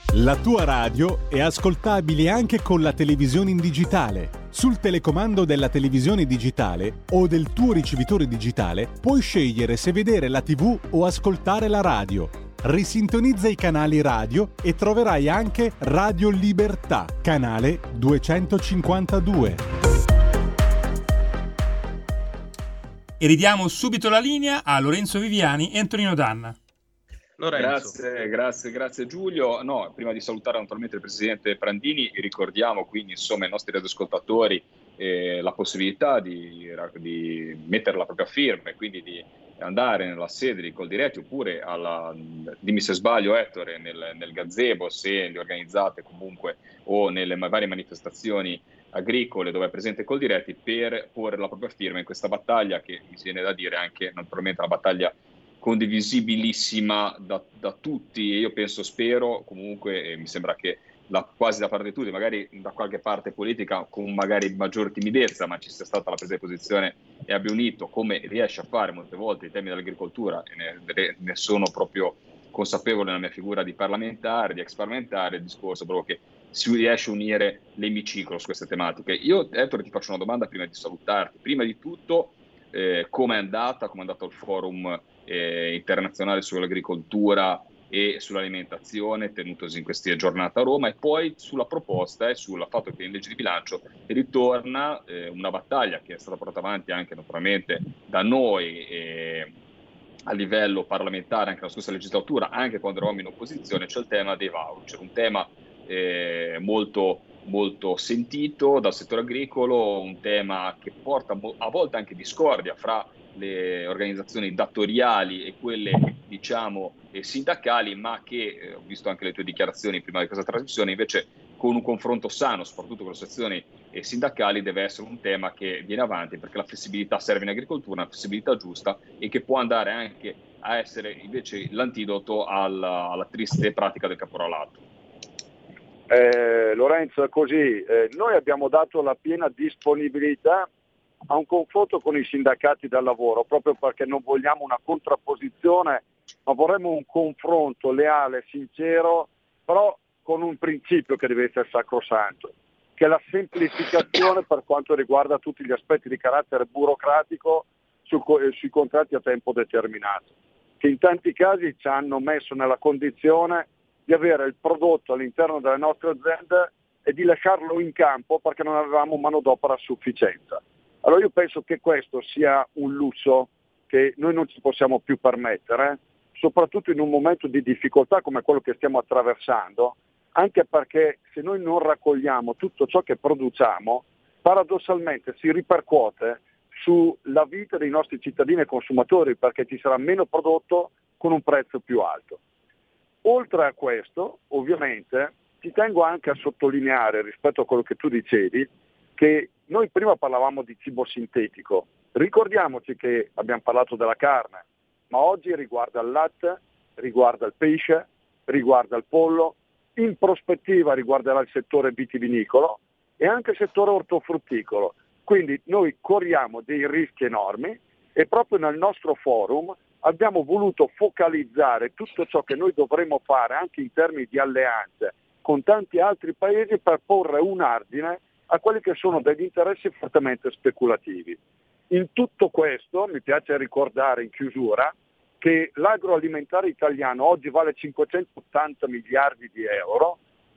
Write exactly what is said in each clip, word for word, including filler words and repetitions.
La tua radio è ascoltabile anche con la televisione in digitale. Sul telecomando della televisione digitale o del tuo ricevitore digitale puoi scegliere se vedere la tivù o ascoltare la radio. Risintonizza i canali radio e troverai anche Radio Libertà, canale duecentocinquantadue. E ridiamo subito la linea a Lorenzo Viviani e Antonino Danna. Lorenzo. Grazie, grazie, grazie Giulio. No, prima di salutare naturalmente il presidente Prandini, ricordiamo quindi insomma ai nostri radioascoltatori eh, la possibilità di, di mettere la propria firma e quindi di andare nella sede di Coldiretti oppure alla, dimmi se sbaglio Ettore, nel, nel gazebo se le organizzate comunque o nelle varie manifestazioni agricole dove è presente Coldiretti per porre la propria firma in questa battaglia che mi viene da dire anche naturalmente una battaglia condivisibilissima da, da tutti. Io penso, spero comunque, e mi sembra che la, quasi da parte di tutti, magari da qualche parte politica con magari maggior timidezza, ma ci sia stata la presa di posizione e abbia unito, come riesce a fare molte volte i temi dell'agricoltura, e ne, ne sono proprio consapevole nella mia figura di parlamentare, di ex parlamentare, il discorso proprio che si riesce a unire l'emiciclo su queste tematiche. Io, Ettore, ti faccio una domanda prima di salutarti. Prima di tutto, eh, come è andata, come è andato il forum eh, internazionale sull'agricoltura e sull'alimentazione tenutosi in queste giornate a Roma, e poi sulla proposta e sul fatto che in legge di bilancio ritorna eh, una battaglia che è stata portata avanti anche naturalmente da noi eh, a livello parlamentare anche nella scorsa legislatura, anche quando eravamo in opposizione, cioè il tema dei voucher, un tema eh, molto molto sentito dal settore agricolo, un tema che porta a volte anche discordia fra le organizzazioni datoriali e quelle diciamo eh, sindacali, ma che, eh, ho visto anche le tue dichiarazioni prima di questa trasmissione, invece con un confronto sano, soprattutto con le associazioni eh, sindacali, deve essere un tema che viene avanti, perché la flessibilità serve in agricoltura, una flessibilità giusta e che può andare anche a essere invece l'antidoto alla, alla triste pratica del caporalato. Eh, Lorenzo, è così, eh, noi abbiamo dato la piena disponibilità a un confronto con i sindacati del lavoro, proprio perché non vogliamo una contrapposizione, ma vorremmo un confronto leale, sincero, però con un principio che deve essere sacrosanto, che è la semplificazione per quanto riguarda tutti gli aspetti di carattere burocratico su, sui contratti a tempo determinato, che in tanti casi ci hanno messo nella condizione di avere il prodotto all'interno delle nostre aziende e di lasciarlo in campo perché non avevamo manodopera a sufficienza. Allora io penso che questo sia un lusso che noi non ci possiamo più permettere, soprattutto in un momento di difficoltà come quello che stiamo attraversando, anche perché se noi non raccogliamo tutto ciò che produciamo, paradossalmente si ripercuote sulla vita dei nostri cittadini e consumatori, perché ci sarà meno prodotto con un prezzo più alto. Oltre a questo, ovviamente, ti tengo anche a sottolineare rispetto a quello che tu dicevi, che noi prima parlavamo di cibo sintetico, ricordiamoci che abbiamo parlato della carne, ma oggi riguarda il latte, riguarda il pesce, riguarda il pollo, in prospettiva riguarderà il settore vitivinicolo e anche il settore ortofrutticolo. Quindi noi corriamo dei rischi enormi e proprio nel nostro forum abbiamo voluto focalizzare tutto ciò che noi dovremo fare anche in termini di alleanze con tanti altri paesi per porre un argine a quelli che sono degli interessi fortemente speculativi. In tutto questo mi piace ricordare in chiusura che l'agroalimentare italiano oggi vale cinquecentottanta miliardi di euro,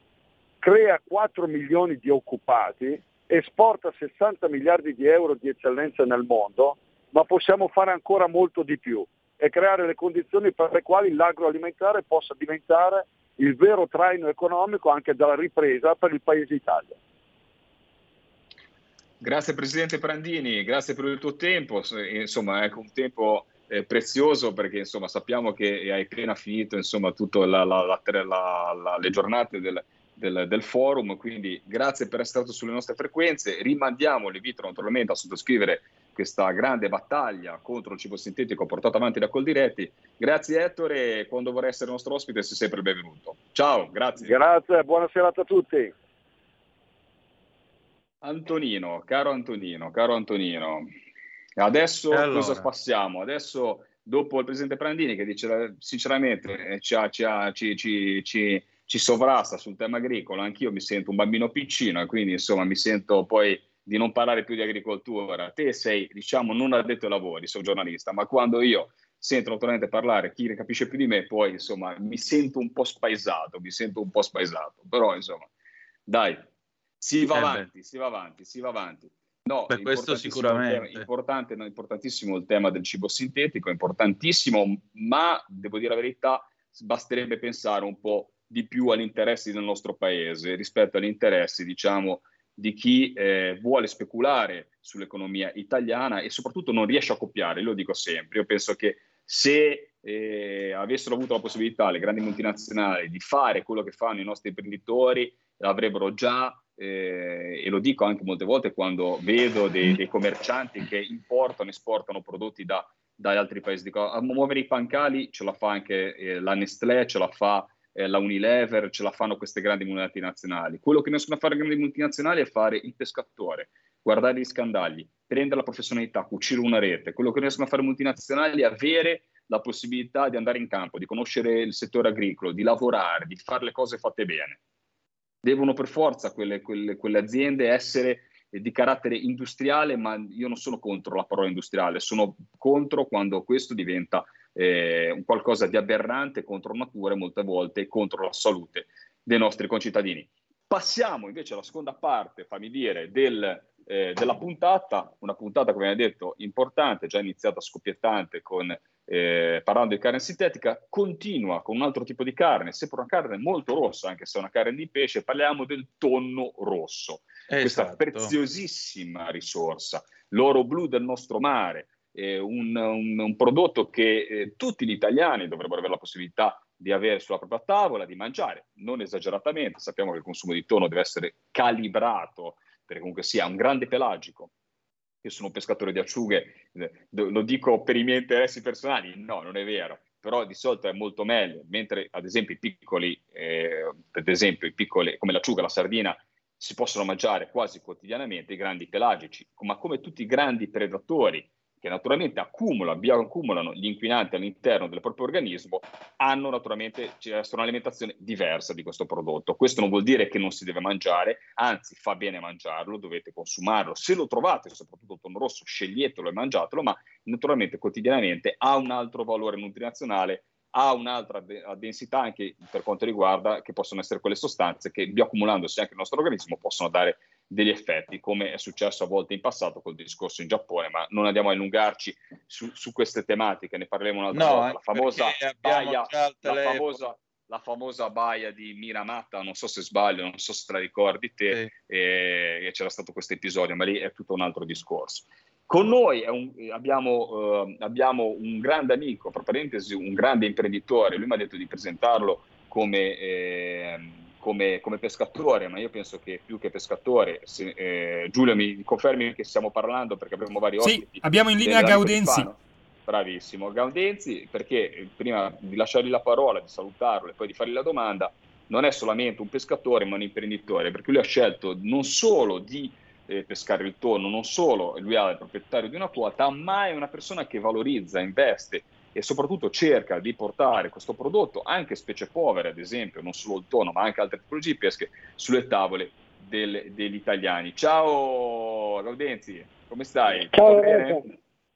crea quattro milioni di occupati, esporta sessanta miliardi di euro di eccellenza nel mondo, ma possiamo fare ancora molto di più e creare le condizioni per le quali l'agroalimentare possa diventare il vero traino economico anche della ripresa per il Paese Italia. Grazie Presidente Prandini, grazie per il tuo tempo, insomma è un tempo eh, prezioso perché insomma sappiamo che hai appena finito insomma tutte la, la, la, la, le giornate del, del, del forum, quindi grazie per essere stato sulle nostre frequenze, rimandiamo l'invito naturalmente a sottoscrivere questa grande battaglia contro il cibo sintetico portata avanti da Coldiretti. Grazie Ettore, quando vorrai essere nostro ospite sei sempre il benvenuto. Ciao, grazie. Grazie, buona serata a tutti. Antonino, caro Antonino, caro Antonino, adesso allora. cosa passiamo? Adesso dopo il Presidente Prandini che dice sinceramente ci ha, ci ha, ci, ci, ci, ci ci sovrasta sul tema agricolo, anch'io mi sento un bambino piccino e quindi insomma mi sento poi di non parlare più di agricoltura. Te sei, diciamo, non addetto ai lavori, sono giornalista, ma quando io sento naturalmente parlare chi ne capisce più di me, poi insomma mi sento un po' spaesato, mi sento un po' spaesato, però insomma dai, si va Eh avanti, beh. si va avanti, si va avanti. No, Per questo importantissimo il tema, sicuramente. importante, no, importantissimo il tema del cibo sintetico, importantissimo, ma devo dire la verità, basterebbe pensare un po' di più agli interessi del nostro paese rispetto agli interessi, diciamo, di chi eh, vuole speculare sull'economia italiana e soprattutto non riesce a copiare, lo dico sempre. Io penso che se eh, avessero avuto la possibilità le grandi multinazionali di fare quello che fanno i nostri imprenditori, l'avrebbero già, eh, e lo dico anche molte volte quando vedo dei, dei commercianti che importano e esportano prodotti da, dagli altri paesi. Dico, a muovere i pancali ce la fa anche eh, la Nestlé, ce la fa eh, la Unilever, ce la fanno queste grandi multinazionali. Quello che riescono a fare le grandi multinazionali è fare il pescatore, guardare gli scandagli, prendere la professionalità, cucire una rete. Quello che riescono a fare multinazionali è avere la possibilità di andare in campo, di conoscere il settore agricolo, di lavorare, di fare le cose fatte bene. Devono per forza quelle, quelle, quelle aziende essere di carattere industriale, ma io non sono contro la parola industriale, sono contro quando questo diventa eh, un qualcosa di aberrante contro natura e molte volte contro la salute dei nostri concittadini. Passiamo invece alla seconda parte, fammi dire, del, eh, della puntata, una puntata, come abbiamo detto, importante, già iniziata scoppiettante con eh, parlando di carne sintetica, continua con un altro tipo di carne, sempre una carne molto rossa, anche se è una carne di pesce, parliamo del tonno rosso, esatto. Questa preziosissima risorsa, l'oro blu del nostro mare, eh, un, un, un prodotto che eh, tutti gli italiani dovrebbero avere la possibilità di avere sulla propria tavola, di mangiare, non esageratamente. Sappiamo che il consumo di tonno deve essere calibrato, perché comunque sia un grande pelagico. Io sono un pescatore di acciughe, eh, lo dico per i miei interessi personali, no, non è vero, però di solito è molto meglio, mentre ad esempio i piccoli, eh, ad esempio i piccoli come l'acciuga, la sardina, si possono mangiare quasi quotidianamente, i grandi pelagici, ma come tutti i grandi predatori, che naturalmente accumulano, bioaccumulano gli inquinanti all'interno del proprio organismo, hanno naturalmente un'alimentazione diversa di questo prodotto. Questo non vuol dire che non si deve mangiare, anzi fa bene mangiarlo, dovete consumarlo. Se lo trovate, soprattutto il tonno rosso, sceglietelo e mangiatelo, ma naturalmente quotidianamente ha un altro valore nutrizionale, ha un'altra de- densità anche per quanto riguarda che possono essere quelle sostanze che bioaccumulandosi anche nel nostro organismo possono dare degli effetti, come è successo a volte in passato col discorso in Giappone, ma non andiamo a allungarci su, su queste tematiche, ne parleremo un'altra no, volta. La famosa baia, la famosa, la famosa baia di Minamata, non so se sbaglio, non so se te la ricordi te, sì. e, e c'era stato questo episodio, ma lì è tutto un altro discorso. Con noi è un, abbiamo, uh, abbiamo un grande amico, tra parentesi, un grande imprenditore, lui mi ha detto di presentarlo come... Eh, Come, come pescatore, ma io penso che più che pescatore, se, eh, Giulio mi confermi che stiamo parlando perché abbiamo vari ospiti. Sì, abbiamo in linea Gaudenzi. Bravissimo, Gaudenzi, perché prima di lasciargli la parola, di salutarlo e poi di fargli la domanda, non è solamente un pescatore ma un imprenditore, perché lui ha scelto non solo di eh, pescare il tonno, non solo lui è il proprietario di una quota, ma è una persona che valorizza, investe e soprattutto cerca di portare questo prodotto, anche specie povere ad esempio, non solo il tonno ma anche altre tipologie di pesche, sulle tavole del, degli italiani. Ciao Gaudenzi, come stai? Ciao, Tutto bene?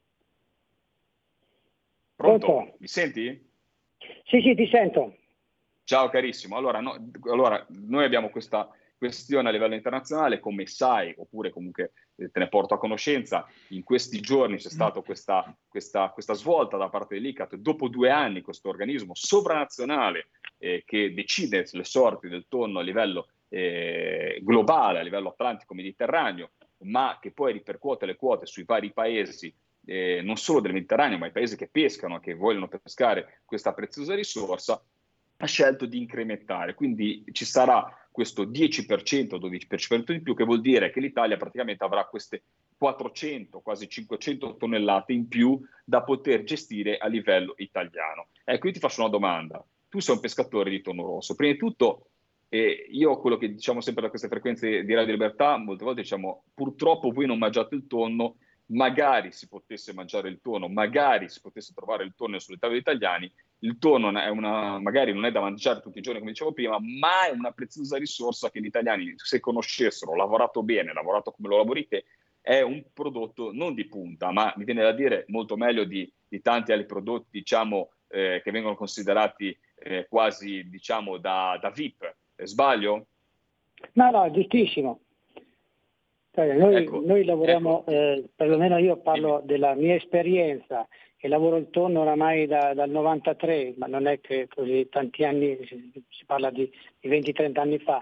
Pronto? Pronto? Mi senti? Sì, sì, ti sento. Ciao carissimo, allora, no, allora noi abbiamo questa questione a livello internazionale, come sai, oppure comunque eh, te ne porto a conoscenza, in questi giorni c'è stata questa, questa, questa svolta da parte dell'I C A T, dopo due anni questo organismo sovranazionale eh, che decide le sorti del tonno a livello eh, globale, a livello atlantico-mediterraneo, ma che poi ripercuote le quote sui vari paesi, eh, non solo del Mediterraneo, ma i paesi che pescano, che vogliono pescare questa preziosa risorsa, ha scelto di incrementare, quindi ci sarà questo dieci per cento, dodici per cento di più, che vuol dire che l'Italia praticamente avrà queste quattrocento, quasi cinquecento tonnellate in più da poter gestire a livello italiano. Ecco, io ti faccio una domanda. Tu sei un pescatore di tonno rosso. Prima di tutto, eh, io quello che diciamo sempre da queste frequenze di Radio Libertà, molte volte diciamo, purtroppo voi non mangiate il tonno, magari si potesse mangiare il tonno, magari si potesse trovare il tonno sulle tavole italiani, il tonno è una, magari non è da mangiare tutti i giorni come dicevo prima, ma è una preziosa risorsa che gli italiani, se conoscessero, lavorato bene, lavorato come lo lavori te, è un prodotto non di punta, ma mi viene da dire molto meglio di, di tanti altri prodotti, diciamo, eh, che vengono considerati eh, quasi, diciamo, da, da V I P. Eh, sbaglio? No, no, è giustissimo. Cioè, noi, ecco, noi lavoriamo, ecco. Eh, perlomeno io parlo della mia esperienza, che lavoro il tonno oramai da, dal novantatré, ma non è che così tanti anni, si, si parla di, di venti trenta anni fa.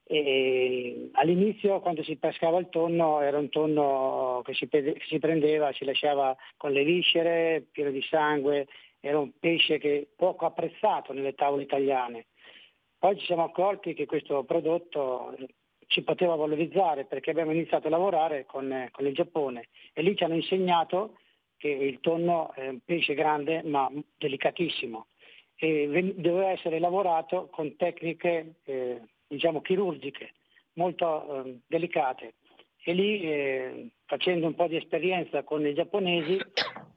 E all'inizio, quando si pescava il tonno, era un tonno che si, che si prendeva, si lasciava con le viscere, pieno di sangue, era un pesce che poco apprezzato nelle tavole italiane. Poi ci siamo accorti che questo prodotto ci poteva valorizzare, perché abbiamo iniziato a lavorare con, con il Giappone e lì ci hanno insegnato che il tonno è un pesce grande ma delicatissimo e doveva essere lavorato con tecniche eh, diciamo chirurgiche molto eh, delicate, e lì eh, facendo un po' di esperienza con i giapponesi eh,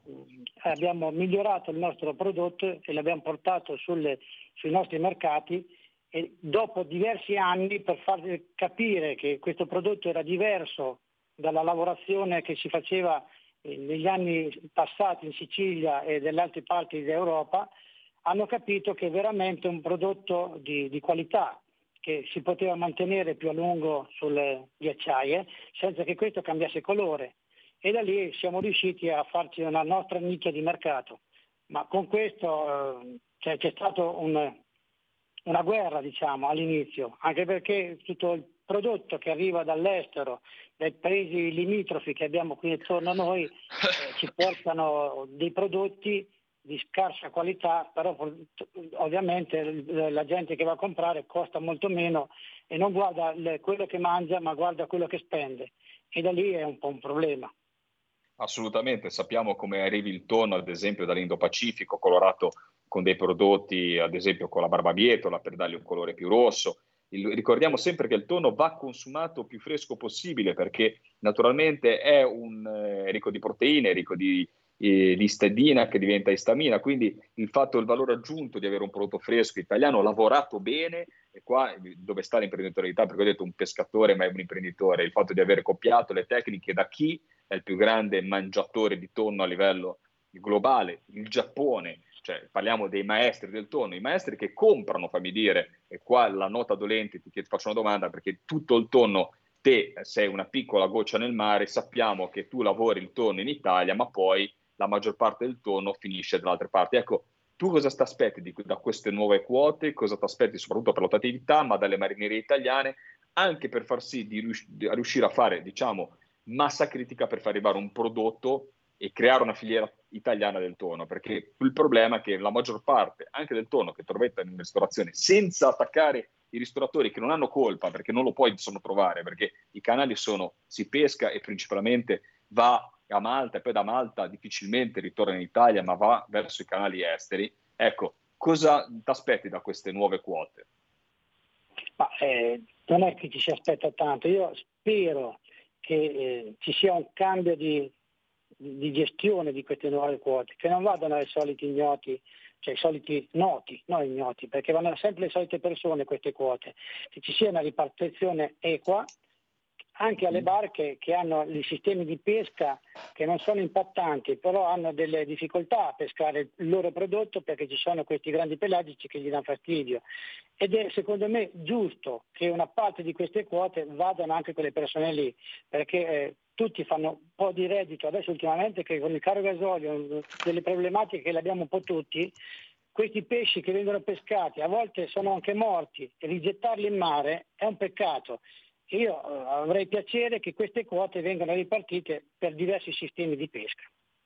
abbiamo migliorato il nostro prodotto e l'abbiamo portato sulle, sui nostri mercati, e dopo diversi anni, per far capire che questo prodotto era diverso dalla lavorazione che si faceva negli anni passati in Sicilia e nelle altre parti d'Europa, hanno capito che è veramente un prodotto di, di qualità, che si poteva mantenere più a lungo sulle ghiacciaie senza che questo cambiasse colore, e da lì siamo riusciti a farci una nostra nicchia di mercato. Ma con questo eh, cioè, c'è stato un, una guerra, diciamo, all'inizio, anche perché tutto il prodotto che arriva dall'estero, dai paesi limitrofi che abbiamo qui intorno a noi, eh, ci portano dei prodotti di scarsa qualità, però ovviamente la gente che va a comprare costa molto meno e non guarda quello che mangia, ma guarda quello che spende, e da lì è un po' un problema. Assolutamente, sappiamo come arrivi il tonno, ad esempio, dall'Indo-Pacifico, colorato con dei prodotti, ad esempio con la barbabietola, per dargli un colore più rosso. Il, ricordiamo sempre che il tonno va consumato più fresco possibile, perché naturalmente è un eh, ricco di proteine, ricco di, eh, di istidina che diventa istamina, quindi il fatto, il valore aggiunto di avere un prodotto fresco italiano lavorato bene, e qua dove sta l'imprenditorialità, perché ho detto un pescatore ma è un imprenditore, il fatto di aver copiato le tecniche da chi è il più grande mangiatore di tonno a livello globale, il Giappone. Cioè, parliamo dei maestri del tonno, i maestri che comprano, fammi dire, e qua la nota dolente, ti faccio una domanda, perché tutto il tonno, te sei una piccola goccia nel mare, sappiamo che tu lavori il tonno in Italia, ma poi la maggior parte del tonno finisce dalle altre parti. Ecco, tu cosa ti aspetti di, da queste nuove quote? Cosa ti aspetti soprattutto per l'operatività, ma dalle marinerie italiane, anche per far sì di, rius- di riuscire a fare, diciamo, massa critica per far arrivare un prodotto e creare una filiera italiana del tonno, perché il problema è che la maggior parte anche del tonno che trovate in ristorazione, senza attaccare i ristoratori che non hanno colpa, perché non lo puoi insomma trovare, perché i canali sono, si pesca e principalmente va a Malta e poi da Malta difficilmente ritorna in Italia, ma va verso i canali esteri. Ecco, cosa ti aspetti da queste nuove quote? Ma, eh, non è che ci si aspetta tanto, io spero che eh, ci sia un cambio di, di gestione di queste nuove quote, che non vadano ai soliti ignoti, cioè ai soliti noti, non ignoti, perché vanno sempre le solite persone queste quote, che ci sia una ripartizione equa anche alle barche che hanno i sistemi di pesca che non sono impattanti, però hanno delle difficoltà a pescare il loro prodotto perché ci sono questi grandi pelagici che gli danno fastidio. Ed è secondo me giusto che una parte di queste quote vadano anche quelle persone lì, perché eh, tutti fanno un po' di reddito. Adesso ultimamente che con il caro gasolio, delle problematiche che le abbiamo un po' tutti, questi pesci che vengono pescati a volte sono anche morti, e rigettarli in mare è un peccato. Io eh, avrei piacere che queste quote vengano ripartite per diversi sistemi di pesca.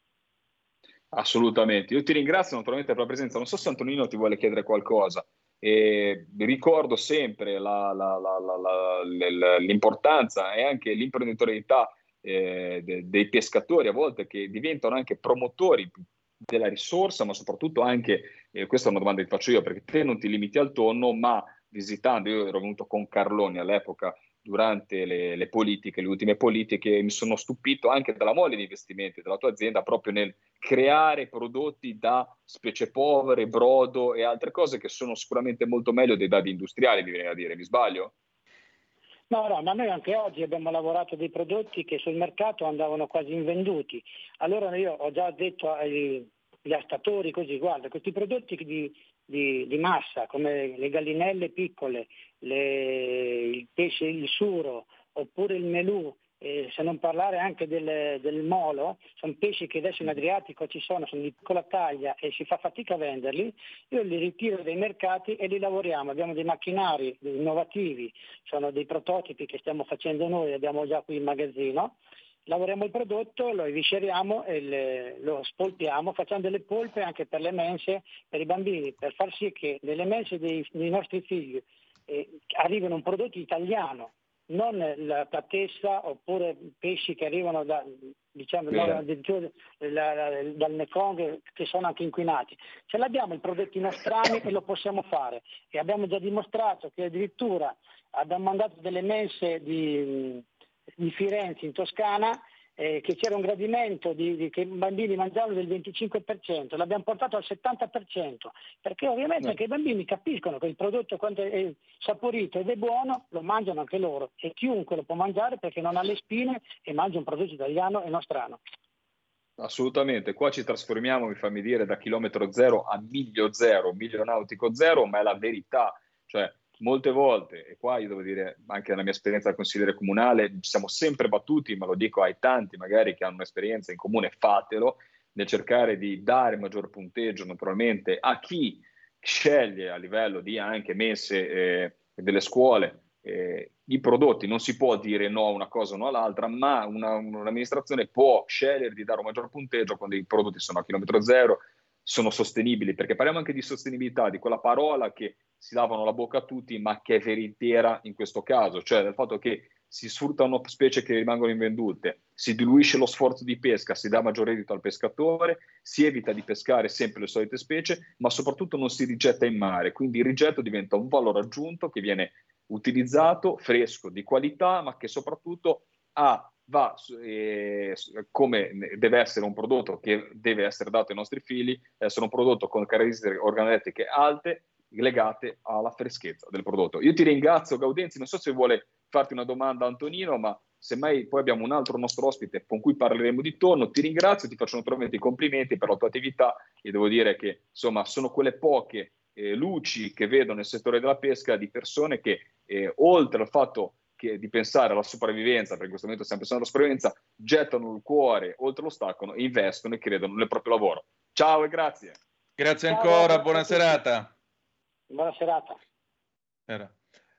Assolutamente, io ti ringrazio naturalmente per la presenza. Non so se Antonino ti vuole chiedere qualcosa. E ricordo sempre la, la, la, la, l'importanza e anche l'imprenditorialità eh, de, dei pescatori, a volte che diventano anche promotori della risorsa, ma soprattutto anche, eh, questa è una domanda che faccio io, perché te non ti limiti al tonno, ma visitando, io ero venuto con Carloni all'epoca durante le, le politiche, le ultime politiche, mi sono stupito anche dalla mole di investimenti della tua azienda proprio nel creare prodotti da specie povere, brodo e altre cose che sono sicuramente molto meglio dei dadi industriali, mi viene a dire, mi sbaglio? No, no, ma noi anche oggi abbiamo lavorato dei prodotti che sul mercato andavano quasi invenduti. Allora io ho già detto agli astatori così, guarda, questi prodotti di, di, di massa come le gallinelle piccole, le, il pesce, il suro oppure il melù, eh, se non parlare anche del, del molo, sono pesci che adesso in Adriatico ci sono, sono di piccola taglia e si fa fatica a venderli, io li ritiro dai mercati e li lavoriamo, abbiamo dei macchinari innovativi, sono dei prototipi che stiamo facendo noi, abbiamo già qui in magazzino, lavoriamo il prodotto, lo evisceriamo e le, lo spolpiamo, facciamo delle polpe anche per le mense, per i bambini, per far sì che nelle mense dei, dei nostri figli eh, arrivino un prodotto italiano, non la patessa oppure pesci che arrivano da, diciamo, no, addirittura la, la, dal Mekong, che sono anche inquinati. Ce l'abbiamo i prodotti nostrani e lo possiamo fare, e abbiamo già dimostrato che addirittura abbiamo mandato delle mense di, di Firenze in Toscana, eh, che c'era un gradimento di, di, che i bambini mangiavano del venticinque per cento, l'abbiamo portato al settanta per cento, perché ovviamente no. anche i bambini capiscono che il prodotto, quando è saporito ed è buono, lo mangiano anche loro, e chiunque lo può mangiare perché non ha le spine e mangia un prodotto italiano e nostrano. Assolutamente, qua ci trasformiamo, mi fammi dire, da chilometro zero a miglio zero, miglio nautico zero, ma è la verità, cioè molte volte, e qua io devo dire anche nella mia esperienza da consigliere comunale, ci siamo sempre battuti, ma lo dico ai tanti magari che hanno un'esperienza in comune, fatelo, nel cercare di dare maggior punteggio naturalmente a chi sceglie a livello di anche messe eh, delle scuole eh, i prodotti. Non si può dire no a una cosa o no all'altra, ma una, un'amministrazione può scegliere di dare un maggior punteggio quando i prodotti sono a chilometro zero, sono sostenibili, perché parliamo anche di sostenibilità, di quella parola che si lavano la bocca a tutti, ma che è veritiera in questo caso, cioè del fatto che si sfruttano specie che rimangono invendute, si diluisce lo sforzo di pesca, si dà maggior reddito al pescatore, si evita di pescare sempre le solite specie, ma soprattutto non si rigetta in mare, quindi il rigetto diventa un valore aggiunto che viene utilizzato, fresco, di qualità, ma che soprattutto ha va eh, come deve essere un prodotto che deve essere dato ai nostri figli, essere un prodotto con caratteristiche organolettiche alte legate alla freschezza del prodotto. Io ti ringrazio, Gaudenzi, non so se vuole farti una domanda Antonino, ma semmai poi abbiamo un altro nostro ospite con cui parleremo di tonno. Ti ringrazio, ti faccio naturalmente i complimenti per la tua attività e devo dire che insomma sono quelle poche eh, luci che vedo nel settore della pesca di persone che eh, oltre al fatto che di pensare alla sopravvivenza, perché in questo momento stiamo pensando alla sopravvivenza, gettano il cuore oltre l'ostacolo e investono e credono nel proprio lavoro. Ciao e grazie. Grazie ancora, Ciao, buona serata. Buona serata. Era.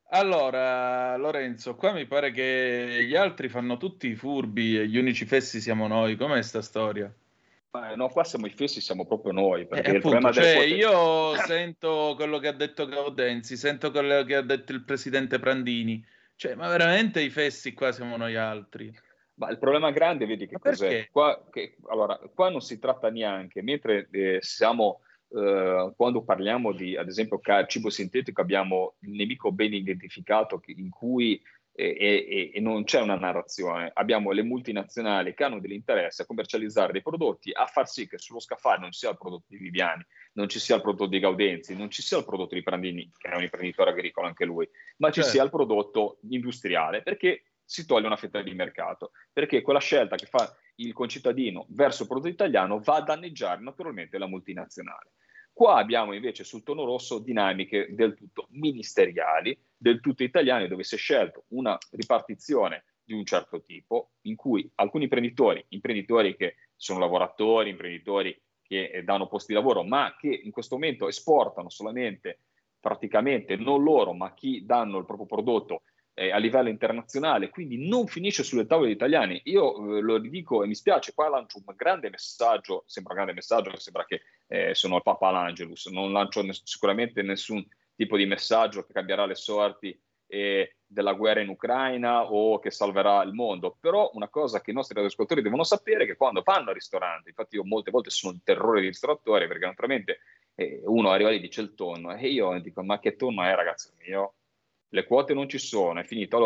Allora, Lorenzo, qua mi pare che gli altri fanno tutti i furbi e gli unici fessi siamo noi. Com'è sta storia? Eh, no, qua siamo i fessi, siamo proprio noi. Perché eh, il appunto, problema cioè, del... io sento quello che ha detto Gaudenzi, sento quello che ha detto il presidente Prandini. Cioè, ma veramente i fessi qua siamo noi altri? Ma il problema grande, vedi che ma cos'è? Perché? Qua, che, allora, qua non si tratta neanche, mentre eh, siamo, eh, quando parliamo di, ad esempio, cibo sintetico, abbiamo il nemico ben identificato che, in cui eh, e, e non c'è una narrazione. Abbiamo le multinazionali che hanno dell'interesse a commercializzare dei prodotti, a far sì che sullo scaffale non ci sia il prodotto di Viviani, non ci sia il prodotto di Gaudenzi, non ci sia il prodotto di Prandini, che è un imprenditore agricolo anche lui, ma ci certo. sia il prodotto industriale, perché si toglie una fetta di mercato, perché quella scelta che fa il concittadino verso il prodotto italiano va a danneggiare naturalmente la multinazionale. Qua abbiamo invece sul tonno rosso dinamiche del tutto ministeriali, del tutto italiane, dove si è scelto una ripartizione di un certo tipo, in cui alcuni imprenditori, imprenditori che sono lavoratori, imprenditori che danno posti di lavoro, ma che in questo momento esportano solamente, praticamente non loro, ma chi danno il proprio prodotto a livello internazionale, quindi non finisce sulle tavole italiane. Io eh, lo ridico e mi spiace, qua lancio un grande messaggio, sembra un grande messaggio, sembra che eh, sono il Papa l'Angelus, non lancio ness- sicuramente nessun tipo di messaggio che cambierà le sorti eh, della guerra in Ucraina o che salverà il mondo, però una cosa che i nostri radioascoltatori devono sapere è che quando vanno al ristorante, infatti io molte volte sono il terrore dei ristoratori, perché naturalmente eh, uno arriva lì e dice il tonno, e io dico ma che tonno è ragazzo mio? Le quote non ci sono, è finito. Allora,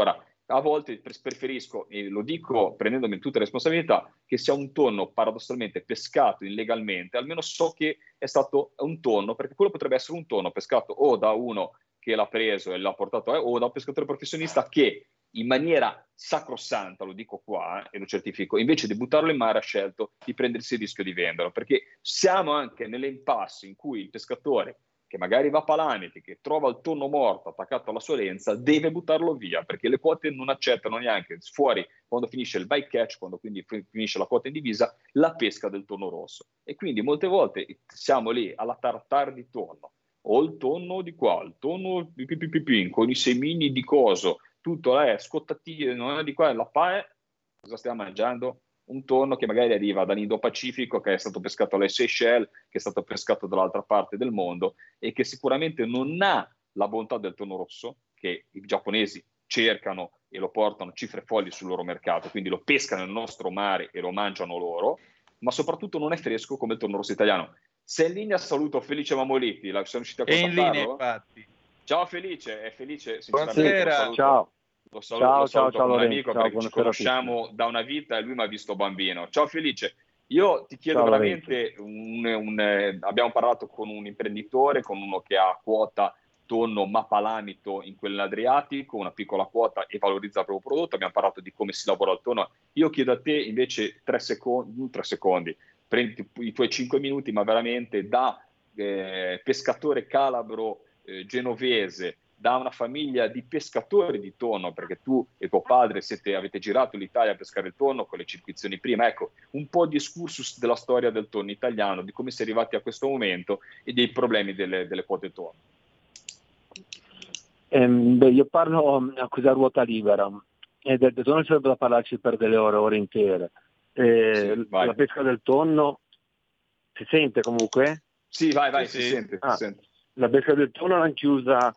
a volte preferisco, e lo dico prendendomi tutte le responsabilità, che sia un tonno paradossalmente pescato illegalmente, almeno so che è stato un tonno, perché quello potrebbe essere un tonno pescato o da uno che l'ha preso e l'ha portato, eh, o da un pescatore professionista che in maniera sacrosanta, lo dico qua eh, e lo certifico, invece di buttarlo in mare ha scelto di prendersi il rischio di venderlo, perché siamo anche nelle impasse in cui il pescatore che magari va a Palamiti, che trova il tonno morto attaccato alla sua lenza, deve buttarlo via, perché le quote non accettano neanche fuori, quando finisce il bycatch, quando quindi finisce la quota in divisa, la pesca del tonno rosso. E quindi molte volte siamo lì alla tartar di tonno, o il tonno di qua, il tonno di pipipipin, con i semini di coso, tutto è scottatina, non è di qua, la pa è, cosa stiamo mangiando? Un tonno che magari arriva dall'Indo-Pacifico, che è stato pescato alle Seychelles, che è stato pescato dall'altra parte del mondo e che sicuramente non ha la bontà del tonno rosso, che i giapponesi cercano e lo portano cifre folli sul loro mercato, quindi lo pescano nel nostro mare e lo mangiano loro, ma soprattutto non è fresco come il tonno rosso italiano. Se è in linea, saluto Felice Mamoliti, siamo riusciti a contattarlo? È in linea, infatti. Ciao Felice, è Felice, buonasera. Lo ciao. Lo saluto, ciao, lo saluto ciao, come ciao, amico ciao, perché ci conosciamo da una vita e lui mi ha visto bambino. Ciao Felice, io ti chiedo ciao, veramente, un, un, eh, abbiamo parlato con un imprenditore, con uno che ha quota tonno mapalamito in quell'Adriatico, una piccola quota e valorizza il proprio prodotto, abbiamo parlato di come si lavora il tonno. Io chiedo a te invece tre secondi, tre secondi, prendi i tuoi cinque minuti, ma veramente da eh, pescatore calabro eh, genovese, da una famiglia di pescatori di tonno, perché tu e tuo padre siete, avete girato l'Italia a pescare il tonno con le circuizioni prima. Ecco, un po' di excursus della storia del tonno italiano, di come si è arrivati a questo momento e dei problemi delle, delle quote tonno. Eh, beh, io parlo così a ruota libera e del tonno sarebbe da parlarci per delle ore, ore intere. Eh, Sì, la pesca del tonno si sente comunque? Sì, vai, vai, sì, si, sì. Sente, Ah, si sente. La pesca del tonno l'hanno chiusa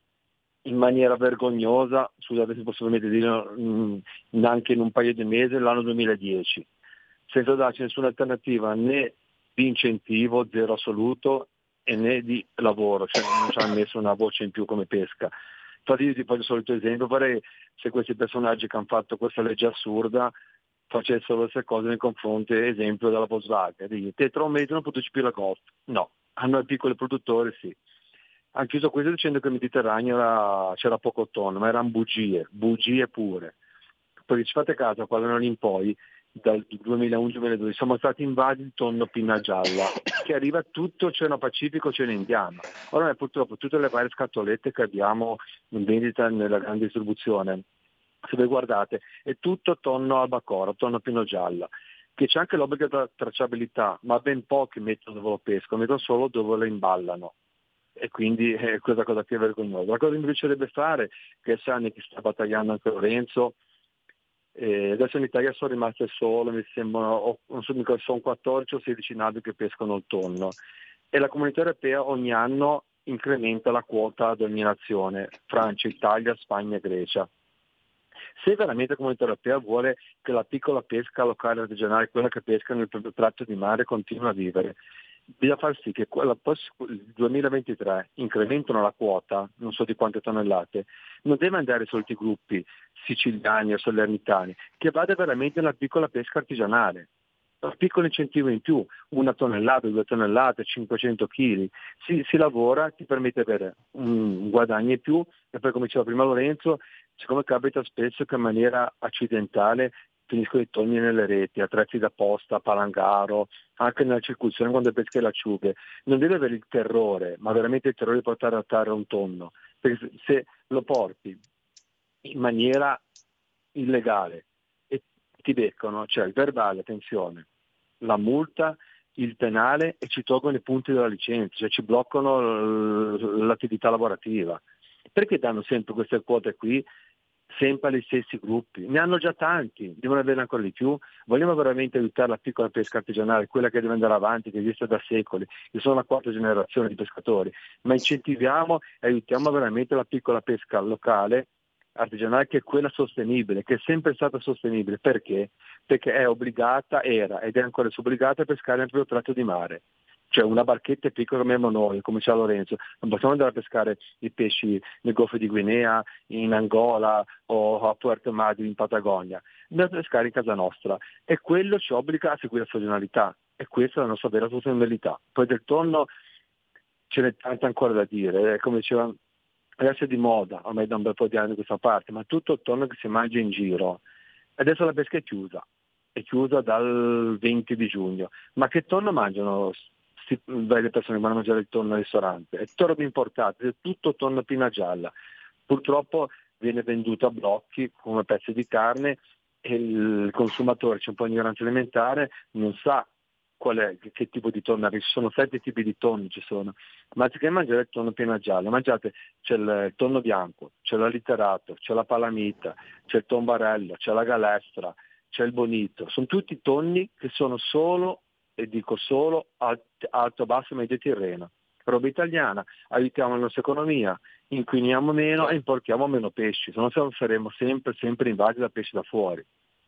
in maniera vergognosa, scusate se posso dire, anche in un paio di mesi, l'anno duemiladieci, senza darci nessuna alternativa né di incentivo, zero assoluto, e né di lavoro, cioè non ci hanno messo una voce in più come pesca. Infatti io ti faccio il solito esempio, vorrei se questi personaggi che hanno fatto questa legge assurda facessero queste cose nei confronti, esempio, della Volkswagen, di te tra un mese non potuci più la costa. No, hanno i piccoli produttori, sì. Hanno chiuso questo dicendo che il Mediterraneo era, c'era poco tonno, ma erano bugie, bugie pure. Perché ci fate caso, quando erano in poi, dal duemilauno duemiladodici, siamo stati invasi il tonno pinna gialla, che arriva tutto Oceano Pacifico, Oceano Indiano. Ora purtroppo tutte le varie scatolette che abbiamo in vendita nella grande distribuzione, se voi guardate, è tutto tonno albacora, tonno pinna gialla, che c'è anche l'obbligo della tracciabilità, ma ben pochi mettono dove lo pescano, mettono solo dove lo imballano. E quindi è questa cosa che è vergognosa. La cosa che mi piacerebbe fare, che è anni che sta battagliando anche Lorenzo, eh, adesso in Italia sono rimaste solo, mi sembrano, non so, sono quattordici o sedici navi che pescano il tonno, e la Comunità Europea ogni anno incrementa la quota a dominazione, Francia, Italia, Spagna e Grecia. Se veramente la Comunità Europea vuole che la piccola pesca locale artigianale, quella che pesca nel proprio tratto di mare, continui a vivere, bisogna far sì che il duemilaventitré incrementano la quota, non so di quante tonnellate, non deve andare solo ai gruppi siciliani o salernitani, che vada veramente nella piccola pesca artigianale. Un piccolo incentivo in più, una tonnellata, due tonnellate, cinquecento chili, si, si lavora, ti permette di avere un guadagno in più, e poi come diceva prima Lorenzo, siccome capita spesso che in maniera accidentale finiscono i tonni nelle reti, attrezzi da posta, palangaro, anche nella circuizione quando pesca le acciughe, non deve avere il terrore, ma veramente il terrore di portare a terra un tonno, perché se lo porti in maniera illegale e ti beccano, cioè il verbale, attenzione, la multa, il penale, e ci tolgono i punti della licenza, cioè ci bloccano l'attività lavorativa. Perché danno sempre queste quote qui sempre agli stessi gruppi? Ne hanno già tanti, devono avere ancora di più. Vogliamo veramente aiutare la piccola pesca artigianale, quella che deve andare avanti, che esiste da secoli, che sono la quarta generazione di pescatori, ma incentiviamo e aiutiamo veramente la piccola pesca locale artigianale, che è quella sostenibile, che è sempre stata sostenibile. Perché? Perché è obbligata, era ed è ancora obbligata a pescare nel proprio tratto di mare. Cioè una barchetta piccola come abbiamo noi, come c'ha Lorenzo, non possiamo andare a pescare i pesci nel Golfo di Guinea, in Angola o a Puerto Madryn in Patagonia, dobbiamo pescare in casa nostra e quello ci obbliga a seguire la stagionalità e questa è la nostra vera sostenibilità. Poi del tonno ce n'è tanto ancora da dire, eh, come diceva, adesso è di moda, ormai da un bel po' di anni da questa parte, ma tutto il tonno che si mangia in giro, adesso la pesca è chiusa, è chiusa dal venti di giugno, ma che tonno mangiano le persone che vanno a mangiare il tonno al ristorante? È tutto roba importata, è tutto tonno pinna gialla, purtroppo viene venduto a blocchi come pezzi di carne e il consumatore, c'è un po' di ignoranza alimentare, non sa qual è, che, che tipo di tonno, ci sono sette tipi di tonno, ci sono, ma anziché mangiare il tonno pinna gialla, mangiate, c'è il tonno bianco, c'è l'aliterato, c'è la palamita, c'è il tombarello, c'è la galestra, c'è il bonito, sono tutti tonni che sono solo, e dico solo, alto, basso, medio tirreno. Roba italiana, aiutiamo la nostra economia, inquiniamo meno e importiamo meno pesci, se no saremo sempre, sempre invasi da pesci da fuori.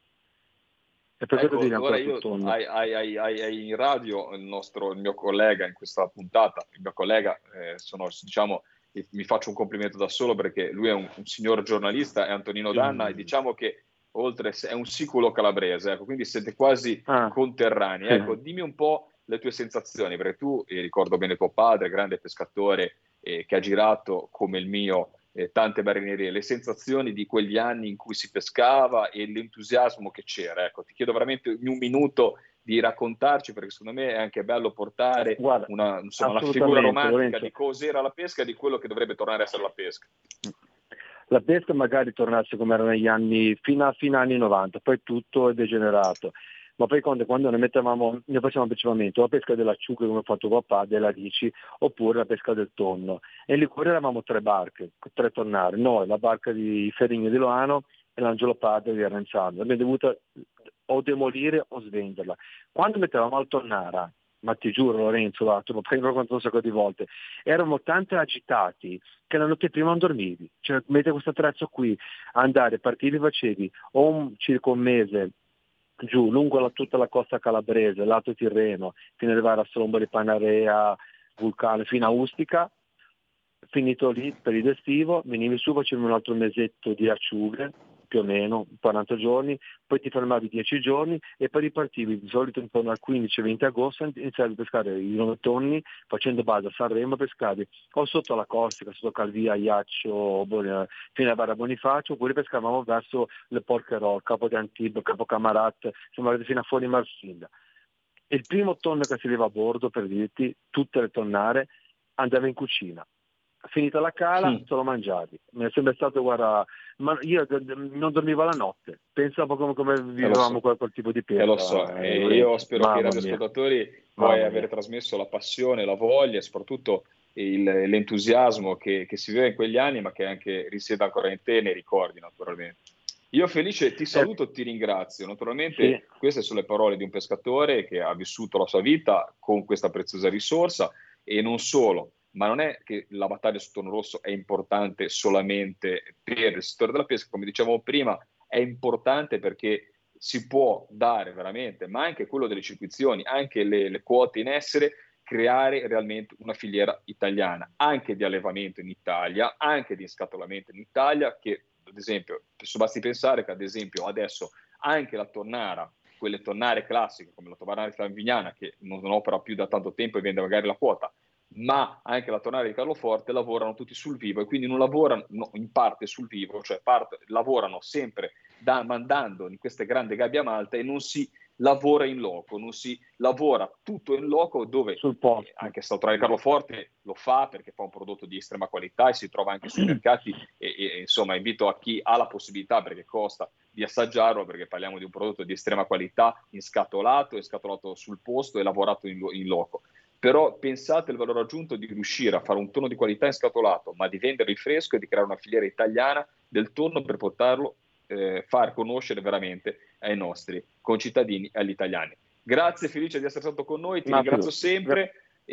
E per ecco, questo allora io hai, hai, hai, hai in radio il, nostro, il mio collega in questa puntata, il mio collega, eh, sono, diciamo, mi faccio un complimento da solo perché lui è un, un signor giornalista, è Antonino Danna, mm. e diciamo che oltre è un siculo calabrese, ecco, quindi siete quasi ah, conterranei. Sì. Ecco, dimmi un po' le tue sensazioni, perché tu, eh, ricordo bene tuo padre, grande pescatore, eh, che ha girato come il mio eh, tante marinerie, le sensazioni di quegli anni in cui si pescava e l'entusiasmo che c'era. Ecco, ti chiedo veramente in un minuto di raccontarci, perché secondo me è anche bello portare Guarda, una, insomma, una figura romantica Lorenzo. di cos'era la pesca e di quello che dovrebbe tornare a essere la pesca. La pesca magari tornasse come era negli anni, fino a fino anni novanta, poi tutto è degenerato. Ma poi quando, quando ne mettevamo, ne facevamo principalmente la pesca dell'acciuga come ha fatto papà, della Ricci, oppure la pesca del tonno. E in Liguria eravamo tre barche, tre tonnari, noi, la barca di Ferrigno di Loano e l'Angelo Padre di Arenzano. Abbiamo dovuto o demolire o svenderla. Quando mettevamo al tonnara, ma ti giuro Lorenzo, te lo prendo conto un sacco di volte, eravamo tanto agitati che la notte prima non dormivi, cioè mettere questo attrezzo qui, andare, partivi, facevi o un, circa un mese giù lungo la, tutta la costa calabrese, lato Tirreno, fino ad arrivare a Stromboli, Panarea, Vulcano, fino a Ustica, finito lì per il estivo, venivi su, facevi un altro mesetto di acciughe, più o meno quaranta giorni, poi ti fermavi dieci giorni e poi ripartivi di solito intorno al quindici venti agosto, iniziavi a pescare i nove tonni facendo base a Sanremo, pescavi o sotto la Corsica, sotto Calvia, Iaccio, fino a Barra Bonifacio, oppure pescavamo verso le Porcherol, Capo di Antibes, Capo Camarat, siamo arrivati fino a fuori Marsiglia. E il primo tonno che si leva a bordo, per dirti, tutte le tonnare, andava in cucina. Finita la cala, sì. te lo mangiavi. Mi è sempre stato, guarda, ma io non dormivo la notte, pensavo come, come vivevamo so. quel, quel tipo di pesca. Eh, lo so, e eh, io spero che i radioascoltatori poi aver trasmesso la passione, la voglia e soprattutto il, l'entusiasmo che, che si vive in quegli anni, ma che anche risiede ancora in te, nei ricordi naturalmente. Io Felice ti saluto e eh. ti ringrazio. Naturalmente sì. queste sono le parole di un pescatore che ha vissuto la sua vita con questa preziosa risorsa e non solo. Ma non è che la battaglia sul tonno rosso è importante solamente per il settore della pesca, come dicevamo prima, è importante perché si può dare veramente, ma anche quello delle circuizioni, anche le, le quote in essere, creare realmente una filiera italiana, anche di allevamento in Italia, anche di scatolamento in Italia, che ad esempio, basti pensare che ad esempio adesso anche la tonnara, quelle tonnare classiche come la tonnara flavignana, che non opera più da tanto tempo e vende magari la quota, ma anche la tonnara di Carloforte lavorano tutti sul vivo e quindi non lavorano no, in parte sul vivo, cioè parte, lavorano sempre da, mandando in queste grandi gabbie a Malta e non si lavora in loco, non si lavora tutto in loco dove sul posto. Anche se la tonnara di Carloforte lo fa perché fa un prodotto di estrema qualità e si trova anche sui mercati e, e insomma invito a chi ha la possibilità perché costa di assaggiarlo perché parliamo di un prodotto di estrema qualità inscatolato e scatolato sul posto e lavorato in, in loco. Però pensate al valore aggiunto di riuscire a fare un tonno di qualità inscatolato, ma di vendere il fresco e di creare una filiera italiana del tonno per poterlo eh, far conoscere veramente ai nostri concittadini e agli italiani. Grazie Felice di essere stato con noi, ti ma ringrazio più. sempre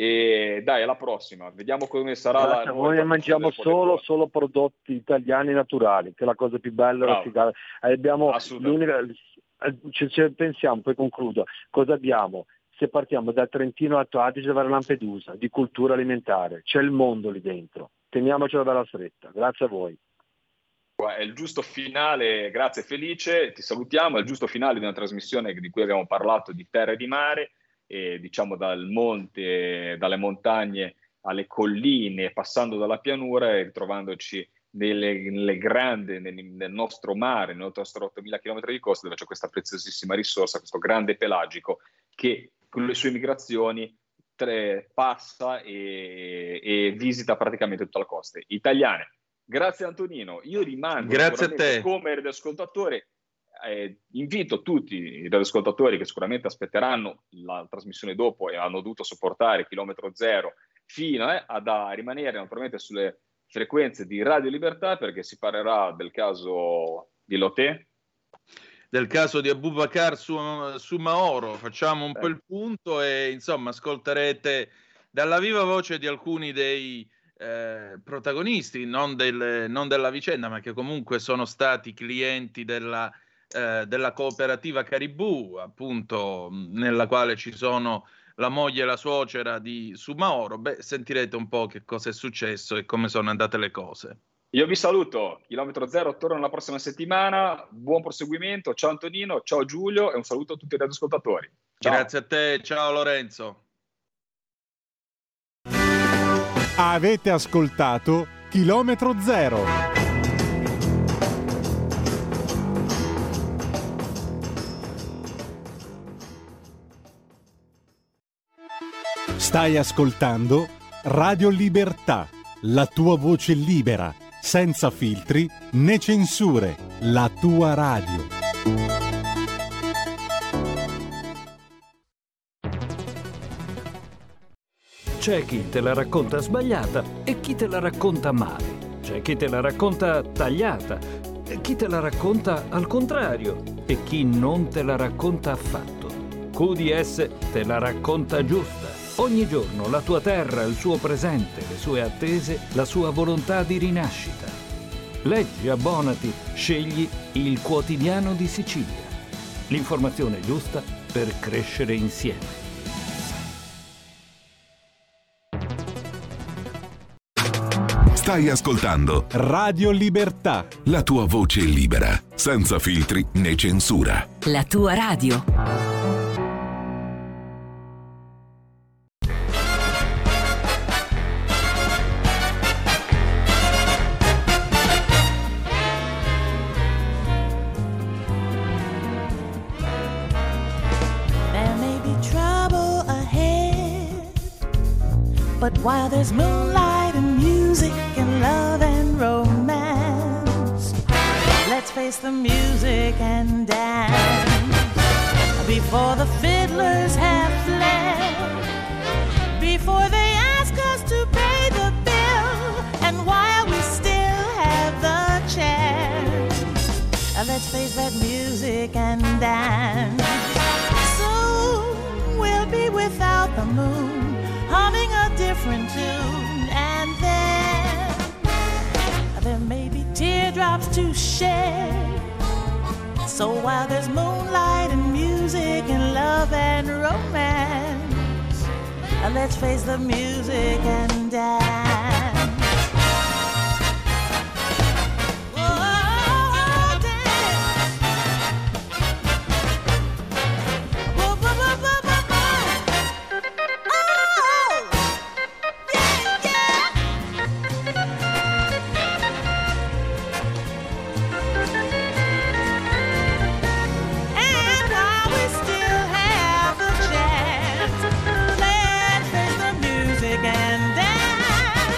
e dai, alla prossima, vediamo come sarà Grazie la... Noi mangiamo solo, solo prodotti italiani naturali, che è la cosa più bella. Abbiamo l'unica, ci pensiamo, poi concludo, cosa abbiamo? se partiamo dal Trentino Alto Adige verso Lampedusa, di cultura alimentare, c'è il mondo lì dentro, teniamocela bella stretta. Grazie a voi. È il giusto finale, grazie Felice, ti salutiamo, è il giusto finale di una trasmissione di cui abbiamo parlato di terra e di mare, e diciamo dal monte, dalle montagne alle colline, passando dalla pianura e ritrovandoci nelle, nelle grandi, nel, nel nostro mare, nel nostro ottomila chilometri di costa, dove c'è questa preziosissima risorsa, questo grande pelagico che con le sue migrazioni tre, passa e, e visita praticamente tutte le coste italiane. Grazie Antonino, io rimango Grazie a te. come radioascoltatore, eh, invito tutti i radioascoltatori che sicuramente aspetteranno la trasmissione dopo e hanno dovuto sopportare chilometro zero fino eh, ad a rimanere naturalmente sulle frequenze di Radio Libertà, perché si parlerà del caso di Lotte, del caso di Abubakar su, su Maoro. Facciamo un eh. po' il punto e insomma ascolterete dalla viva voce di alcuni dei eh, protagonisti, non, del, non della vicenda, ma che comunque sono stati clienti della, eh, della cooperativa Caribou, appunto, nella quale ci sono la moglie e la suocera di Sumaoro. Beh, sentirete un po' che cosa è successo e come sono andate le cose. Io vi saluto, chilometro zero torna la prossima settimana, buon proseguimento, ciao Antonino, ciao Giulio e un saluto a tutti i radioascoltatori. Ciao. Grazie a te, ciao Lorenzo. Avete ascoltato Chilometro Zero. Stai ascoltando Radio Libertà, la tua voce libera, senza filtri né censure, la tua radio. C'è chi te la racconta sbagliata e chi te la racconta male. C'è chi te la racconta tagliata e chi te la racconta al contrario e chi non te la racconta affatto. Q D S te la racconta giusta. Ogni giorno la tua terra, il suo presente, le sue attese, la sua volontà di rinascita. Leggi, abbonati, scegli il Quotidiano di Sicilia. L'informazione giusta per crescere insieme. Stai ascoltando Radio Libertà, la tua voce libera, senza filtri né censura. La tua radio. But while there's moonlight and music and love and romance, let's face the music and dance. Before the fiddlers have fled, before they ask us to pay the bill, and while we still have the chance, let's face that music and dance. Soon we'll be without the moon, humming a different tune, and then there may be teardrops to shed. So while there's moonlight and music and love and romance, let's face the music and dance. And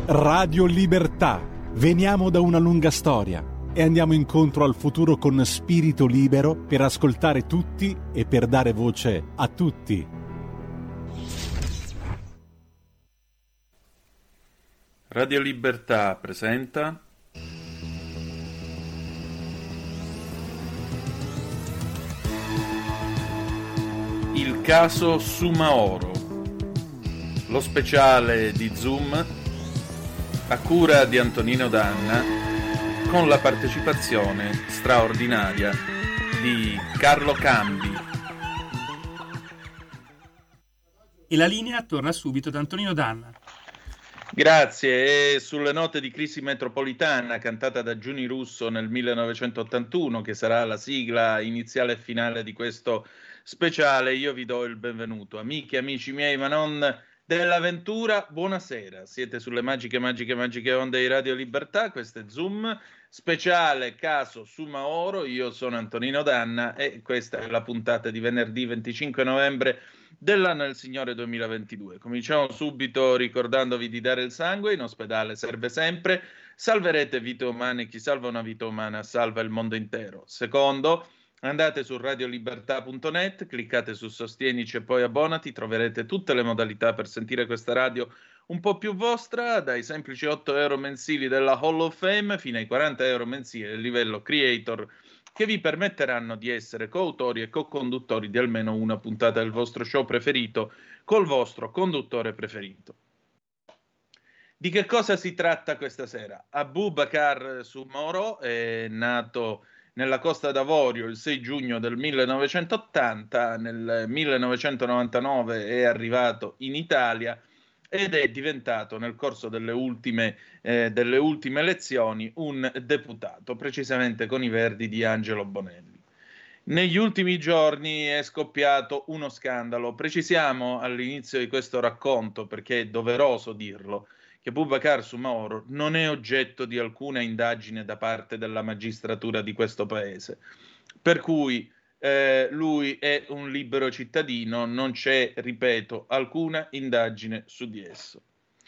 Radio Libertà. Veniamo da una lunga storia e andiamo incontro al futuro con spirito libero per ascoltare tutti e per dare voce a tutti. Radio Libertà presenta Il caso Sumaoro, lo speciale di Zoom a cura di Antonino Danna, con la partecipazione straordinaria di Carlo Cambi. E la linea torna subito da Antonino Danna. Grazie. E sulle note di Crisi Metropolitana, cantata da Giuni Russo nel millenovecentottantuno, che sarà la sigla iniziale e finale di questo speciale, io vi do il benvenuto. Amiche e amici miei, ma non dell'avventura, buonasera. Siete sulle magiche, magiche, magiche onde di Radio Libertà. Questo è Zoom, speciale caso Sumaoro. Io sono Antonino Danna e questa è la puntata di venerdì venticinque novembre dell'anno del Signore duemilaventidue. Cominciamo subito ricordandovi di dare il sangue. In ospedale serve sempre. Salverete vite umane. Chi salva una vita umana salva il mondo intero. Secondo, andate su radio libertà punto net, cliccate su Sostienici e poi abbonati, troverete tutte le modalità per sentire questa radio un po' più vostra, dai semplici otto euro mensili della Hall of Fame fino ai quaranta euro mensili del livello Creator, che vi permetteranno di essere coautori e co-conduttori di almeno una puntata del vostro show preferito col vostro conduttore preferito. Di che cosa si tratta questa sera? Abubakar Soumahoro è nato nella Costa d'Avorio il sei giugno del millenovecentottanta, nel millenovecentonovantanove è arrivato in Italia ed è diventato nel corso delle ultime, eh, delle ultime elezioni un deputato, precisamente con i Verdi di Angelo Bonelli. Negli ultimi giorni è scoppiato uno scandalo. Precisiamo all'inizio di questo racconto, perché è doveroso dirlo, che Abubakar Soumahoro non è oggetto di alcuna indagine da parte della magistratura di questo paese, per cui eh, lui è un libero cittadino, non c'è, ripeto, alcuna indagine su di esso.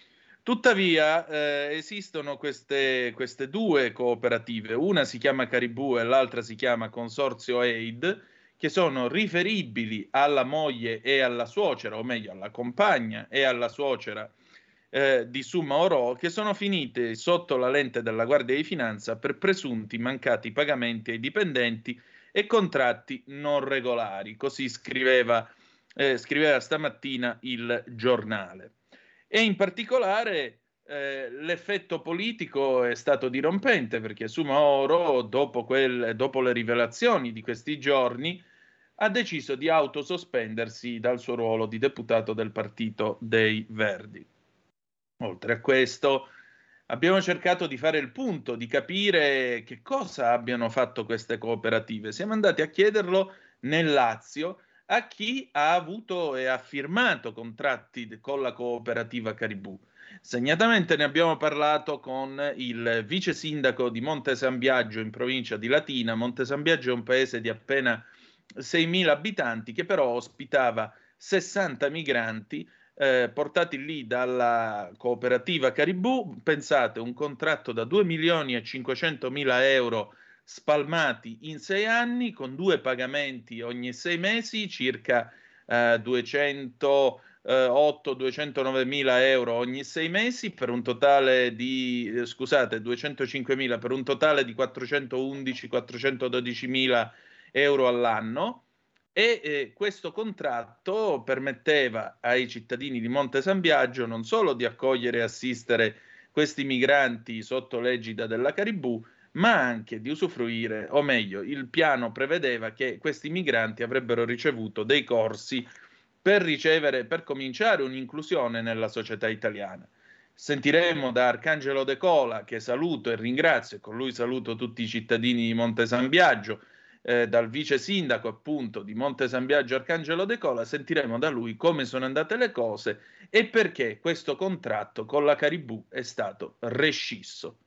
Tuttavia eh, esistono queste, queste due cooperative, una si chiama Caribou e l'altra si chiama Consorzio Aid, che sono riferibili alla moglie e alla suocera, o meglio alla compagna e alla suocera Eh, di Soumahoro, che sono finite sotto la lente della Guardia di Finanza per presunti mancati pagamenti ai dipendenti e contratti non regolari, così scriveva, eh, scriveva stamattina il giornale. E in particolare eh, l'effetto politico è stato dirompente, perché Soumahoro, dopo, quel, dopo le rivelazioni di questi giorni, ha deciso di autosospendersi dal suo ruolo di deputato del Partito dei Verdi. Oltre a questo, abbiamo cercato di fare il punto, di capire che cosa abbiano fatto queste cooperative. Siamo andati a chiederlo nel Lazio a chi ha avuto e ha firmato contratti con la cooperativa Caribou. Segnatamente ne abbiamo parlato con il vice sindaco di Monte San Biagio in provincia di Latina. Monte San Biagio è un paese di appena seimila abitanti che però ospitava sessanta migranti Eh, portati lì dalla cooperativa Caribou. Pensate, un contratto da due milioni e cinquecentomila euro spalmati in sei anni, con due pagamenti ogni sei mesi, circa eh, duecentootto duecentonovemila euro ogni sei mesi, per un totale di, eh, scusate, duecentocinquemila, per un totale di quattrocentoundici quattrocentododicimila euro all'anno. E eh, questo contratto permetteva ai cittadini di Monte San Biagio non solo di accogliere e assistere questi migranti sotto l'egida della Caribou, ma anche di usufruire, o meglio, il piano prevedeva che questi migranti avrebbero ricevuto dei corsi per ricevere, per cominciare un'inclusione nella società italiana. Sentiremo da Arcangelo De Cola, che saluto e ringrazio, e con lui saluto tutti i cittadini di Monte San Biagio, Eh, dal vice sindaco appunto di Monte San Biagio Arcangelo De Cola, sentiremo da lui come sono andate le cose e perché questo contratto con la Caribou è stato rescisso.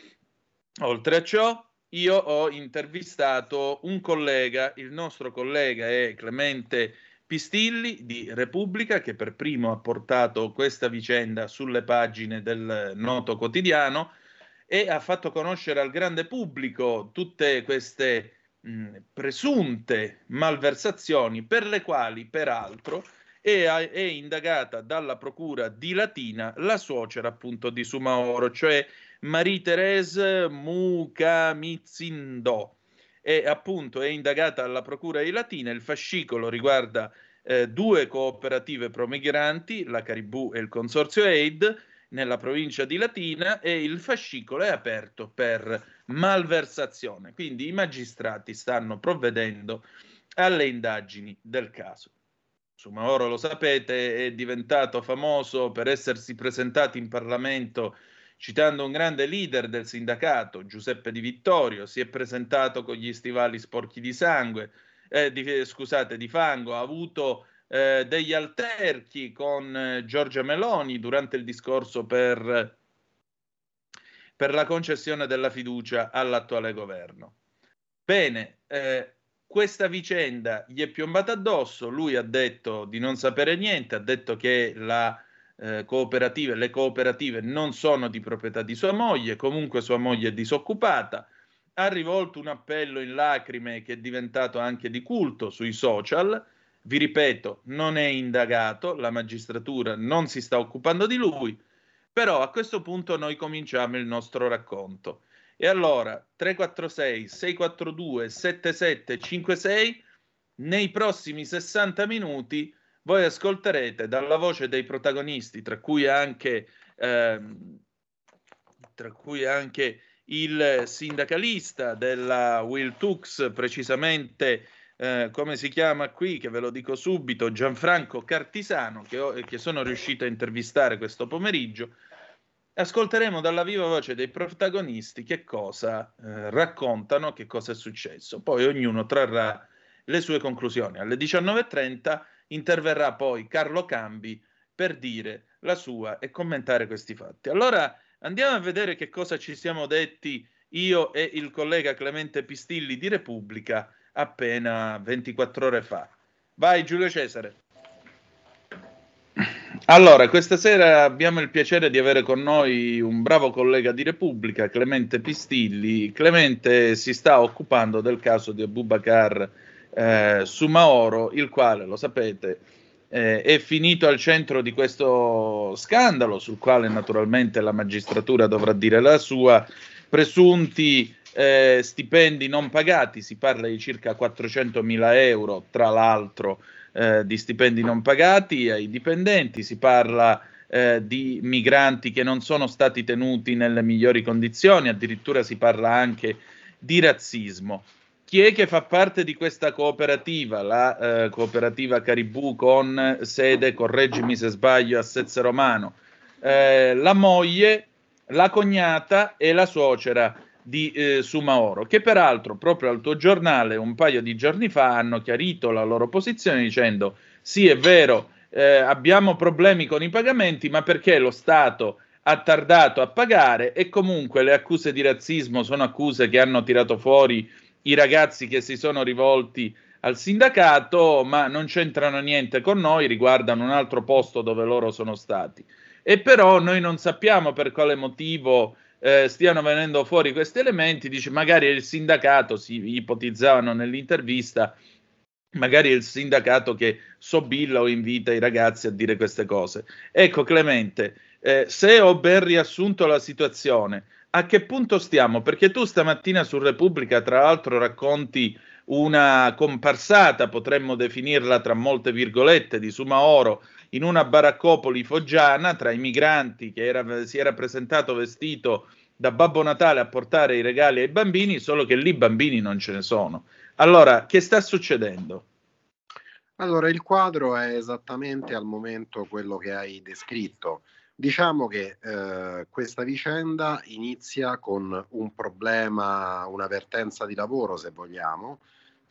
Oltre a ciò, io ho intervistato un collega, il nostro collega è Clemente Pistilli di Repubblica, che per primo ha portato questa vicenda sulle pagine del noto quotidiano e ha fatto conoscere al grande pubblico tutte queste mh, presunte malversazioni, per le quali peraltro è, è indagata dalla procura di Latina la suocera appunto di Soumahoro, cioè Marie-Thérèse Mukamitsindò. E appunto è indagata alla procura di Latina. Il fascicolo riguarda eh, due cooperative pro-migranti, la Caribou e il Consorzio Aid, nella provincia di Latina, e il fascicolo è aperto per malversazione. Quindi i magistrati stanno provvedendo alle indagini del caso. Soumahoro, lo sapete, è diventato famoso per essersi presentato in Parlamento citando un grande leader del sindacato, Giuseppe Di Vittorio. Si è presentato con gli stivali sporchi di sangue, eh, di, scusate, di fango, ha avuto eh, degli alterchi con eh, Giorgia Meloni durante il discorso per, per la concessione della fiducia all'attuale governo. Bene, eh, questa vicenda gli è piombata addosso, lui ha detto di non sapere niente, ha detto che la Eh, cooperative, le cooperative non sono di proprietà di sua moglie, comunque sua moglie è disoccupata, ha rivolto un appello in lacrime che è diventato anche di culto sui social. Vi ripeto, non è indagato, la magistratura non si sta occupando di lui, però a questo punto noi cominciamo il nostro racconto. E allora tre quattro sei sei quattro due sette sette cinque sei, nei prossimi sessanta minuti voi ascolterete dalla voce dei protagonisti, tra cui anche, ehm, tra cui anche il sindacalista della Will Tux, precisamente eh, come si chiama qui, che ve lo dico subito, Gianfranco Cartisano, che, ho, che sono riuscito a intervistare questo pomeriggio. Ascolteremo dalla viva voce dei protagonisti che cosa eh, raccontano, che cosa è successo. Poi ognuno trarrà le sue conclusioni. Alle diciannove e trenta interverrà poi Carlo Cambi per dire la sua e commentare questi fatti. Allora andiamo a vedere che cosa ci siamo detti io e il collega Clemente Pistilli di Repubblica appena ventiquattro ore fa. Vai Giulio Cesare. Allora, questa sera abbiamo il piacere di avere con noi un bravo collega di Repubblica, Clemente Pistilli. Clemente si sta occupando del caso di Abubakar Eh, Soumahoro, il quale, lo sapete, eh, è finito al centro di questo scandalo, sul quale naturalmente la magistratura dovrà dire la sua. Presunti eh, stipendi non pagati, si parla di circa quattrocentomila euro, tra l'altro, eh, di stipendi non pagati ai dipendenti, si parla eh, di migranti che non sono stati tenuti nelle migliori condizioni, addirittura si parla anche di razzismo. Chi è che fa parte di questa cooperativa? La eh, cooperativa Caribou, con sede, correggimi se sbaglio, a Sezze Romano. Eh, la moglie, la cognata e la suocera di eh, Soumahoro, che peraltro proprio al tuo giornale un paio di giorni fa hanno chiarito la loro posizione dicendo sì, è vero, eh, abbiamo problemi con i pagamenti, ma perché lo Stato ha tardato a pagare, e comunque le accuse di razzismo sono accuse che hanno tirato fuori i ragazzi che si sono rivolti al sindacato, ma non c'entrano niente con noi, riguardano un altro posto dove loro sono stati. E però noi non sappiamo per quale motivo eh, stiano venendo fuori questi elementi. Dice, magari è il sindacato, si ipotizzavano nell'intervista, magari è il sindacato che sobilla o invita i ragazzi a dire queste cose. Ecco Clemente, eh, se ho ben riassunto la situazione, a che punto stiamo? Perché tu stamattina su Repubblica, tra l'altro, racconti una comparsata, potremmo definirla tra molte virgolette, di Soumahoro in una baraccopoli foggiana tra i migranti, che era, si era presentato vestito da Babbo Natale a portare i regali ai bambini, solo che lì bambini non ce ne sono. Allora, che sta succedendo? Allora, il quadro è esattamente al momento quello che hai descritto. Diciamo che eh, questa vicenda inizia con un problema, una vertenza di lavoro, se vogliamo,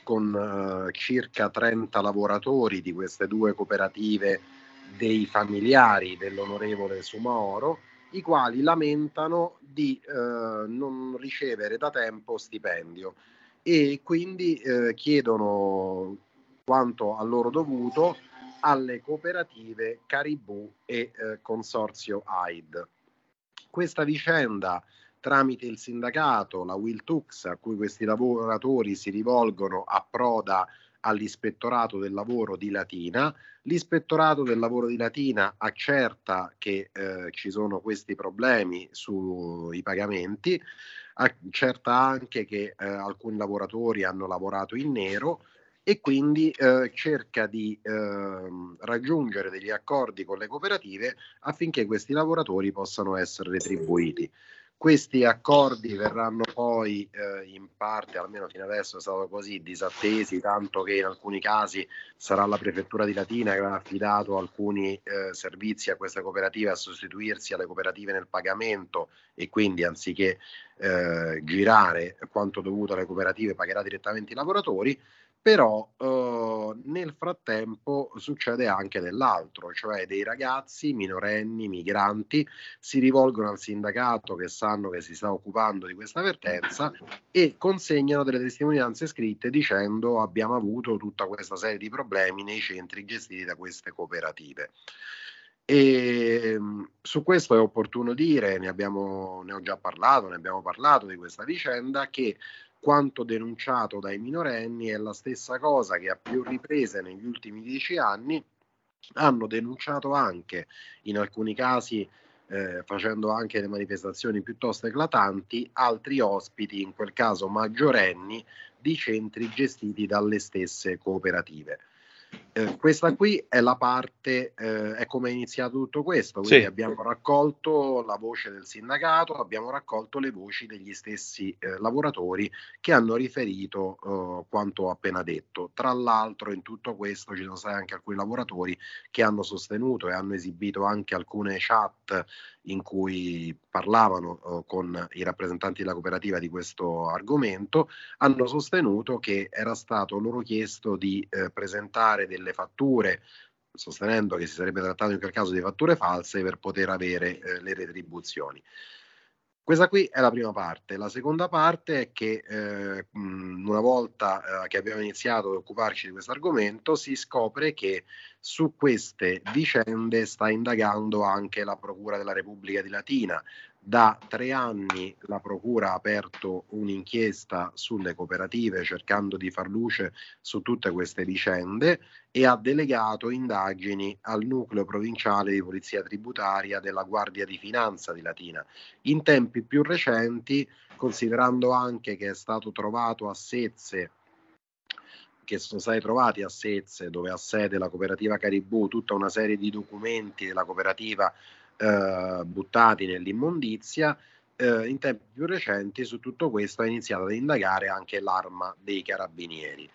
con eh, circa trenta lavoratori di queste due cooperative dei familiari dell'onorevole Soumahoro, i quali lamentano di eh, non ricevere da tempo stipendio e quindi eh, chiedono quanto a loro dovuto alle cooperative Caribou e eh, Consorzio A I D. Questa vicenda, tramite il sindacato, la Wiltux, a cui questi lavoratori si rivolgono, approda all'Ispettorato del Lavoro di Latina. L'Ispettorato del Lavoro di Latina accerta che eh, ci sono questi problemi sui pagamenti, accerta anche che eh, alcuni lavoratori hanno lavorato in nero e quindi eh, cerca di eh, raggiungere degli accordi con le cooperative affinché questi lavoratori possano essere retribuiti. Questi accordi verranno poi eh, in parte, almeno fino adesso è stato così, disattesi, tanto che in alcuni casi sarà la prefettura di Latina che avrà affidato alcuni eh, servizi a queste cooperative a sostituirsi alle cooperative nel pagamento, e quindi anziché eh, girare quanto dovuto alle cooperative pagherà direttamente i lavoratori. Però eh, nel frattempo succede anche dell'altro, cioè dei ragazzi minorenni, migranti, si rivolgono al sindacato che sanno che si sta occupando di questa vertenza e consegnano delle testimonianze scritte dicendo: abbiamo avuto tutta questa serie di problemi nei centri gestiti da queste cooperative. E su questo è opportuno dire, ne abbiamo, ne ho già parlato, ne abbiamo parlato di questa vicenda, che quanto denunciato dai minorenni è la stessa cosa che a più riprese negli ultimi dieci anni hanno denunciato anche, in alcuni casi eh, facendo anche le manifestazioni piuttosto eclatanti, altri ospiti, in quel caso maggiorenni, di centri gestiti dalle stesse cooperative. Eh, questa qui è la parte, eh, è come è iniziato tutto questo, quindi sì. Abbiamo raccolto la voce del sindacato, abbiamo raccolto le voci degli stessi eh, lavoratori che hanno riferito eh, quanto ho appena detto. Tra l'altro in tutto questo ci sono stati anche alcuni lavoratori che hanno sostenuto e hanno esibito anche alcune chat in cui parlavano eh, con i rappresentanti della cooperativa di questo argomento, hanno sostenuto che era stato loro chiesto di eh, presentare delle fatture, sostenendo che si sarebbe trattato in quel caso di fatture false per poter avere eh, le retribuzioni. Questa qui è la prima parte. La seconda parte è che eh, una volta eh, che abbiamo iniziato ad occuparci di questo argomento, si scopre che su queste vicende sta indagando anche la Procura della Repubblica di Latina. Da tre anni la Procura ha aperto un'inchiesta sulle cooperative cercando di far luce su tutte queste vicende e ha delegato indagini al nucleo provinciale di polizia tributaria della Guardia di Finanza di Latina. In tempi più recenti, considerando anche che è stato trovato a Sezze, che sono stati trovati a Sezze, dove ha sede la cooperativa Caribou, tutta una serie di documenti della cooperativa eh, buttati nell'immondizia, eh, in tempi più recenti su tutto questo ha iniziato ad indagare anche l'Arma dei Carabinieri.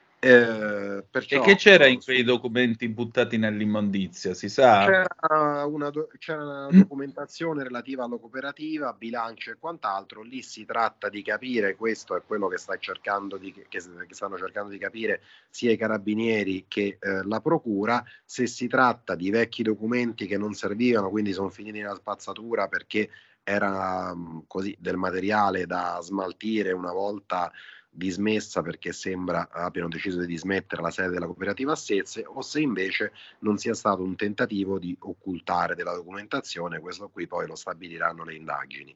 Eh, perciò, e che c'era in quei documenti buttati nell'immondizia, si sa? C'era una, do- c'era una documentazione relativa alla cooperativa, bilancio e quant'altro. Lì si tratta di capire, questo è quello che, sta cercando di, che, che stanno cercando di capire sia i carabinieri che eh, la procura, se si tratta di vecchi documenti che non servivano, quindi sono finiti nella spazzatura perché era mh, così del materiale da smaltire una volta dismessa, perché sembra abbiano deciso di dismettere la sede della cooperativa a Sezze, o se invece non sia stato un tentativo di occultare della documentazione. Questo qui poi lo stabiliranno le indagini.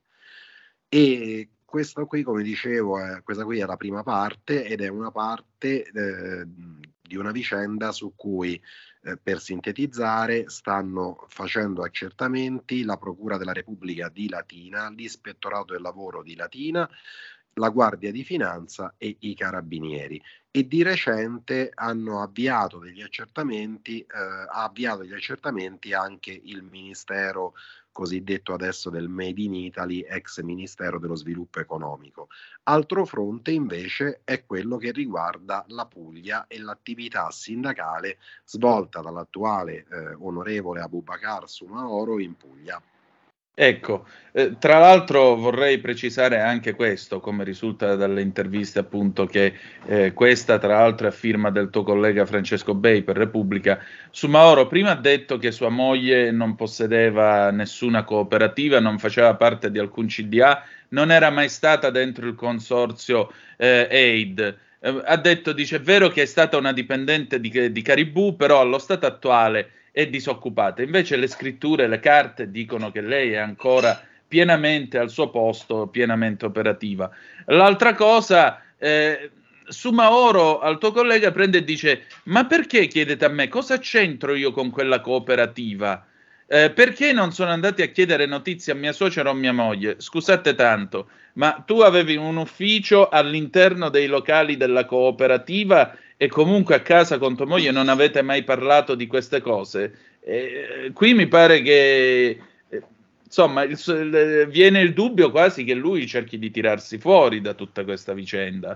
E questo qui, come dicevo, è, questa qui è la prima parte ed è una parte eh, di una vicenda su cui, eh, per sintetizzare, stanno facendo accertamenti la Procura della Repubblica di Latina, l'Ispettorato del Lavoro di Latina, la Guardia di Finanza e i Carabinieri, e di recente hanno avviato degli accertamenti, eh, ha avviato degli accertamenti anche il Ministero cosiddetto adesso del Made in Italy, ex Ministero dello Sviluppo Economico. Altro fronte invece è quello che riguarda la Puglia e l'attività sindacale svolta dall'attuale eh, onorevole Abubakar Soumahoro in Puglia. Ecco, eh, tra l'altro vorrei precisare anche questo, come risulta dalle interviste appunto, che eh, questa tra l'altro è a firma del tuo collega Francesco Bei per Repubblica. Soumahoro prima ha detto che sua moglie non possedeva nessuna cooperativa, non faceva parte di alcun C D A, non era mai stata dentro il consorzio eh, A I D. eh, ha detto, dice, è vero che è stata una dipendente di, di Caribou, però allo stato attuale è disoccupata. Invece le scritture, le carte dicono che lei è ancora pienamente al suo posto, pienamente operativa. L'altra cosa, eh, Sumaoro al tuo collega prende e dice, ma perché chiedete a me, cosa c'entro io con quella cooperativa? Eh, perché non sono andati a chiedere notizie a mia suocera o mia moglie? Scusate tanto, ma tu avevi un ufficio all'interno dei locali della cooperativa e comunque a casa con tua moglie non avete mai parlato di queste cose? Eh, qui mi pare che, eh, insomma, il, il, viene il dubbio quasi che lui cerchi di tirarsi fuori da tutta questa vicenda.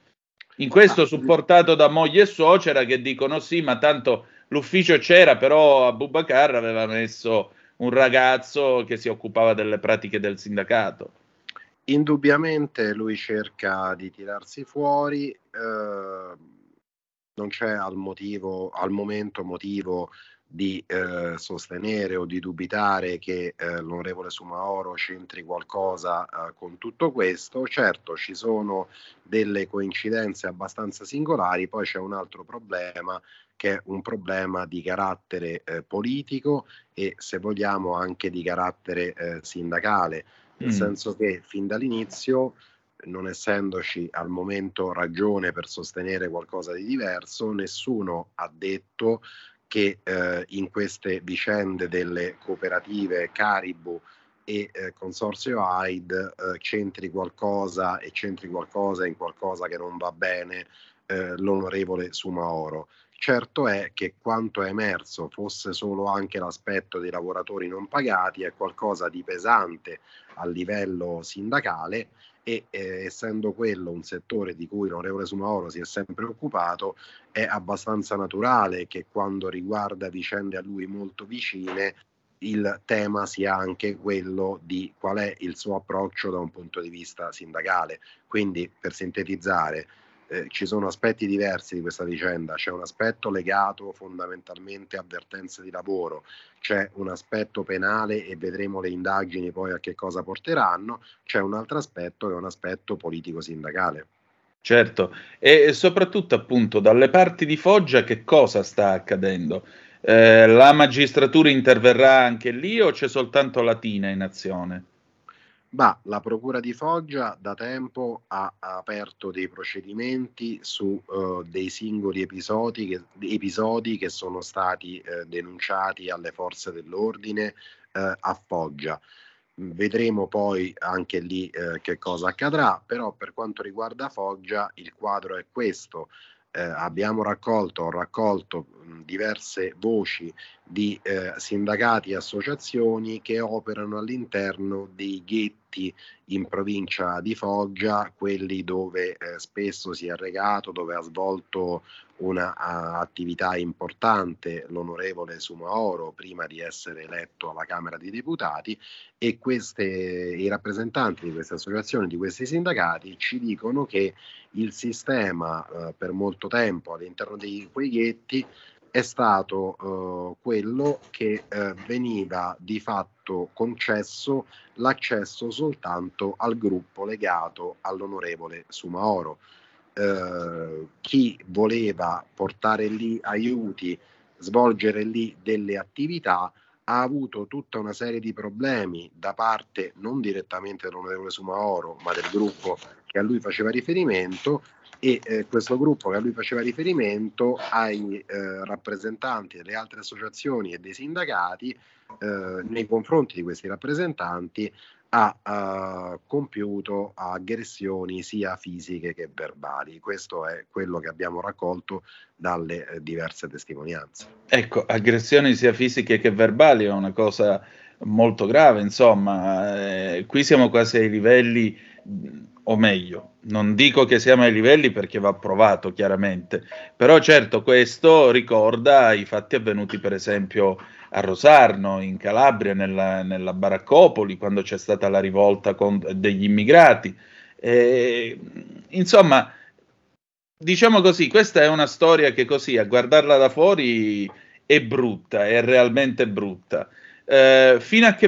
In questo ah, supportato da moglie e suocera che dicono sì, ma tanto l'ufficio c'era, però Abubakar aveva messo un ragazzo che si occupava delle pratiche del sindacato. Indubbiamente lui cerca di tirarsi fuori, eh, non c'è al, motivo, al momento motivo di eh, sostenere o di dubitare che eh, l'onorevole Sumaoro c'entri qualcosa eh, con tutto questo. Certo, ci sono delle coincidenze abbastanza singolari, poi c'è un altro problema che è un problema di carattere eh, politico e, se vogliamo, anche di carattere eh, sindacale, nel mm. senso che fin dall'inizio, non essendoci al momento ragione per sostenere qualcosa di diverso, nessuno ha detto che eh, in queste vicende delle cooperative Caribou e eh, Consorzio A I D eh, c'entri qualcosa e c'entri qualcosa in qualcosa che non va bene eh, l'onorevole Sumaoro. Certo è che quanto è emerso, fosse solo anche l'aspetto dei lavoratori non pagati, è qualcosa di pesante a livello sindacale e eh, essendo quello un settore di cui l'onorevole Sumaoro si è sempre occupato, è abbastanza naturale che quando riguarda vicende a lui molto vicine il tema sia anche quello di qual è il suo approccio da un punto di vista sindacale. Quindi, per sintetizzare, Eh, ci sono aspetti diversi di questa vicenda. C'è un aspetto legato fondamentalmente a avvertenze di lavoro, c'è un aspetto penale e vedremo le indagini poi a che cosa porteranno, c'è un altro aspetto che è un aspetto politico-sindacale. Certo, e soprattutto appunto dalle parti di Foggia che cosa sta accadendo? Eh, la magistratura interverrà anche lì o c'è soltanto Latina in azione? Bah, la Procura di Foggia da tempo ha, ha aperto dei procedimenti su uh, dei singoli episodi che, episodi che sono stati uh, denunciati alle forze dell'ordine uh, a Foggia. Vedremo poi anche lì uh, che cosa accadrà, però per quanto riguarda Foggia il quadro è questo. Eh, abbiamo raccolto, ho raccolto mh, diverse voci di eh, sindacati e associazioni che operano all'interno dei ghetti in provincia di Foggia, quelli dove eh, spesso si è recato, dove ha svolto una a, attività importante l'onorevole Sumaoro prima di essere eletto alla Camera dei Deputati, e queste, i rappresentanti di queste associazioni, di questi sindacati ci dicono che il sistema eh, per molto tempo all'interno di quei ghetti è stato eh, quello che eh, veniva di fatto concesso l'accesso soltanto al gruppo legato all'onorevole Sumaoro. Eh, chi voleva portare lì aiuti, svolgere lì delle attività, ha avuto tutta una serie di problemi da parte non direttamente dell'onorevole Sumaoro, ma del gruppo che a lui faceva riferimento, e eh, questo gruppo che a lui faceva riferimento ai eh, rappresentanti delle altre associazioni e dei sindacati, eh, nei confronti di questi rappresentanti ha uh, compiuto aggressioni sia fisiche che verbali. Questo è quello che abbiamo raccolto dalle eh, diverse testimonianze. Ecco, aggressioni sia fisiche che verbali è una cosa molto grave, insomma, eh, qui siamo quasi ai livelli, o meglio, non dico che siamo ai livelli perché va provato chiaramente, però certo questo ricorda i fatti avvenuti per esempio a Rosarno, in Calabria, nella, nella Baraccopoli, quando c'è stata la rivolta con, degli immigrati. E, insomma, diciamo così, questa è una storia che così, a guardarla da fuori, è brutta, è realmente brutta. Eh, fino a che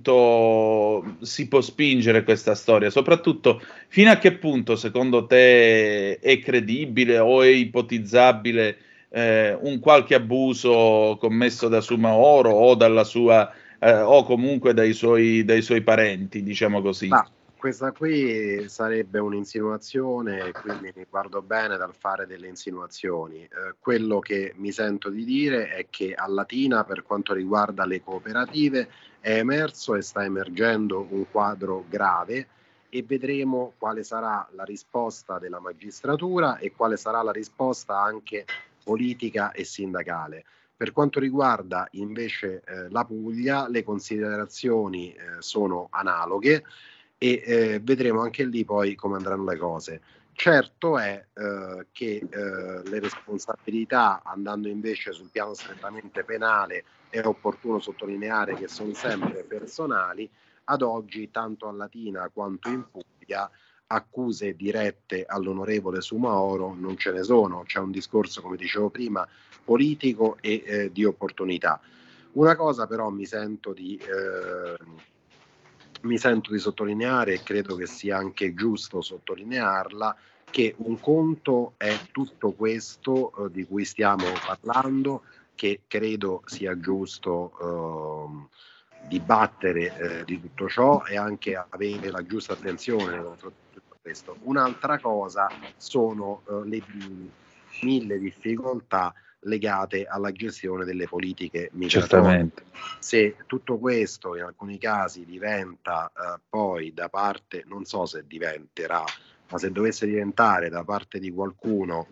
punto si può spingere questa storia? Soprattutto, fino a che punto secondo te è credibile o è ipotizzabile eh, un qualche abuso commesso da Soumahoro o dalla sua eh, o comunque dai suoi, dai suoi parenti, diciamo così? Ma questa qui sarebbe un'insinuazione, quindi mi guardo bene dal fare delle insinuazioni. Eh, quello che mi sento di dire è che a Latina, per quanto riguarda le cooperative, è emerso e sta emergendo un quadro grave e vedremo quale sarà la risposta della magistratura e quale sarà la risposta anche politica e sindacale. Per quanto riguarda invece eh, la Puglia, le considerazioni eh, sono analoghe e eh, vedremo anche lì poi come andranno le cose. Certo è eh, che eh, le responsabilità, andando invece sul piano strettamente penale, è opportuno sottolineare che sono sempre personali. Ad oggi, tanto a Latina quanto in Puglia, accuse dirette all'onorevole Soumahoro non ce ne sono. C'è un discorso, come dicevo prima, politico e eh, di opportunità. Una cosa però mi sento di... Eh, mi sento di sottolineare, e credo che sia anche giusto sottolinearla, che un conto è tutto questo eh, di cui stiamo parlando, che credo sia giusto eh, dibattere eh, di tutto ciò e anche avere la giusta attenzione nei confronti di tutto questo. Un'altra cosa sono eh, le mille difficoltà legate alla gestione delle politiche migratorie. Certamente. Se tutto questo in alcuni casi diventa eh, poi da parte, non so se diventerà, ma se dovesse diventare da parte di qualcuno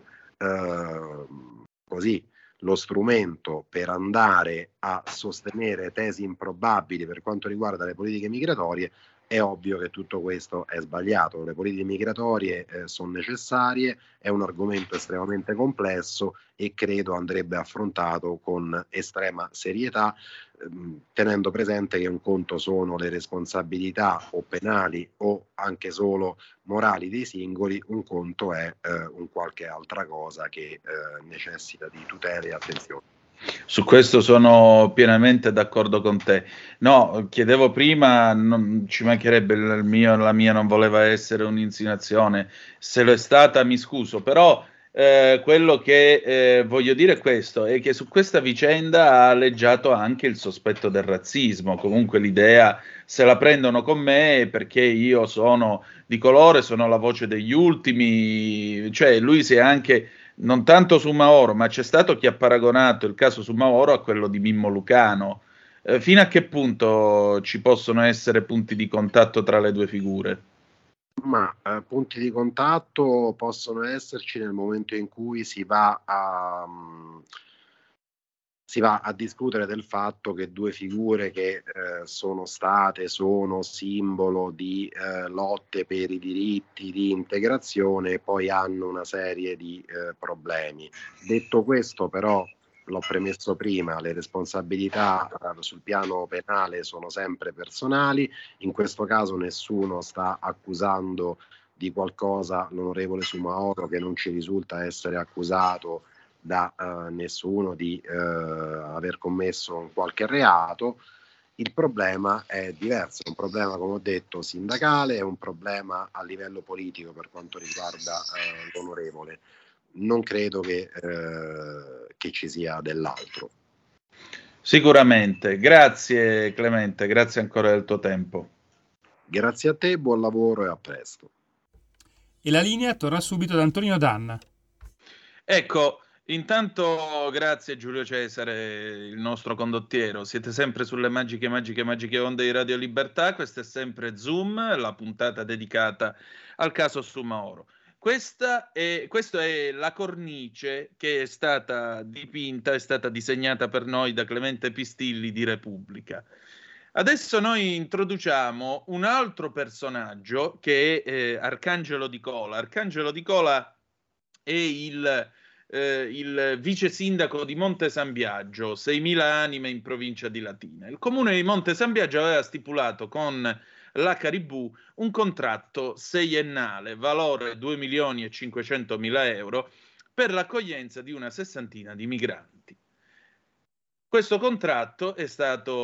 eh, così lo strumento per andare a sostenere tesi improbabili per quanto riguarda le politiche migratorie, è ovvio che tutto questo è sbagliato. Le politiche migratorie eh, sono necessarie, è un argomento estremamente complesso e credo andrebbe affrontato con estrema serietà, ehm, tenendo presente che un conto sono le responsabilità o penali o anche solo morali dei singoli, un conto è eh, un qualche altra cosa che eh, necessita di tutela e attenzione. Su questo sono pienamente d'accordo con te. No, chiedevo prima, non, ci mancherebbe il mio, la mia non voleva essere un'insinuazione, se lo è stata mi scuso, però eh, quello che eh, voglio dire è questo, è che su questa vicenda ha aleggiato anche il sospetto del razzismo, comunque l'idea se la prendono con me perché io sono di colore, sono la voce degli ultimi, cioè lui si è anche... non tanto Soumahoro, ma c'è stato chi ha paragonato il caso Soumahoro a quello di Mimmo Lucano. Eh, fino a che punto ci possono essere punti di contatto tra le due figure? Ma eh, punti di contatto possono esserci nel momento in cui si va a um, si va a discutere del fatto che due figure che eh, sono state, sono simbolo di eh, lotte per i diritti di integrazione, poi hanno una serie di eh, problemi. Detto questo, però, l'ho premesso prima, le responsabilità eh, sul piano penale sono sempre personali. In questo caso nessuno sta accusando di qualcosa l'onorevole Soumahoro, che non ci risulta essere accusato da uh, nessuno di uh, aver commesso un qualche reato. Il problema è diverso, è un problema, come ho detto, sindacale, è un problema a livello politico per quanto riguarda uh, l'onorevole. Non credo che, uh, che ci sia dell'altro. Sicuramente. Grazie Clemente, grazie ancora del tuo tempo. Grazie a te, buon lavoro e a presto. E la linea torna subito da Antonino Danna. Ecco, intanto grazie Giulio Cesare, il nostro condottiero. Siete sempre sulle magiche, magiche, magiche onde di Radio Libertà. Questo è sempre Zoom, la puntata dedicata al caso Soumahoro. Questa è, questa è la cornice che è stata dipinta, è stata disegnata per noi da Clemente Pistilli di Repubblica. Adesso noi introduciamo un altro personaggio che è eh, Arcangelo Di Cola. Arcangelo Di Cola è il... Eh, il vice sindaco di Monte San Biagio, seimila anime in provincia di Latina. Il comune di Monte San Biagio aveva stipulato con la Caribou un contratto seiennale, valore due milioni e cinquecentomila euro, per l'accoglienza di una sessantina di migranti. Questo contratto è stato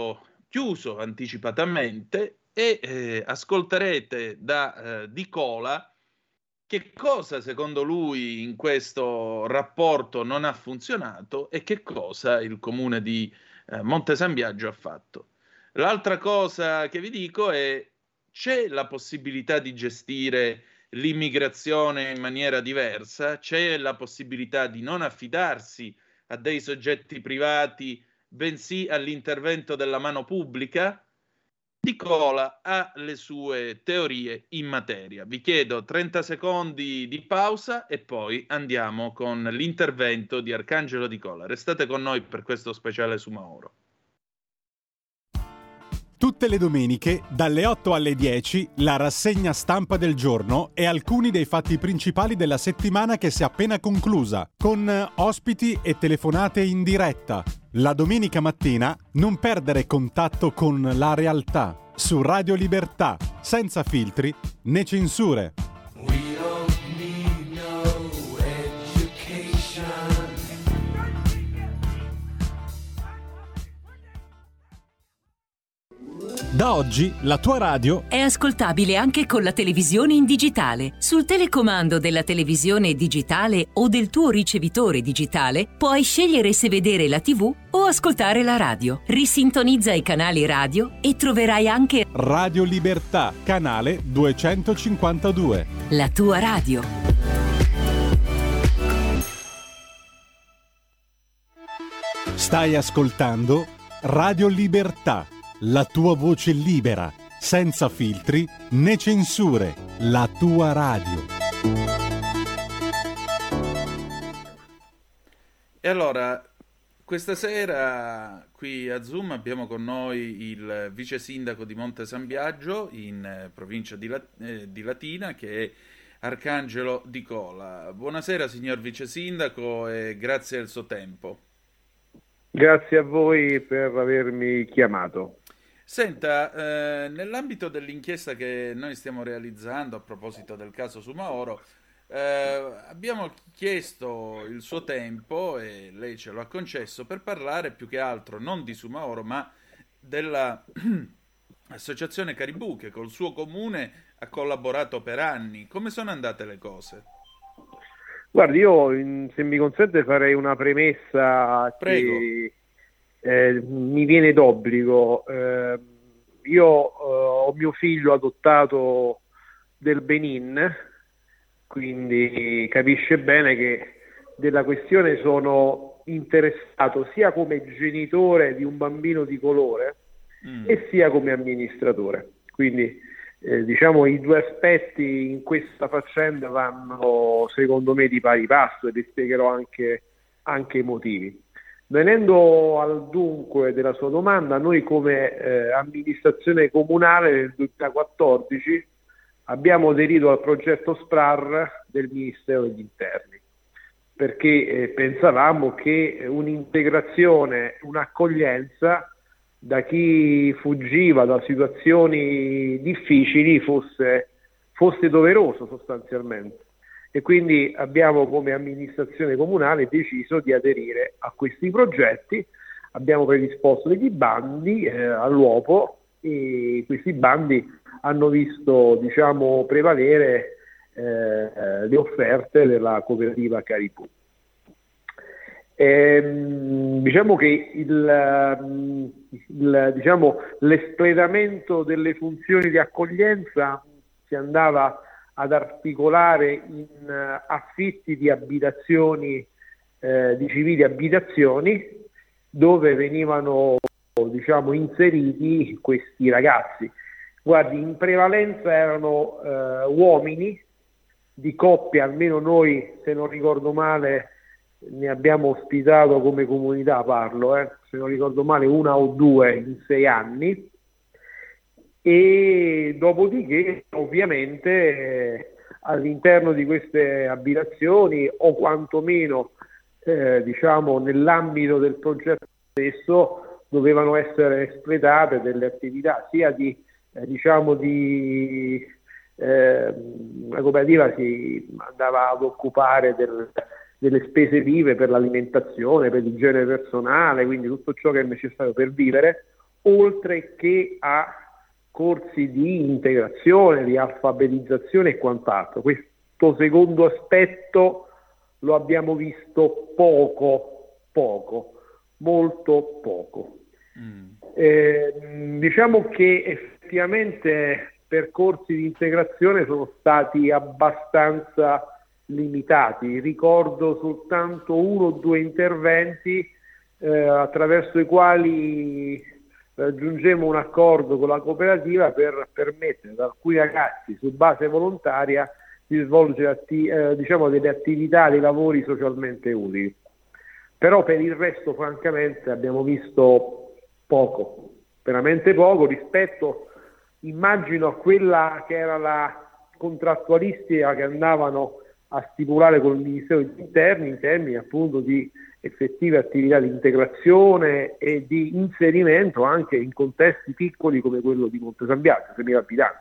chiuso anticipatamente e eh, ascolterete da eh, Di Cola che cosa secondo lui in questo rapporto non ha funzionato e che cosa il comune di eh, Monte San Biagio ha fatto. L'altra cosa che vi dico è: c'è la possibilità di gestire l'immigrazione in maniera diversa, c'è la possibilità di non affidarsi a dei soggetti privati, bensì all'intervento della mano pubblica? Di Cola ha le sue teorie in materia. Vi chiedo trenta secondi di pausa e poi andiamo con l'intervento di Arcangelo Di Cola. Restate con noi per questo speciale su Mauro. Tutte le domeniche, dalle otto alle dieci, la rassegna stampa del giorno e alcuni dei fatti principali della settimana che si è appena conclusa, con ospiti e telefonate in diretta. La domenica mattina non perdere contatto con la realtà, su Radio Libertà, senza filtri né censure. Da oggi la tua radio è ascoltabile anche con la televisione in digitale. Sul telecomando della televisione digitale o del tuo ricevitore digitale puoi scegliere se vedere la tivù o ascoltare la radio. Risintonizza i canali radio e troverai anche Radio Libertà, canale duecentocinquantadue. La tua radio. Stai ascoltando Radio Libertà. La tua voce libera, senza filtri né censure, la tua radio. E allora, questa sera qui a Zoom abbiamo con noi il vice sindaco di Monte San Biagio, in eh, provincia di, La- eh, di Latina, che è Arcangelo Di Cola. Buonasera signor vice sindaco e grazie al suo tempo. Grazie a voi per avermi chiamato. Senta, eh, nell'ambito dell'inchiesta che noi stiamo realizzando a proposito del caso Sumaoro, eh, abbiamo chiesto il suo tempo e lei ce lo ha concesso per parlare più che altro non di Sumaoro ma della associazione Caribou che col suo comune ha collaborato per anni. Come sono andate le cose? Guardi, io se mi consente farei una premessa. Prego. Che Eh, mi viene d'obbligo. Eh, io eh, ho mio figlio adottato del Benin, quindi capisce bene che della questione sono interessato sia come genitore di un bambino di colore mm. e sia come amministratore. Quindi eh, diciamo i due aspetti in questa faccenda vanno secondo me di pari passo e vi spiegherò anche, anche i motivi. Venendo al dunque della sua domanda, noi come eh, amministrazione comunale nel duemilaquattordici abbiamo aderito al progetto S P R A R del Ministero degli Interni, perché eh, pensavamo che un'integrazione, un'accoglienza da chi fuggiva da situazioni difficili fosse, fosse doveroso sostanzialmente. E quindi abbiamo come amministrazione comunale deciso di aderire a questi progetti, abbiamo predisposto degli bandi eh, all'U O P O e questi bandi hanno visto diciamo, prevalere eh, le offerte della cooperativa Caribou. Ehm, diciamo che il, il, diciamo, l'espletamento delle funzioni di accoglienza si andava ad articolare in uh, affitti di abitazioni, eh, di civili abitazioni, dove venivano diciamo, inseriti questi ragazzi. Guardi, in prevalenza erano eh, uomini di coppia, almeno noi, se non ricordo male, ne abbiamo ospitato come comunità, parlo, eh, se non ricordo male, una o due in sei anni. E dopodiché ovviamente eh, all'interno di queste abitazioni o quantomeno eh, diciamo nell'ambito del progetto stesso dovevano essere espletate delle attività sia di eh, diciamo di eh, la cooperativa si andava ad occupare del, delle spese vive per l'alimentazione, per l'igiene personale, quindi tutto ciò che è necessario per vivere, oltre che a corsi di integrazione, di alfabetizzazione e quant'altro. Questo secondo aspetto lo abbiamo visto poco, poco, molto poco. Mm. Eh, diciamo che effettivamente percorsi di integrazione sono stati abbastanza limitati. Ricordo soltanto uno o due interventi eh, attraverso i quali raggiungemmo un accordo con la cooperativa per permettere ad alcuni ragazzi su base volontaria di svolgere atti- eh, diciamo delle attività, dei lavori socialmente utili. Però per il resto francamente abbiamo visto poco, veramente poco rispetto, immagino, a quella che era la contrattualistica che andavano a stipulare con il Ministero degli Interni in termini appunto di effettive attività di integrazione e di inserimento anche in contesti piccoli come quello di Monte San Biagio, tremila abitanti.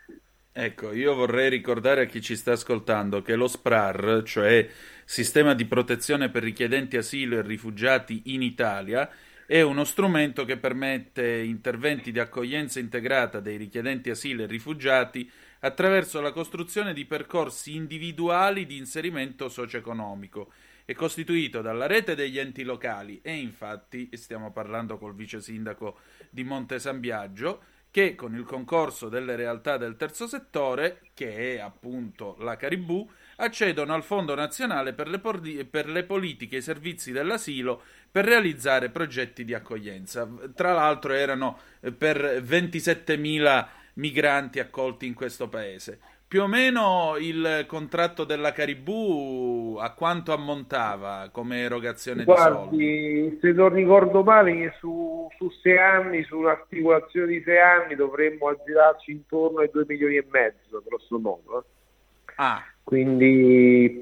Ecco, io vorrei ricordare a chi ci sta ascoltando che lo S P R A R, cioè Sistema di Protezione per Richiedenti Asilo e Rifugiati in Italia, è uno strumento che permette interventi di accoglienza integrata dei richiedenti asilo e rifugiati attraverso la costruzione di percorsi individuali di inserimento socio-economico. È costituito dalla rete degli enti locali e infatti stiamo parlando col vice sindaco di Monte San Biagio che con il concorso delle realtà del terzo settore, che è appunto la Caribù, accedono al Fondo Nazionale per le, por- per le politiche e i servizi dell'asilo per realizzare progetti di accoglienza. Tra l'altro erano per ventisettemila migranti accolti in questo paese. Più o meno il contratto della Caribù a quanto ammontava come erogazione Guardi, di soldi? Se non ricordo male, su, su sei anni, su un'articolazione di sei anni dovremmo aggirarci intorno ai due milioni e mezzo, grosso modo. Eh. Ah. Quindi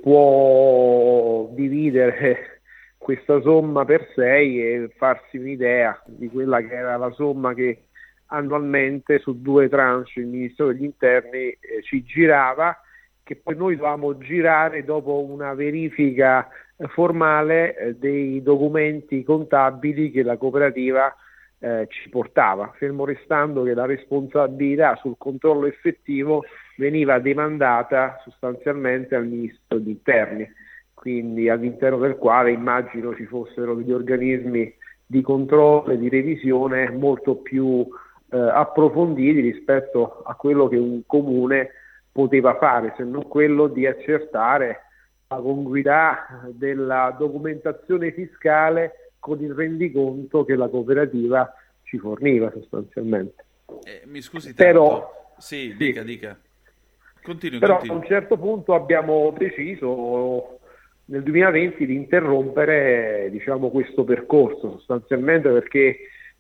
può dividere questa somma per sei e farsi un'idea di quella che era la somma che annualmente su due tranche il Ministero degli Interni eh, ci girava, che poi noi dovevamo girare dopo una verifica eh, formale eh, dei documenti contabili che la cooperativa eh, ci portava, fermo restando che la responsabilità sul controllo effettivo veniva demandata sostanzialmente al Ministro degli Interni, quindi all'interno del quale immagino ci fossero degli organismi di controllo e di revisione molto più Eh, approfonditi rispetto a quello che un comune poteva fare, se non quello di accertare la congruità della documentazione fiscale con il rendiconto che la cooperativa ci forniva sostanzialmente. Eh, mi scusi tanto. Però, sì, dica, sì. dica. Continui, Però continui. a un certo punto abbiamo deciso nel duemilaventi di interrompere, diciamo, questo percorso sostanzialmente perché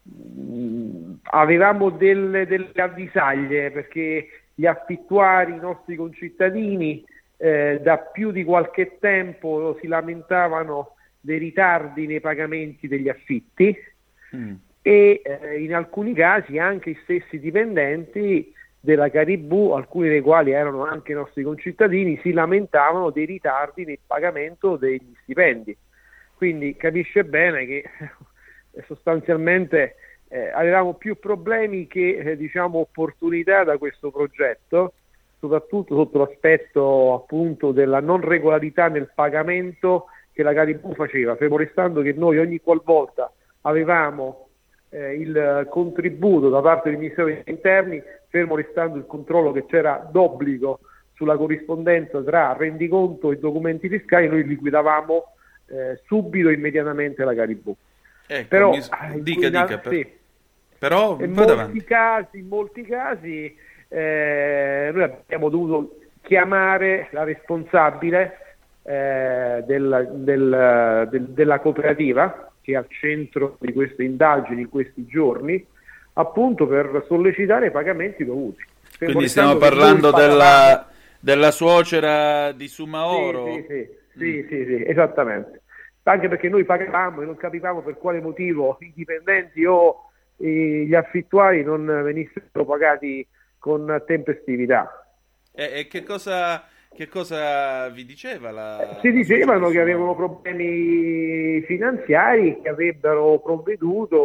avevamo delle, delle avvisaglie, perché gli affittuari, i nostri concittadini, eh, da più di qualche tempo si lamentavano dei ritardi nei pagamenti degli affitti mm. e eh, in alcuni casi anche i stessi dipendenti della Caribù, alcuni dei quali erano anche i nostri concittadini, si lamentavano dei ritardi nel pagamento degli stipendi. Quindi capisce bene che sostanzialmente eh, avevamo più problemi che eh, diciamo opportunità da questo progetto, soprattutto sotto l'aspetto appunto della non regolarità nel pagamento che la Caribù faceva, fermo restando che noi ogni qualvolta avevamo eh, il contributo da parte del Ministero degli Interni, fermo restando il controllo che c'era d'obbligo sulla corrispondenza tra rendiconto e documenti fiscali, noi liquidavamo eh, subito e immediatamente la Caribù. Ecco, però mi... dica, in, dica, per... sì. però in molti avanti. casi, in molti casi eh, noi abbiamo dovuto chiamare la responsabile eh, del, del, del, della cooperativa che è al centro di queste indagini in questi giorni, appunto per sollecitare i pagamenti dovuti. Quindi stiamo parlando della, della suocera di Sumaoro? Sì, sì, sì, sì, sì, sì, esattamente. Anche perché noi pagavamo e non capivamo per quale motivo i dipendenti o eh, gli affittuari non venissero pagati con tempestività. E, e che cosa, che cosa vi diceva la... Si la dicevano che avevano problemi finanziari, che avrebbero provveduto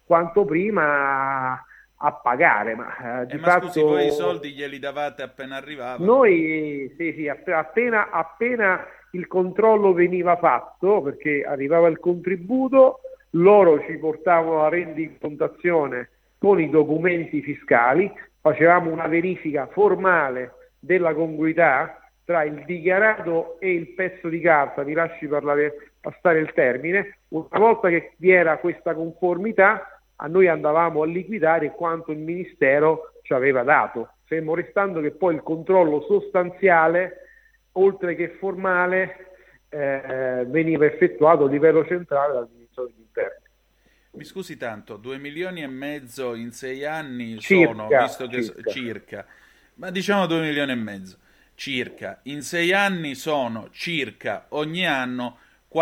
quanto prima a pagare. Ma, eh, di eh, ma fatto, scusi, voi i soldi glieli davate appena arrivavano? Noi, sì, sì, appena, appena il controllo veniva fatto, perché arrivava il contributo, loro ci portavano la rendicontazione con i documenti fiscali, facevamo una verifica formale della congruità tra il dichiarato e il pezzo di carta, vi lasci parlare, passare il termine. Una volta che vi era questa conformità, a noi andavamo a liquidare quanto il Ministero ci aveva dato, fermo restando che poi il controllo sostanziale, oltre che formale, eh, veniva effettuato a livello centrale dal Ministero degli Interni. Mi scusi tanto, due milioni e mezzo in sei anni circa, sono, visto che circa. circa, ma diciamo due milioni e mezzo, circa, in sei anni sono circa ogni anno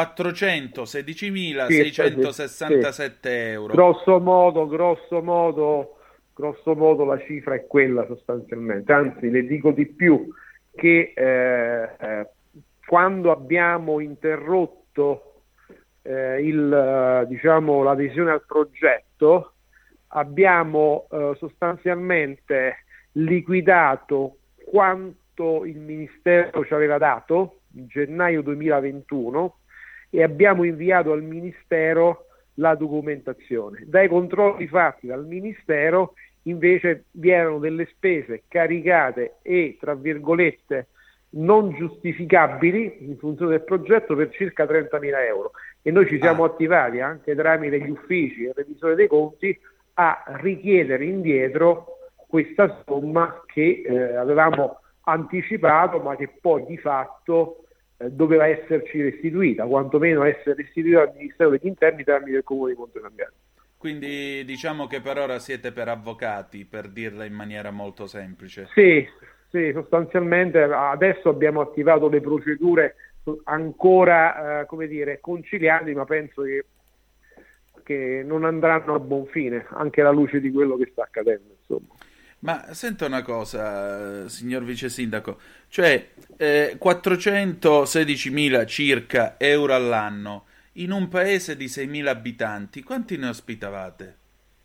quattrocentosedicimilaseicentosessantasette sì, sì. euro. Grosso modo, grosso modo, grosso modo la cifra è quella sostanzialmente, anzi le dico di più, che eh, eh, quando abbiamo interrotto eh, il, diciamo, l'adesione al progetto, abbiamo eh, sostanzialmente liquidato quanto il Ministero ci aveva dato in gennaio duemilaventuno e abbiamo inviato al Ministero la documentazione. Dai controlli fatti dal Ministero invece vi erano delle spese caricate e, tra virgolette, non giustificabili in funzione del progetto per circa trentamila euro, e noi ci siamo ah. attivati anche tramite gli uffici e il revisore dei conti a richiedere indietro questa somma che eh, avevamo anticipato, ma che poi di fatto eh, doveva esserci restituita, quantomeno essere restituita al Ministero degli Interni tramite il Comune di Monte San Biagio. Quindi diciamo che per ora siete per avvocati, per dirla in maniera molto semplice. Sì, sì, sostanzialmente adesso abbiamo attivato le procedure ancora, eh, come dire, concilianti, ma penso che, che non andranno a buon fine, anche alla luce di quello che sta accadendo, insomma. Ma senta una cosa, signor Vice Sindaco, cioè eh, quattrocentosedicimila circa euro all'anno in un paese di seimila abitanti, quanti ne ospitavate?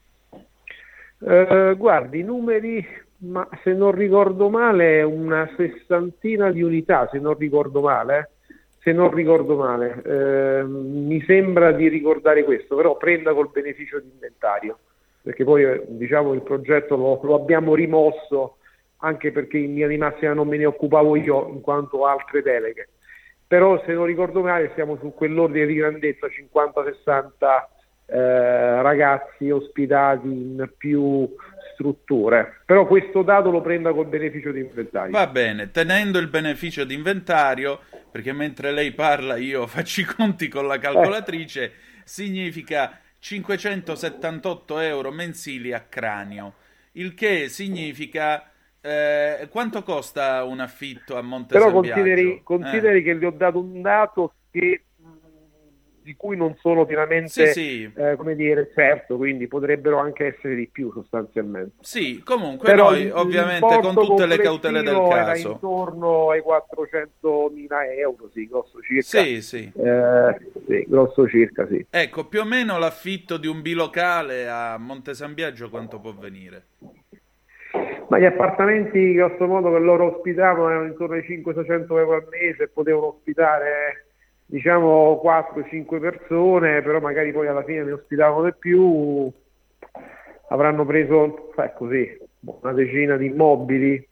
Eh, guardi, i numeri, ma se non ricordo male, una sessantina di unità, se non ricordo male, eh? se non ricordo male, eh, mi sembra di ricordare questo, però prenda col beneficio di inventario, perché poi diciamo il progetto lo, lo abbiamo rimosso anche perché in linea di massima non me ne occupavo io in quanto altre deleghe, però se non ricordo male siamo su quell'ordine di grandezza, cinquanta sessanta eh, ragazzi ospitati in più strutture, però questo dato lo prenda col beneficio di inventario. Va bene, tenendo il beneficio di inventario, perché mentre lei parla io faccio i conti con la calcolatrice, eh. significa cinquecentosettantotto euro mensili a cranio, il che significa eh, quanto costa un affitto a Monte Però San Biagio? consideri, consideri eh. che gli ho dato un dato che di cui non sono pienamente, sì, sì. Eh, come dire, certo, quindi potrebbero anche essere di più sostanzialmente. Sì, comunque però noi ovviamente con tutte le cautele del caso. Era intorno ai quattrocentomila euro, sì, grosso circa. Sì, sì. Eh, sì, grosso circa, sì. Ecco, più o meno l'affitto di un bilocale a Monte San Biagio quanto può venire? Ma gli appartamenti, grosso modo, che loro ospitavano erano intorno ai cinquecento euro al mese e potevano ospitare, diciamo, quattro cinque persone, però magari poi alla fine ne ospitavano di più, avranno preso, eh, così, una decina di immobili,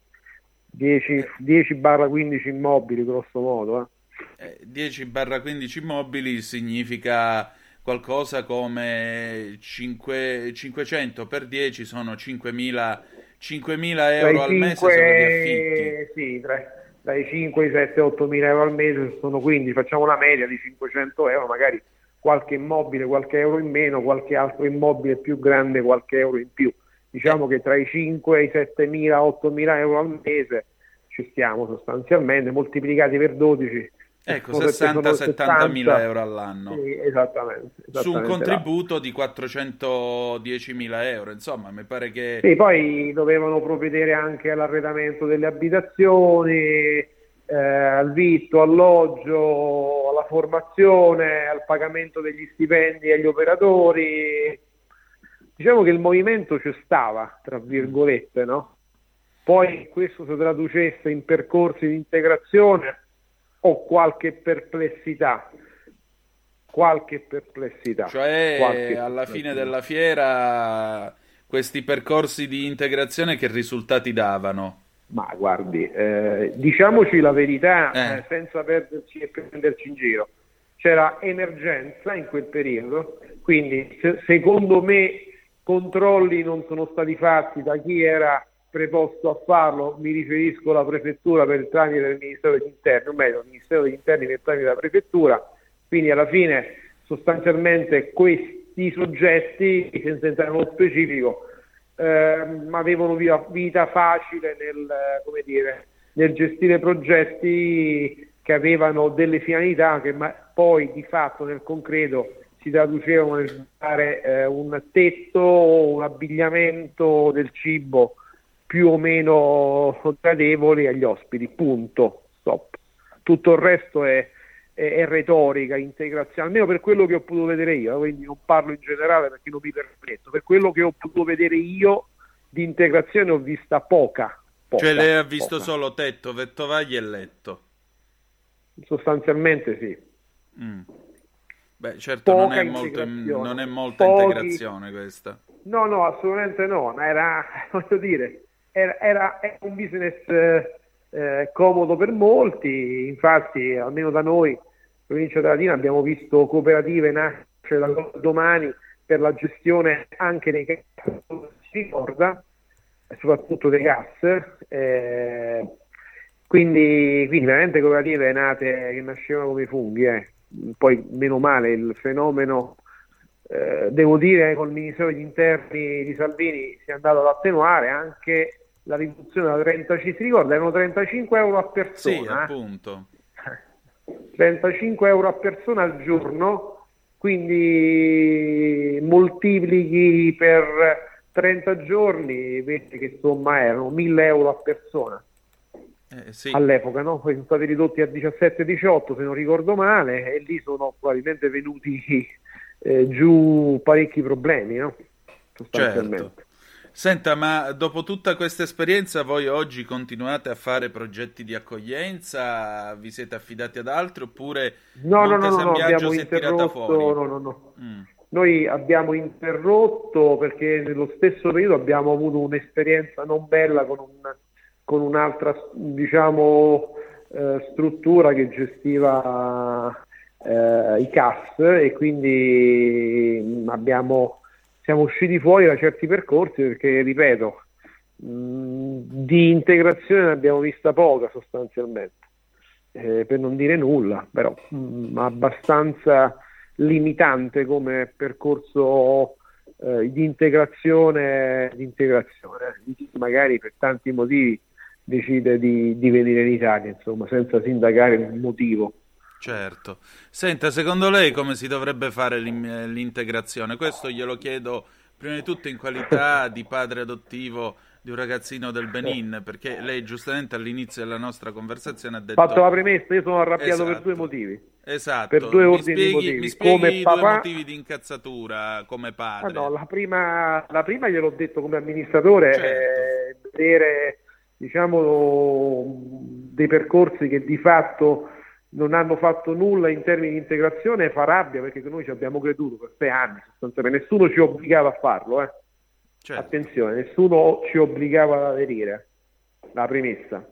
dieci quindici immobili, grosso modo. Eh. Eh, dieci quindici immobili significa qualcosa come cinque, cinquecento per dieci sono cinquemila euro al mese solo di affitti. Sì, tra, tra i cinque, sette, otto mila euro al mese sono, quindi facciamo una media di cinquecento euro, magari qualche immobile, qualche euro in meno, qualche altro immobile più grande, qualche euro in più. Diciamo che tra i cinque e i settemila, ottomila euro al mese ci stiamo sostanzialmente, moltiplicati per dodici. Ecco, sessanta settanta mila euro all'anno. Sì, esattamente, esattamente. Su un contributo di quattrocentodiecimila euro, insomma, mi pare che... Sì, poi dovevano provvedere anche all'arredamento delle abitazioni, eh, al vitto, alloggio, alla formazione, al pagamento degli stipendi agli operatori. diciamo che il movimento ci stava, tra virgolette, no? Poi questo si traducesse in percorsi di integrazione, ho qualche perplessità, qualche perplessità. Cioè, qualche alla perplessità. fine della fiera, questi percorsi di integrazione che risultati davano? Ma guardi, eh, diciamoci la verità, Eh. eh, senza perderci e prenderci in giro. C'era emergenza in quel periodo, quindi se- secondo me controlli non sono stati fatti da chi era preposto a farlo, mi riferisco alla prefettura per il tramite del Ministero degli Interni, o meglio, il Ministero degli Interni per il tramite della prefettura, quindi alla fine sostanzialmente questi soggetti, senza entrare nello specifico, ehm, avevano via- vita facile nel, eh, come dire, nel gestire progetti che avevano delle finalità che ma- poi di fatto nel concreto si traducevano nel dare eh, un tetto o un abbigliamento del cibo più o meno gradevoli agli ospiti, punto, stop. Tutto il resto è, è, è retorica, integrazione, almeno per quello che ho potuto vedere io, quindi non parlo in generale perché non mi permetto, per quello che ho potuto vedere io di integrazione ho vista poca. poca Cioè lei ha visto poca. solo tetto, vettovaglie e letto? Sostanzialmente sì. Mm. Beh, certo non Poca è, molto, integrazione. non è molta Pochi- integrazione questa. No, no, assolutamente no, ma era, voglio dire, era, era, era un business eh, eh, comodo per molti, infatti almeno da noi, provincia di Latina, abbiamo visto cooperative nascere da domani per la gestione anche dei gas, si ricorda, soprattutto dei gas, eh, quindi, quindi veramente cooperative nate che nascevano come i funghi, eh. Poi meno male il fenomeno, eh, devo dire, col Ministero degli Interni di Salvini si è andato ad attenuare anche la riduzione da trentacinque, si ricorda, erano trentacinque euro a persona, Sì, eh? appunto. trentacinque euro a persona al giorno, quindi moltiplichi per trenta giorni, vedi che insomma erano mille euro a persona. Eh, sì. All'epoca, no? Poi sono stati ridotti a diciassette diciotto se non ricordo male, e lì sono probabilmente venuti eh, giù parecchi problemi, no? Sostanzialmente. Certo. Senta, ma dopo tutta questa esperienza voi oggi continuate a fare progetti di accoglienza? Vi siete affidati ad altri oppure No, no, Monte no, no, San no, Biagio abbiamo si è tirata interrotto, fuori? no, no, no. Mm. Noi abbiamo interrotto perché nello stesso periodo abbiamo avuto un'esperienza non bella con, un, con un'altra, diciamo, eh, struttura che gestiva eh, i C A S, e quindi abbiamo, siamo usciti fuori da certi percorsi perché, ripeto, mh, di integrazione ne abbiamo vista poca sostanzialmente, eh, per non dire nulla, però mh, abbastanza limitante come percorso eh, di integrazione, di integrazione, magari per tanti motivi decide di, di venire in Italia, insomma, senza sindacare un motivo. Certo. Senta, secondo lei come si dovrebbe fare l'im- l'integrazione? Questo glielo chiedo prima di tutto in qualità di padre adottivo di un ragazzino del Benin, perché lei giustamente all'inizio della nostra conversazione ha detto... Fatto la premessa, io sono arrabbiato Esatto. per due motivi. Esatto. Per due mi ordini spieghi, di motivi. Mi spieghi Come i papà... due motivi di incazzatura come padre. Ah no, la prima, la prima gliel'ho detto come amministratore, Certo. è vedere, diciamo, dei percorsi che di fatto non hanno fatto nulla in termini di integrazione, fa rabbia, perché noi ci abbiamo creduto per sei anni, sostanzialmente nessuno ci obbligava a farlo, eh. Certo. Attenzione, nessuno ci obbligava ad aderire, la premessa,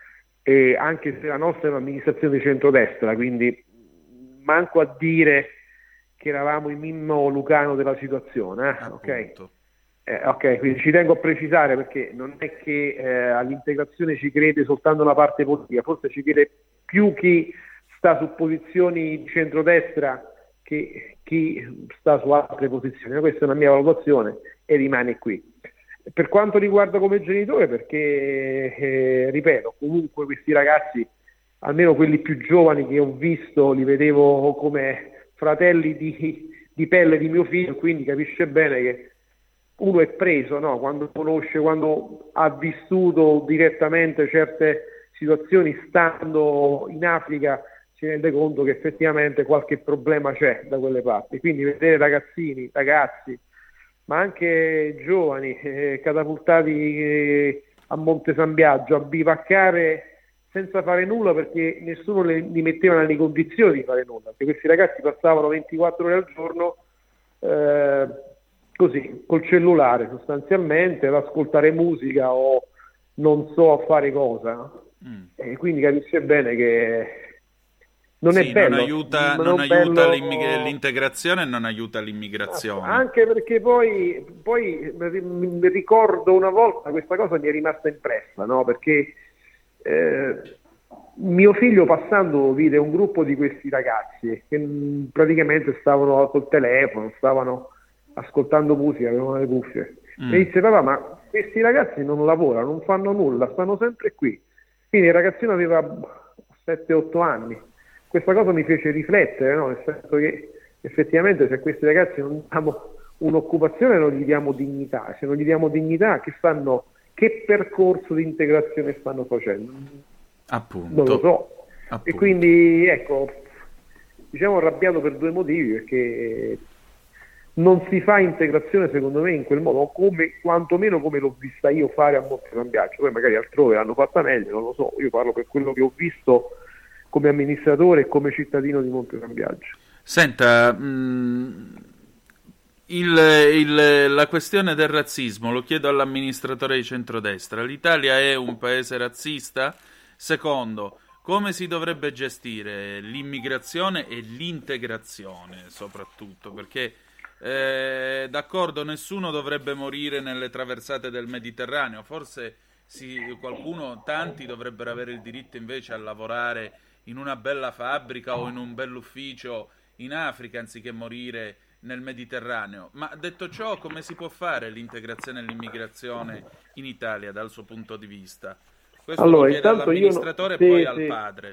e anche se la nostra è un'amministrazione di centrodestra, quindi manco a dire che eravamo il Mimmo Lucano della situazione, eh? ok? Eh, ok, quindi ci tengo a precisare, perché non è che eh, all'integrazione ci crede soltanto la parte politica, forse ci crede più chi sta su posizioni di centrodestra che chi sta su altre posizioni. Questa è una mia valutazione e rimane qui. Per quanto riguarda come genitore, perché eh, ripeto, comunque questi ragazzi, almeno quelli più giovani che ho visto, li vedevo come fratelli di, di pelle di mio figlio, quindi capisce bene che uno è preso, no? Quando conosce, quando ha vissuto direttamente certe situazioni stando in Africa, si rende conto che effettivamente qualche problema c'è da quelle parti. Quindi vedere ragazzini, ragazzi ma anche giovani, eh, catapultati eh, a Monte San Biagio, a bivaccare senza fare nulla perché nessuno le, li metteva nelle condizioni di fare nulla, perché questi ragazzi passavano ventiquattro ore al giorno eh, così, col cellulare sostanzialmente, ad ascoltare musica o non so a fare cosa, mm. e quindi capisce bene che non sì, è bello. Non aiuta, non non aiuta bello... l'integrazione e non aiuta l'immigrazione. Anche perché poi, poi mi ricordo una volta, questa cosa mi è rimasta impressa, no? Perché Eh, mio figlio passando vide un gruppo di questi ragazzi che mh, praticamente stavano col telefono, stavano ascoltando musica, avevano le cuffie mm. e disse: papà, ma questi ragazzi non lavorano, non fanno nulla, stanno sempre qui. Quindi il ragazzino aveva sette otto anni. Questa cosa mi fece riflettere, no? Nel senso che effettivamente se a questi ragazzi non diamo un'occupazione non gli diamo dignità, se non gli diamo dignità che fanno che percorso di integrazione stanno facendo? Appunto. Non lo so. Appunto. E quindi, ecco, diciamo arrabbiato per due motivi, perché non si fa integrazione, secondo me, in quel modo, come, quantomeno come l'ho vista io fare a Monte San Biagio. Poi magari altrove l'hanno fatta meglio, non lo so. Io parlo per quello che ho visto come amministratore e come cittadino di Monte San Biagio. Senta... Mh... Il, il, la questione del razzismo, lo chiedo all'amministratore di centrodestra. L'Italia è un paese razzista? Secondo, come si dovrebbe gestire l'immigrazione e l'integrazione soprattutto? Perché, eh, d'accordo, nessuno dovrebbe morire nelle traversate del Mediterraneo, forse sì, qualcuno, tanti dovrebbero avere il diritto invece a lavorare in una bella fabbrica o in un bell'ufficio in Africa anziché morire nel Mediterraneo. Ma detto ciò, come si può fare l'integrazione e l'immigrazione in Italia dal suo punto di vista? Questo allora, lo chiede all'amministratore e sì, poi sì. al padre.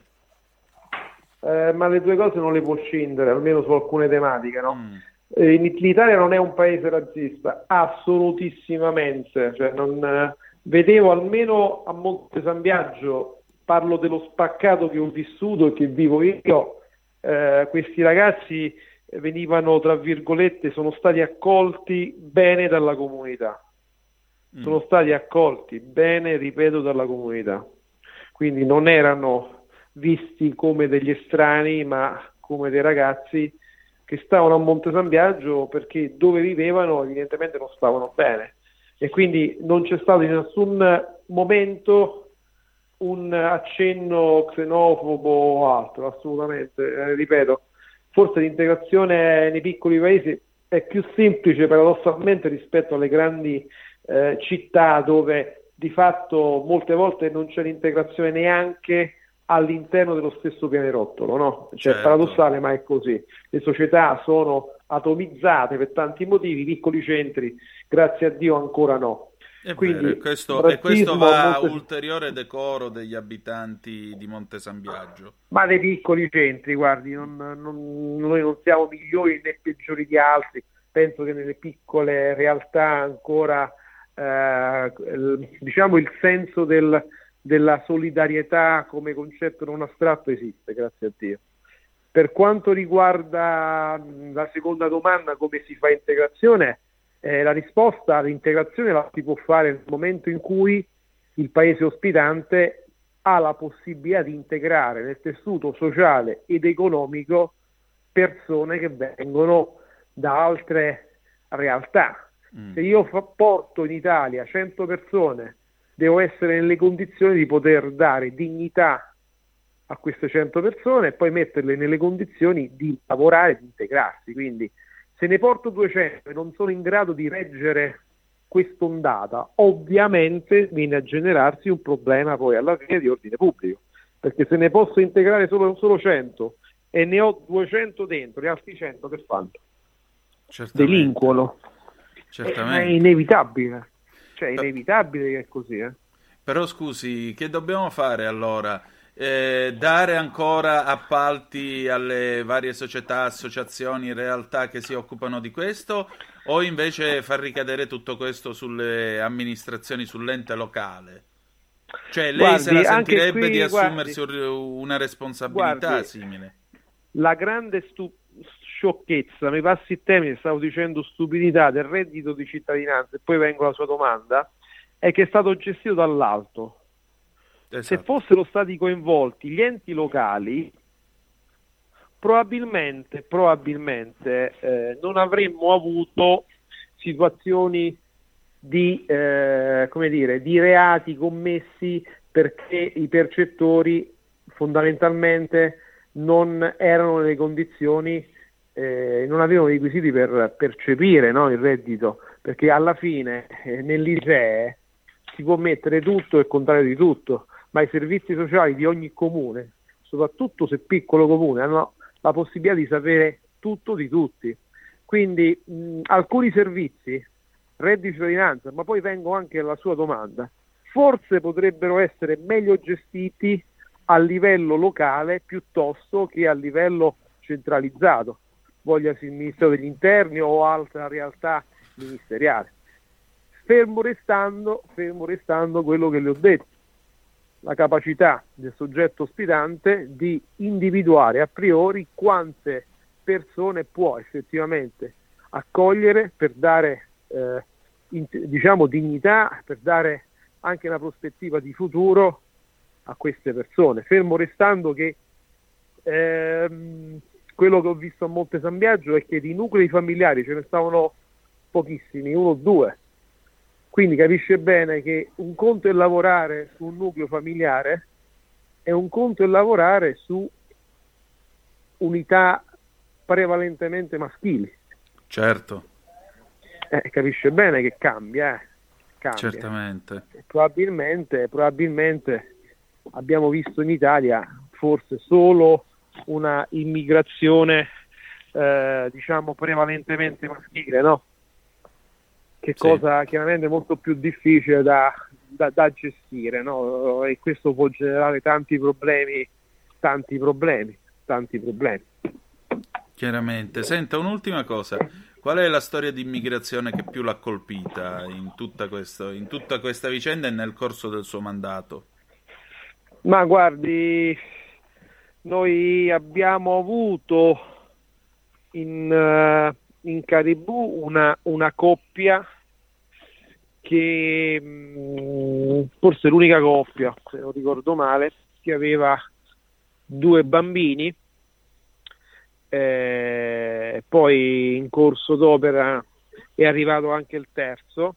Eh, ma le due cose non le può scindere, almeno su alcune tematiche, no? Mm. Eh, l'Italia non è un paese razzista, assolutissimamente. Cioè, non, eh, vedevo almeno a Monte San Biagio, parlo dello spaccato che ho vissuto e che vivo io, eh, questi ragazzi venivano, tra virgolette, sono stati accolti bene dalla comunità. Mm. Sono stati accolti bene, ripeto, dalla comunità. Quindi non erano visti come degli estranei, ma come dei ragazzi che stavano a Monte San Biagio perché dove vivevano evidentemente non stavano bene. E quindi non c'è stato in nessun momento un accenno xenofobo o altro, assolutamente. Eh, ripeto, forse l'integrazione nei piccoli paesi è più semplice paradossalmente rispetto alle grandi eh, città dove di fatto molte volte non c'è l'integrazione neanche all'interno dello stesso pianerottolo, no? Cioè, certo. È paradossale, ma è così. Le società sono atomizzate per tanti motivi, i piccoli centri, grazie a Dio, ancora no. È Quindi, vero, questo, e questo va a molto... ulteriore decoro degli abitanti di Monte San Biagio. Ma nei piccoli centri, guardi, non, non, noi non siamo migliori né peggiori di altri, penso che nelle piccole realtà ancora eh, diciamo il senso del, della solidarietà come concetto non astratto esiste, grazie a Dio. Per quanto riguarda la seconda domanda, come si fa integrazione, Eh, la risposta all'integrazione la si può fare nel momento in cui il paese ospitante ha la possibilità di integrare nel tessuto sociale ed economico persone che vengono da altre realtà. Mm. Se io fa, porto in Italia cento persone, devo essere nelle condizioni di poter dare dignità a queste cento persone e poi metterle nelle condizioni di lavorare e di integrarsi. Quindi se ne porto duecento e non sono in grado di reggere quest'ondata, ovviamente viene a generarsi un problema poi alla fine di ordine pubblico, perché se ne posso integrare solo, solo cento e ne ho duecento dentro, gli altri cento che fanno? Certamente. Delinquono. Certamente. È inevitabile, cioè è inevitabile che è così. Eh. Però scusi, che dobbiamo fare allora? Eh, dare ancora appalti alle varie società, associazioni, realtà che si occupano di questo, o invece far ricadere tutto questo sulle amministrazioni, sull'ente locale? Cioè lei guardi, se la sentirebbe qui, di assumersi guardi, una responsabilità guardi, simile? La grande stu- sciocchezza, mi passi il termine, stavo dicendo stupidità del reddito di cittadinanza, e poi vengo alla sua domanda, è che è stato gestito dall'alto. Esatto. Se fossero stati coinvolti gli enti locali, probabilmente, probabilmente eh, non avremmo avuto situazioni di, eh, come dire, di reati commessi perché i percettori fondamentalmente non erano nelle condizioni, eh, non avevano i requisiti per percepire, no, il reddito, perché alla fine eh, nell'I S E E si può mettere tutto e il contrario di tutto, ma i servizi sociali di ogni comune, soprattutto se piccolo comune, hanno la possibilità di sapere tutto di tutti. Quindi mh, alcuni servizi, reddito di cittadinanza, ma poi vengo anche alla sua domanda, forse potrebbero essere meglio gestiti a livello locale piuttosto che a livello centralizzato, vogliasi il Ministero degli Interni o altra realtà ministeriale. Fermo restando, fermo restando quello che le ho detto, la capacità del soggetto ospitante di individuare a priori quante persone può effettivamente accogliere per dare eh, in, diciamo dignità, per dare anche una prospettiva di futuro a queste persone, fermo restando che ehm, quello che ho visto a Monte San Biagio è che di nuclei familiari ce ne stavano pochissimi, uno o due, quindi capisce bene che un conto è lavorare su un nucleo familiare e un conto è lavorare su unità prevalentemente maschili. Certo. Eh, capisce bene che cambia, eh. cambia. Certamente. Probabilmente, probabilmente abbiamo visto in Italia forse solo una immigrazione eh, diciamo prevalentemente maschile, no? Che sì. Cosa chiaramente molto più difficile da, da, da gestire, no? E questo può generare tanti problemi, tanti problemi, tanti problemi. Chiaramente. Senta, un'ultima cosa. Qual è la storia di immigrazione che più l'ha colpita in tutta, questo, in tutta questa vicenda e nel corso del suo mandato? Ma guardi, noi abbiamo avuto in, uh, in Caribou una, una coppia che mh, forse è l'unica coppia, se non ricordo male, che aveva due bambini, eh, poi in corso d'opera è arrivato anche il terzo,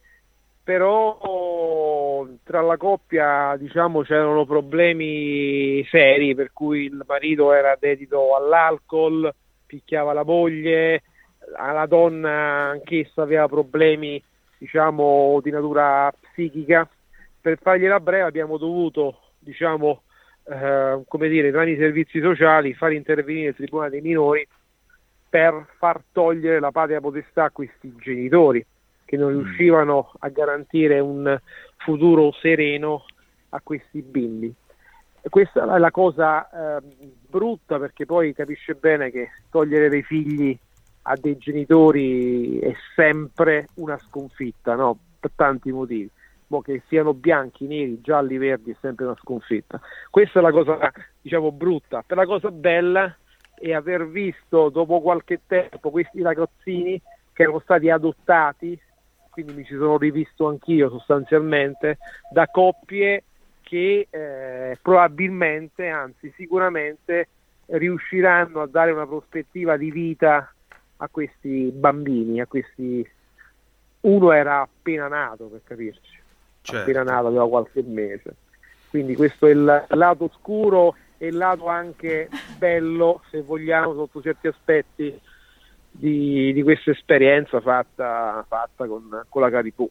però tra la coppia diciamo c'erano problemi seri, per cui il marito era dedito all'alcol, picchiava la moglie, la donna anch'essa aveva problemi diciamo di natura psichica. Per fargliela breve abbiamo dovuto diciamo eh, come dire tramite i servizi sociali far intervenire il Tribunale dei minori per far togliere la patria potestà a questi genitori che non riuscivano a garantire un futuro sereno a questi bimbi. E questa è la cosa eh, brutta, perché poi capisce bene che togliere dei figli a dei genitori è sempre una sconfitta, no? Per tanti motivi. Mo che siano bianchi, neri, gialli, verdi è sempre una sconfitta. Questa è la cosa diciamo brutta. Per la cosa bella è aver visto dopo qualche tempo questi ragazzini che erano stati adottati, quindi mi ci sono rivisto anch'io sostanzialmente, da coppie che eh, probabilmente, anzi sicuramente, riusciranno a dare una prospettiva di vita a questi bambini, a questi... Uno era appena nato, per capirci, certo. appena nato, aveva qualche mese. Quindi questo è il lato oscuro e il lato anche bello, se vogliamo, sotto certi aspetti, Di, di questa esperienza fatta, fatta con, con la Caribou.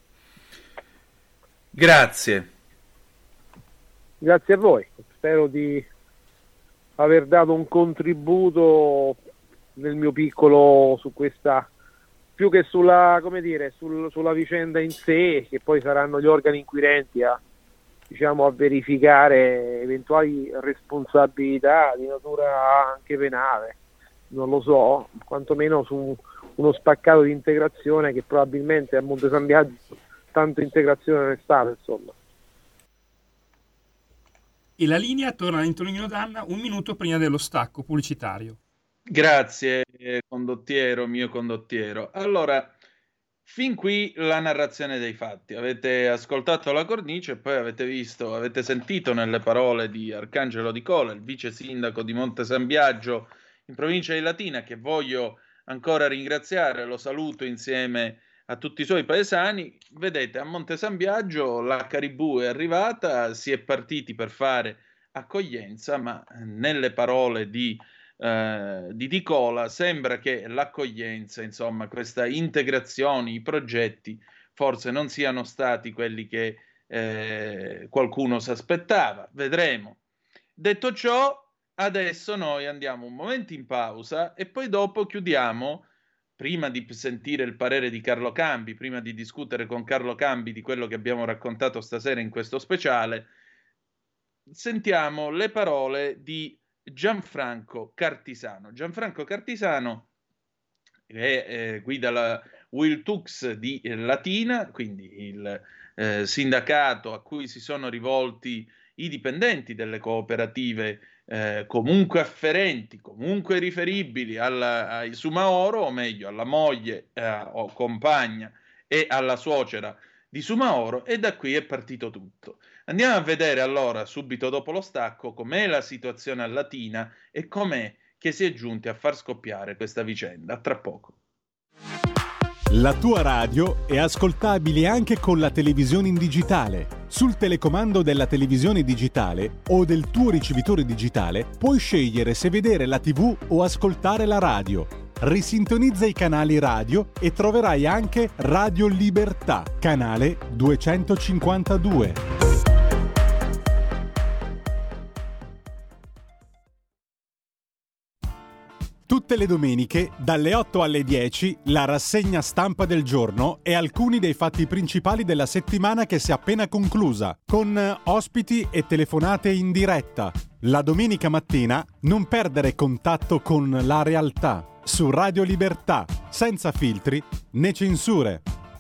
Grazie. Grazie a voi. Spero di aver dato un contributo nel mio piccolo su questa, più che sulla, come dire, sul, sulla vicenda in sé, che poi saranno gli organi inquirenti a, diciamo, a verificare eventuali responsabilità di natura anche penale. Non lo so, quantomeno su uno spaccato di integrazione che probabilmente a Monte San Biagio tanto integrazione non è stata, insomma. E la linea torna a Antonino Danna un minuto prima dello stacco pubblicitario. Grazie, condottiero, mio condottiero. Allora, fin qui la narrazione dei fatti. Avete ascoltato la cornice e poi avete visto, avete sentito nelle parole di Arcangelo Di Cola, il vice sindaco di Monte San Biagio in provincia di Latina, che voglio ancora ringraziare, lo saluto insieme a tutti i suoi paesani. Vedete, a Monte San Biagio la Caribou è arrivata, si è partiti per fare accoglienza, ma nelle parole di Uh, di Di Cola sembra che l'accoglienza, insomma, questa integrazione, i progetti forse non siano stati quelli che eh, qualcuno si aspettava. Vedremo. Detto ciò, adesso noi andiamo un momento in pausa e poi dopo chiudiamo, prima di sentire il parere di Carlo Cambi, prima di discutere con Carlo Cambi di quello che abbiamo raccontato stasera in questo speciale, sentiamo le parole di Gianfranco Cartisano. Gianfranco Cartisano è, eh, guida la Wiltux di Latina, quindi il eh, sindacato a cui si sono rivolti i dipendenti delle cooperative eh, comunque afferenti, comunque riferibili alla, ai Sumaoro, o meglio alla moglie eh, o compagna e alla suocera di Sumaoro, e da qui è partito tutto. Andiamo a vedere allora, subito dopo lo stacco, com'è la situazione a Latina e com'è che si è giunti a far scoppiare questa vicenda. Tra poco. La tua radio è ascoltabile anche con la televisione in digitale. Sul telecomando della televisione digitale o del tuo ricevitore digitale puoi scegliere se vedere la tivù o ascoltare la radio. Risintonizza i canali radio e troverai anche Radio Libertà, canale duecentocinquantadue. Tutte le domeniche, dalle otto alle dieci, la rassegna stampa del giorno e alcuni dei fatti principali della settimana che si è appena conclusa, con ospiti e telefonate in diretta. La domenica mattina non perdere contatto con la realtà. Su Radio Libertà, senza filtri né censure.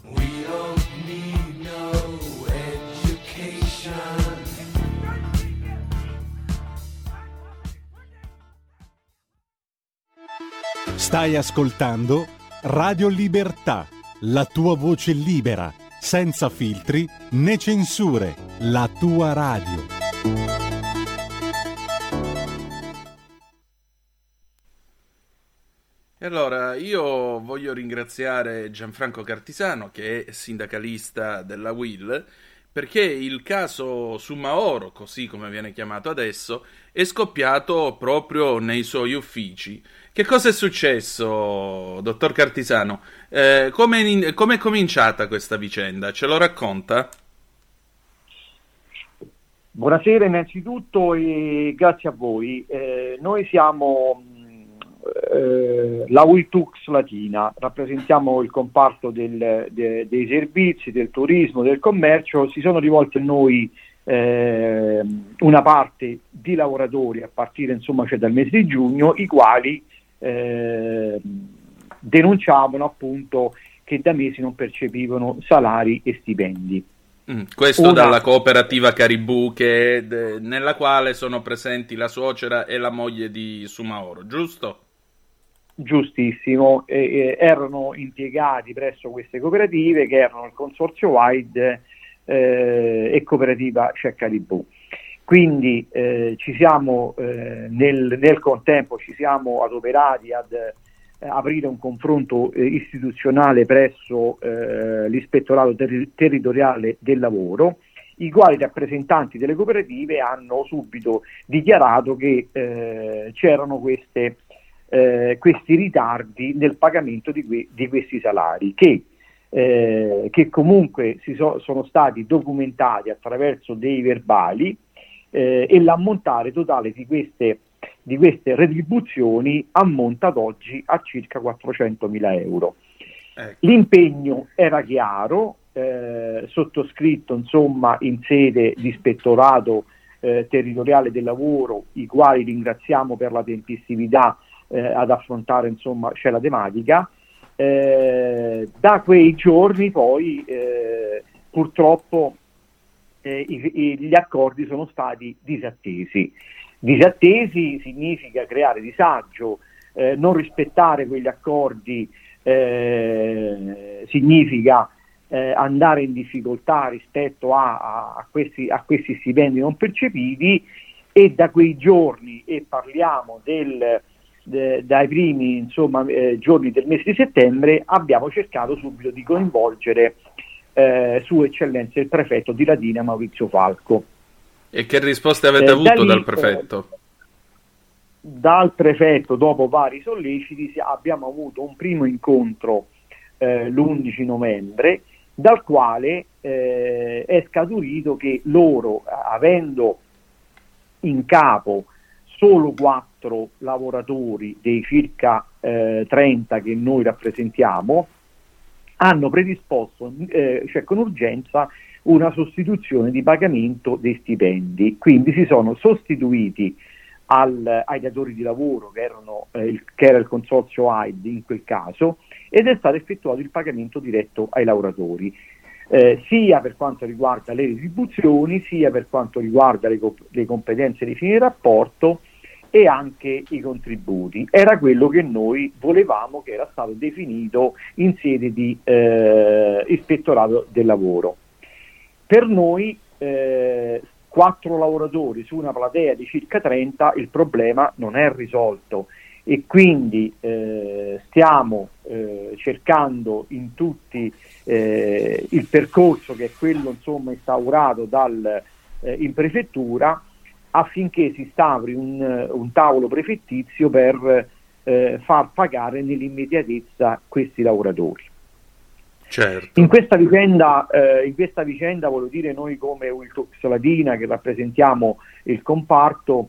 Stai ascoltando Radio Libertà, la tua voce libera, senza filtri né censure, la tua radio. E allora, io voglio ringraziare Gianfranco Cartisano, che è sindacalista della U I L, perché il caso Sumaoro, così come viene chiamato adesso, è scoppiato proprio nei suoi uffici. Che cosa è successo, dottor Cartisano? Eh, come è cominciata questa vicenda? Ce lo racconta? Buonasera innanzitutto e grazie a voi. Eh, noi siamo eh, la Wiltux Latina, rappresentiamo il comparto del, de, dei servizi, del turismo, del commercio. Si sono rivolti a noi eh, una parte di lavoratori a partire insomma cioè dal mese di giugno, i quali eh, denunciavano appunto che da mesi non percepivano salari e stipendi. Mm, questo Una... dalla cooperativa Caribou, che de, nella quale sono presenti la suocera e la moglie di Sumaoro, giusto? Giustissimo, eh, eh, erano impiegati presso queste cooperative che erano il Consorzio Wide eh, e cooperativa C'è Caribou. Quindi eh, ci siamo eh, nel, nel contempo ci siamo adoperati ad eh, aprire un confronto eh, istituzionale presso eh, l'ispettorato ter- territoriale del lavoro, i quali rappresentanti delle cooperative hanno subito dichiarato che eh, c'erano queste, eh, questi ritardi nel pagamento di, que- di questi salari che, eh, che comunque si so- sono stati documentati attraverso dei verbali. Eh, e l'ammontare totale di queste, di queste retribuzioni ammonta ad oggi a circa quattrocentomila euro. Ecco. L'impegno era chiaro, eh, sottoscritto insomma in sede di ispettorato eh, territoriale del lavoro, i quali ringraziamo per la tempestività eh, ad affrontare insomma c'è la tematica. Eh, da quei giorni poi eh, purtroppo Eh, i, gli accordi sono stati disattesi. Disattesi significa creare disagio eh, non rispettare quegli accordi eh, significa eh, andare in difficoltà rispetto a, a, a, questi, a questi stipendi non percepiti, e da quei giorni, e parliamo del, de, dai primi insomma, eh, giorni del mese di settembre, abbiamo cercato subito di coinvolgere eh, Sua Eccellenza il prefetto di Latina, Maurizio Falco. E che risposte avete eh, avuto da lì, dal prefetto? Eh, dal prefetto, dopo vari solleciti, abbiamo avuto un primo incontro eh, l'undici novembre, dal quale eh, è scaturito che loro, avendo in capo solo quattro lavoratori dei circa eh, trenta che noi rappresentiamo, hanno predisposto, eh, cioè con urgenza, una sostituzione di pagamento dei stipendi. Quindi si sono sostituiti al, ai datori di lavoro, che, erano, eh, il, che era il consorzio A I D in quel caso, ed è stato effettuato il pagamento diretto ai lavoratori, eh, sia per quanto riguarda le retribuzioni, sia per quanto riguarda le, co- le competenze di fine rapporto e anche i contributi. Era quello che noi volevamo, che era stato definito in sede di eh, ispettorato del lavoro. Per noi eh, quattro lavoratori su una platea di circa trenta, il problema non è risolto, e quindi eh, stiamo eh, cercando in tutti eh, il percorso, che è quello insomma instaurato dal, eh, in prefettura, affinché si instauri un, un tavolo prefettizio per eh, far pagare nell'immediatezza questi lavoratori. Certo. In questa vicenda, eh, in questa vicenda voglio dire, noi come Wiltux Latina, che rappresentiamo il comparto,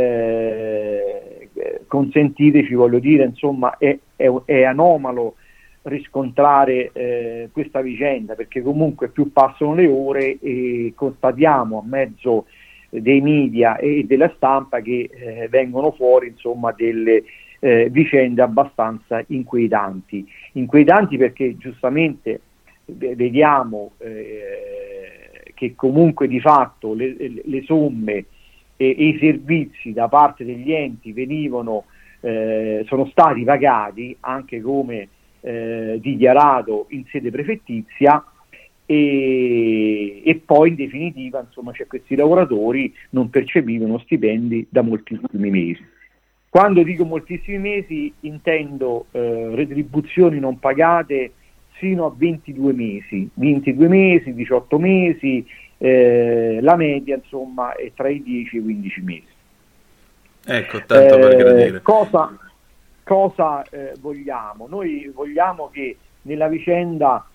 eh, consentiteci, voglio dire, insomma, è, è, è anomalo riscontrare eh, questa vicenda, perché comunque più passano le ore e constatiamo a mezzo dei media e della stampa che eh, vengono fuori insomma delle eh, vicende abbastanza inquietanti. Inquietanti perché giustamente vediamo eh, che comunque di fatto le, le somme e, e i servizi da parte degli enti venivano, eh, sono stati pagati anche come eh, dichiarato in sede prefettizia, e, e poi in definitiva insomma cioè, questi lavoratori non percepivano stipendi da moltissimi mesi. Quando dico moltissimi mesi intendo eh, retribuzioni non pagate sino a ventidue mesi, ventidue mesi, diciotto mesi, eh, la media insomma è tra i dieci e i quindici mesi. Ecco, tanto eh, per gradire. Cosa, cosa eh, vogliamo? Noi vogliamo che nella vicenda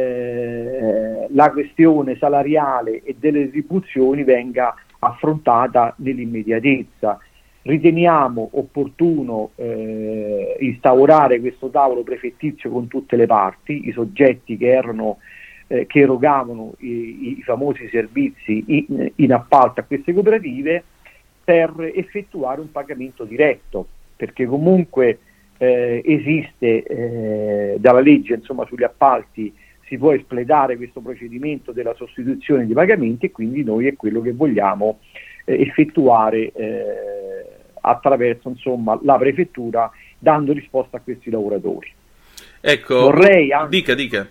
eh, la questione salariale e delle retribuzioni venga affrontata nell'immediatezza. Riteniamo opportuno eh, instaurare questo tavolo prefettizio con tutte le parti, i soggetti che erano eh, che erogavano i, i famosi servizi in, in appalto a queste cooperative, per effettuare un pagamento diretto, perché comunque eh, esiste eh, dalla legge insomma sugli appalti, si può espletare questo procedimento della sostituzione di pagamenti, e quindi noi è quello che vogliamo eh, effettuare eh, attraverso insomma la prefettura, dando risposta a questi lavoratori. Ecco, vorrei anche, dica, dica.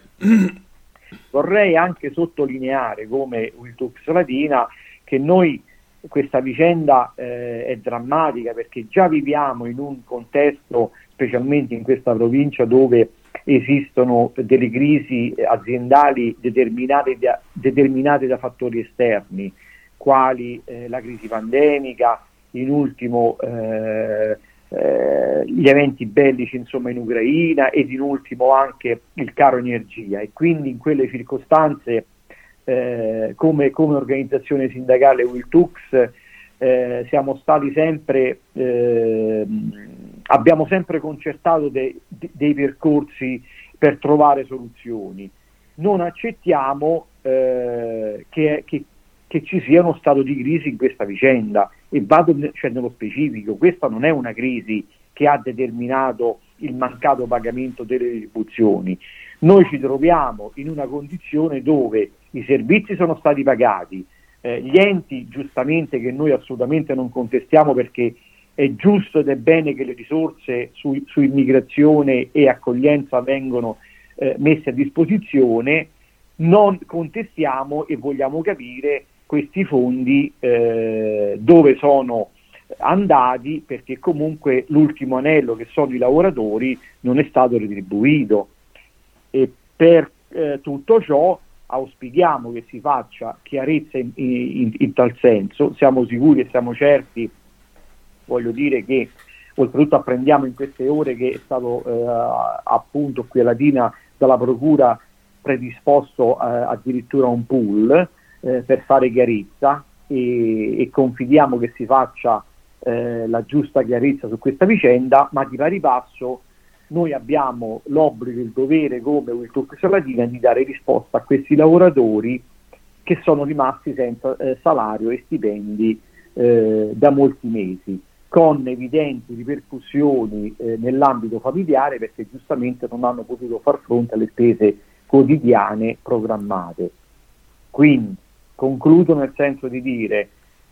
vorrei anche sottolineare come Wiltux Latina che noi questa vicenda eh, è drammatica, perché già viviamo in un contesto, specialmente in questa provincia, dove esistono delle crisi aziendali determinate da, determinate da fattori esterni, quali eh, la crisi pandemica, in ultimo eh, eh, gli eventi bellici insomma in Ucraina, ed in ultimo anche il caro energia, e quindi in quelle circostanze eh, come, come organizzazione sindacale Wiltux eh, siamo stati sempre eh, abbiamo sempre concertato de, de, dei percorsi per trovare soluzioni. Non accettiamo eh, che, che, che ci sia uno stato di crisi in questa vicenda, e vado cioè, nello specifico. Questa non è una crisi che ha determinato il mancato pagamento delle retribuzioni. Noi ci troviamo in una condizione dove i servizi sono stati pagati, eh, gli enti giustamente, che noi assolutamente non contestiamo, perché è giusto ed è bene che le risorse su, su immigrazione e accoglienza vengano eh, messe a disposizione, non contestiamo e vogliamo capire questi fondi eh, dove sono andati, perché comunque l'ultimo anello, che sono i lavoratori, non è stato retribuito, e per eh, tutto ciò auspichiamo che si faccia chiarezza in, in, in tal senso. Siamo sicuri e siamo certi, voglio dire, che oltretutto apprendiamo in queste ore che è stato eh, appunto qui a Latina dalla Procura predisposto eh, addirittura un pool eh, per fare chiarezza, e, e confidiamo che si faccia Eh, la giusta chiarezza su questa vicenda, ma di pari passo noi abbiamo l'obbligo e il dovere come Wild Latina di dare risposta a questi lavoratori che sono rimasti senza eh, salario e stipendi eh, da molti mesi, con evidenti ripercussioni eh, nell'ambito familiare, perché giustamente non hanno potuto far fronte alle spese quotidiane programmate. Quindi concludo nel senso di dire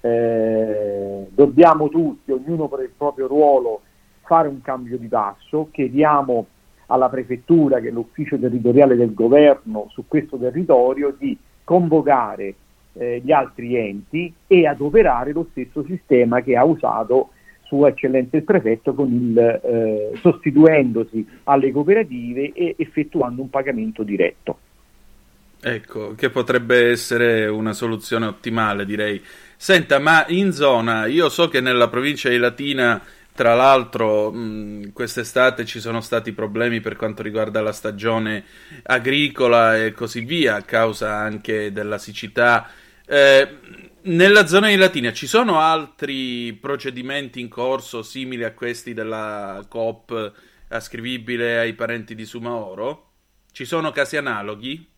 Eh, dobbiamo tutti, ognuno per il proprio ruolo, fare un cambio di passo. Chiediamo alla prefettura, che è l'ufficio territoriale del governo su questo territorio, di convocare eh, gli altri enti e adoperare lo stesso sistema che ha usato Sua Eccellenza il Prefetto, con il, eh, sostituendosi alle cooperative e effettuando un pagamento diretto. Ecco, che potrebbe essere una soluzione ottimale, direi. Senta, ma in zona, io so che nella provincia di Latina, tra l'altro, mh, quest'estate ci sono stati problemi per quanto riguarda la stagione agricola e così via, a causa anche della siccità. Eh, nella zona di Latina ci sono altri procedimenti in corso simili a questi della Coop ascrivibile ai parenti di Sumaoro? Ci sono casi analoghi?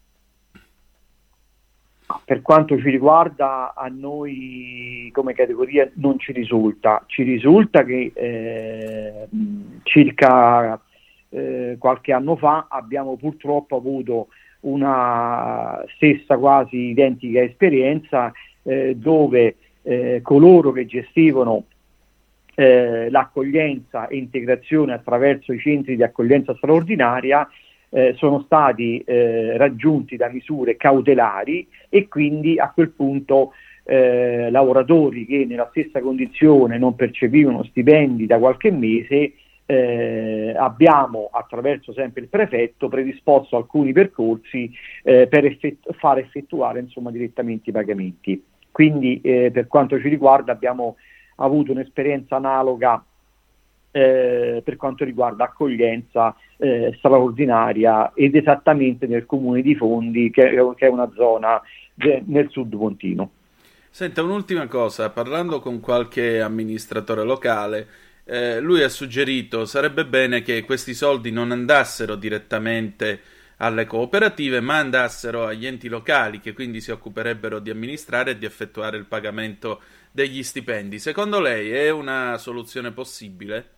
Per quanto ci riguarda, a noi come categoria non ci risulta. Ci risulta che eh, circa eh, qualche anno fa abbiamo purtroppo avuto una stessa quasi identica esperienza eh, dove eh, coloro che gestivano eh, l'accoglienza e integrazione attraverso i centri di accoglienza straordinaria Eh, sono stati eh, raggiunti da misure cautelari, e quindi a quel punto eh, lavoratori che nella stessa condizione non percepivano stipendi da qualche mese, eh, abbiamo attraverso sempre il prefetto predisposto alcuni percorsi eh, per effettu- far effettuare insomma direttamente i pagamenti. Quindi eh, per quanto ci riguarda abbiamo avuto un'esperienza analoga Eh, per quanto riguarda accoglienza eh, straordinaria, ed esattamente nel comune di Fondi, che, che è una zona de, nel sud pontino. Senta, un'ultima cosa, parlando con qualche amministratore locale, eh, lui ha suggerito sarebbe bene che questi soldi non andassero direttamente alle cooperative, ma andassero agli enti locali, che quindi si occuperebbero di amministrare e di effettuare il pagamento degli stipendi. Secondo lei è una soluzione possibile?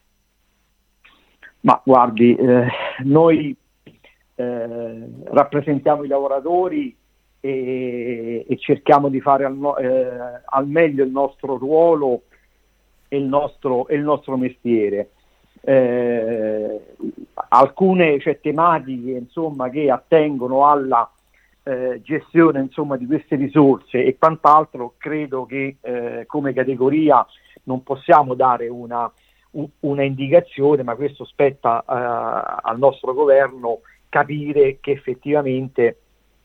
Ma guardi, eh, noi eh, rappresentiamo i lavoratori e, e cerchiamo di fare al, no, eh, al meglio il nostro ruolo e il nostro, e il nostro mestiere. Eh, alcune cioè, tematiche insomma, che attengono alla eh, gestione insomma, di queste risorse e quant'altro, credo che eh, come categoria non possiamo dare una una indicazione, ma questo spetta uh, al nostro governo capire che effettivamente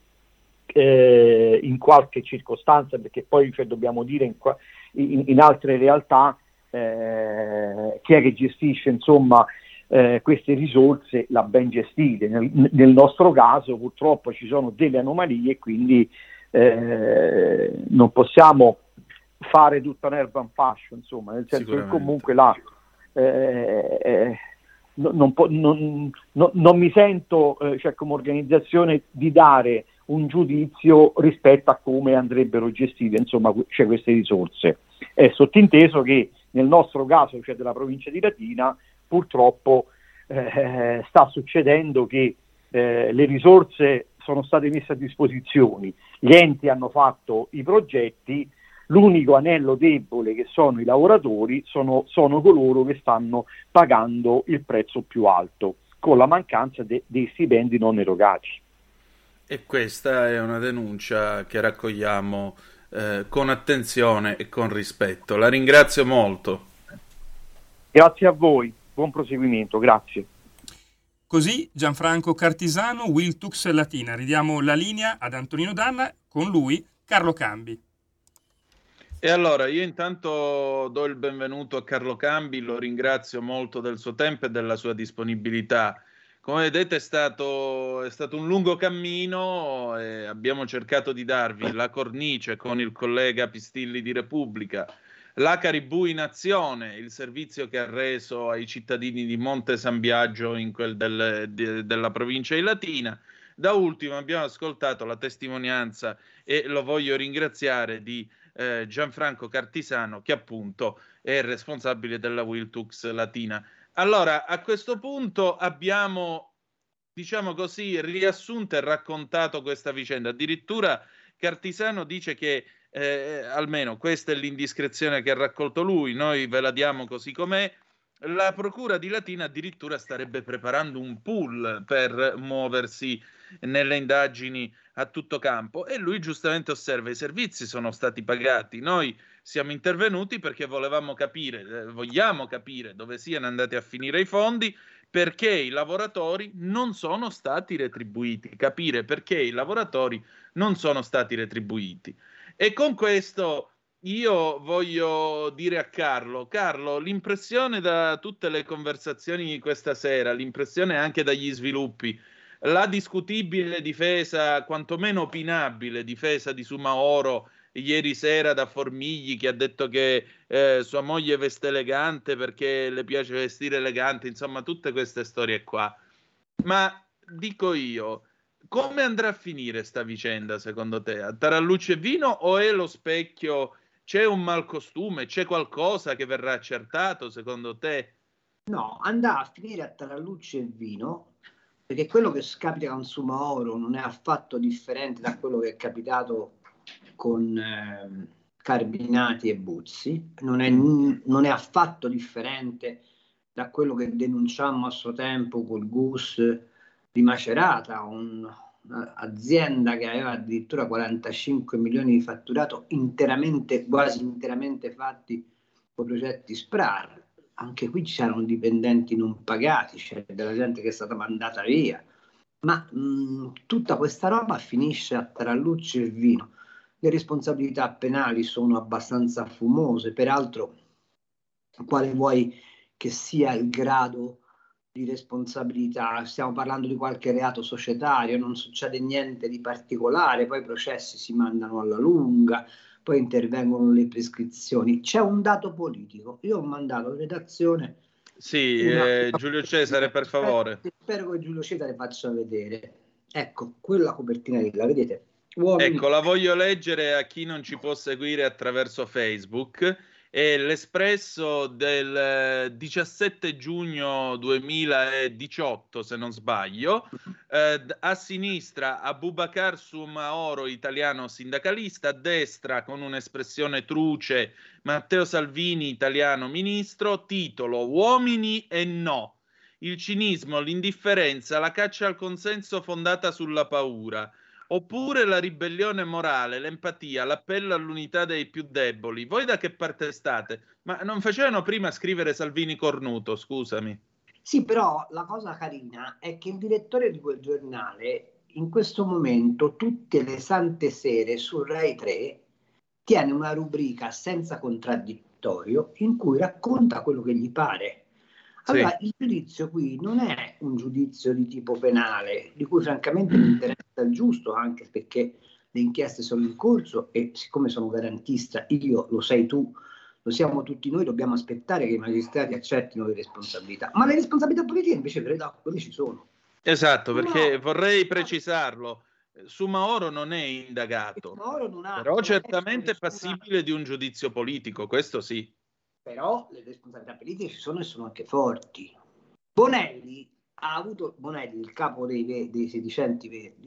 eh, in qualche circostanza, perché poi cioè, dobbiamo dire in, in, in altre realtà eh, chi è che gestisce insomma eh, queste risorse l'ha ben gestite. Nel, nel nostro caso purtroppo ci sono delle anomalie, quindi eh, non possiamo fare tutta un'erba in fascio, insomma, nel senso che comunque la Eh, eh, non, non, non, non mi sento eh, cioè, come organizzazione di dare un giudizio rispetto a come andrebbero gestite insomma, cioè, queste risorse. È sottinteso che nel nostro caso, cioè della provincia di Latina, purtroppo eh, sta succedendo che eh, le risorse sono state messe a disposizione, gli enti hanno fatto i progetti, L'unico anello debole, che sono i lavoratori, sono, sono coloro che stanno pagando il prezzo più alto, con la mancanza de, dei stipendi non erogati. E questa è una denuncia che raccogliamo eh, con attenzione e con rispetto. La ringrazio molto. Grazie a voi, buon proseguimento, grazie. Così Gianfranco Cartisano, Wiltux Latina. Ridiamo la linea ad Antonino Danna, con lui Carlo Cambi. E allora io intanto do il benvenuto a Carlo Cambi, lo ringrazio molto del suo tempo e della sua disponibilità. Come vedete è stato, è stato un lungo cammino e abbiamo cercato di darvi la cornice con il collega Pistilli di Repubblica, la Caribou in azione, il servizio che ha reso ai cittadini di Monte San Biagio in quel del, de, della provincia di Latina. Da ultimo abbiamo ascoltato la testimonianza, e lo voglio ringraziare, di eh, Gianfranco Cartisano, che appunto è responsabile della Wiltux Latina. Allora, a questo punto abbiamo, diciamo così, riassunto e raccontato questa vicenda. Addirittura Cartisano dice che Eh, almeno questa è l'indiscrezione che ha raccolto lui, noi ve la diamo così com'è. La procura di Latina addirittura starebbe preparando un pool per muoversi nelle indagini a tutto campo, e lui giustamente osserva: i servizi sono stati pagati, noi siamo intervenuti perché volevamo capire, eh, vogliamo capire dove siano andati a finire i fondi, perché i lavoratori non sono stati retribuiti, capire perché i lavoratori non sono stati retribuiti. E con questo io voglio dire a Carlo, Carlo, l'impressione da tutte le conversazioni di questa sera, l'impressione anche dagli sviluppi, la discutibile difesa, quantomeno opinabile difesa di Soumahoro ieri sera da Formigli, che ha detto che eh, sua moglie veste elegante perché le piace vestire elegante, insomma tutte queste storie qua. Ma dico io, come andrà a finire sta vicenda secondo te? A tarallucce e vino, o è lo specchio? C'è un malcostume? C'è qualcosa che verrà accertato secondo te? No, andrà a finire a tarallucce e vino, perché quello che capita con Soumahoro non è affatto differente da quello che è capitato con eh, Carminati e Buzzi, non è, non è affatto differente da quello che denunciammo a suo tempo col G U S di Macerata, un'azienda che aveva addirittura quarantacinque milioni di fatturato interamente, quasi interamente fatti con progetti SPRAR. Anche qui c'erano dipendenti non pagati, c'è della gente che è stata mandata via, ma mh, tutta questa roba finisce a tarallucce e vino. Le responsabilità penali sono abbastanza fumose, peraltro quale vuoi che sia il grado di responsabilità? Stiamo parlando di qualche reato societario, non succede niente di particolare, poi i processi si mandano alla lunga, poi intervengono le prescrizioni. C'è un dato politico. Io ho mandato in redazione. Sì, una... eh, Giulio Cesare, per favore. Spero che Giulio Cesare faccia vedere. Ecco, quella copertina lì, la vedete? Uomini. Ecco, la voglio leggere a chi non ci può seguire attraverso Facebook. È l'Espresso del diciassette giugno duemiladiciotto, se non sbaglio. Eh, a sinistra Abubakar Soumahoro, italiano sindacalista; a destra, con un'espressione truce, Matteo Salvini, italiano ministro. Titolo: uomini e no. Il cinismo, l'indifferenza, la caccia al consenso fondata sulla paura. Oppure la ribellione morale, l'empatia, l'appello all'unità dei più deboli. Voi da che parte state? Ma non facevano prima scrivere Salvini cornuto, scusami. Sì, però la cosa carina è che il direttore di quel giornale in questo momento, tutte le sante sere su Rai tre, tiene una rubrica senza contraddittorio in cui racconta quello che gli pare. Allora, sì. Il giudizio qui non è un giudizio di tipo penale, di cui francamente mi interessa il giusto, anche perché le inchieste sono in corso e siccome sono garantista, io, lo sei tu, lo siamo tutti noi, dobbiamo aspettare che i magistrati accettino le responsabilità. Ma le responsabilità politiche invece, credo, quelle ci sono. Esatto, perché no. vorrei precisarlo. Soumahoro non è indagato, non ha, però certamente è passibile di un giudizio politico, questo sì. Però le responsabilità politiche ci sono e sono anche forti. Bonelli ha avuto, Bonelli, il capo dei, dei sedicenti verdi,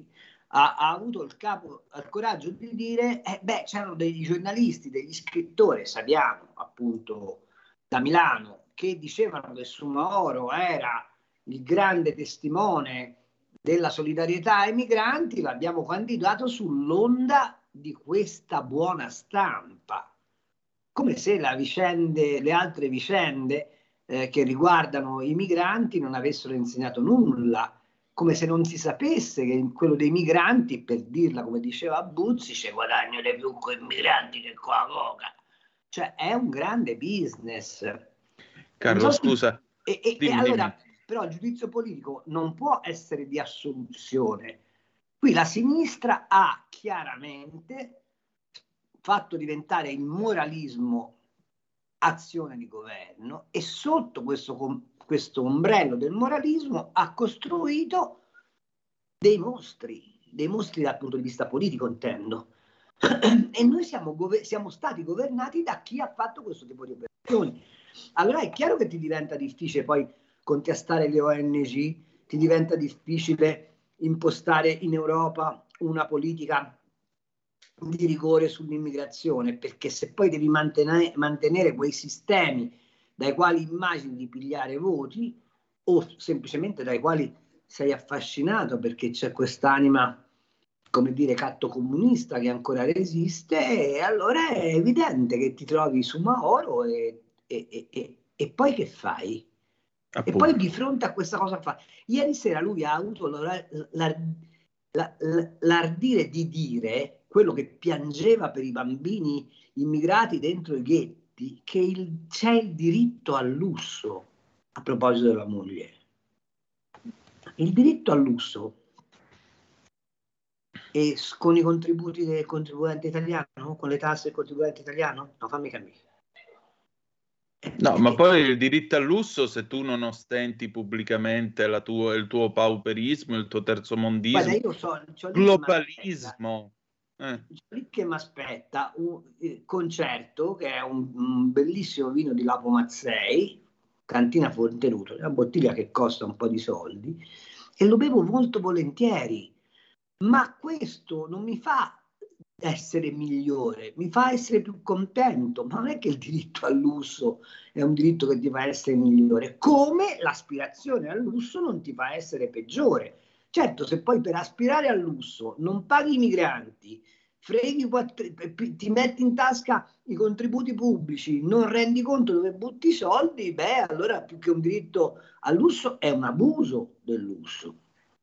ha, ha avuto il capo, il coraggio di dire, eh, beh, c'erano degli giornalisti, degli scrittori, sappiamo appunto da Milano, che dicevano che Soumahoro era il grande testimone della solidarietà ai migranti, l'abbiamo candidato sull'onda di questa buona stampa, come se la vicende, le altre vicende eh, che riguardano i migranti non avessero insegnato nulla, come se non si sapesse che quello dei migranti, per dirla come diceva Buzzi, c'è guadagno di più con i migranti che con la coca. Cioè è un grande business. Carlo, so scusa. Se... E, e, dimmi, e allora, dimmi. però il giudizio politico non può essere di assoluzione. Qui la sinistra ha chiaramente fatto diventare il moralismo azione di governo e sotto questo, questo ombrello del moralismo ha costruito dei mostri, dei mostri dal punto di vista politico intendo. E noi siamo, siamo stati governati da chi ha fatto questo tipo di operazioni. Allora è chiaro che ti diventa difficile poi contestare le O N G, ti diventa difficile impostare in Europa una politica di rigore sull'immigrazione, perché se poi devi mantenere, mantenere quei sistemi dai quali immagini di pigliare voti o semplicemente dai quali sei affascinato perché c'è quest'anima, come dire, cattocomunista che ancora resiste, e allora è evidente che ti trovi Soumahoro e, e, e, e, e poi che fai? Appunto. E poi di fronte a questa cosa fa. Ieri sera lui ha avuto l'ardire la, la, la, di dire quello che piangeva per i bambini immigrati dentro i ghetti, che il, c'è il diritto al lusso, a proposito della moglie. Il diritto al lusso e con i contributi del contribuente italiano, con le tasse del contribuente italiano? No, fammi capire. No, ma poi il diritto al lusso, se tu non ostenti pubblicamente la tuo, il tuo pauperismo, il tuo terzomondismo, Guarda, io so, globalismo. Eh. Lì che mi aspetta un eh, concerto che è un, un bellissimo vino di Lapo Mazzei, Cantina Fontenuto, una bottiglia che costa un po' di soldi e lo bevo molto volentieri, ma questo non mi fa essere migliore, mi fa essere più contento, ma non è che il diritto al lusso è un diritto che ti fa essere migliore, come l'aspirazione al lusso non ti fa essere peggiore. Certo, se poi per aspirare al lusso non paghi i migranti, freghi, ti metti in tasca i contributi pubblici, non rendi conto dove butti i soldi, beh, allora più che un diritto al lusso è un abuso del lusso.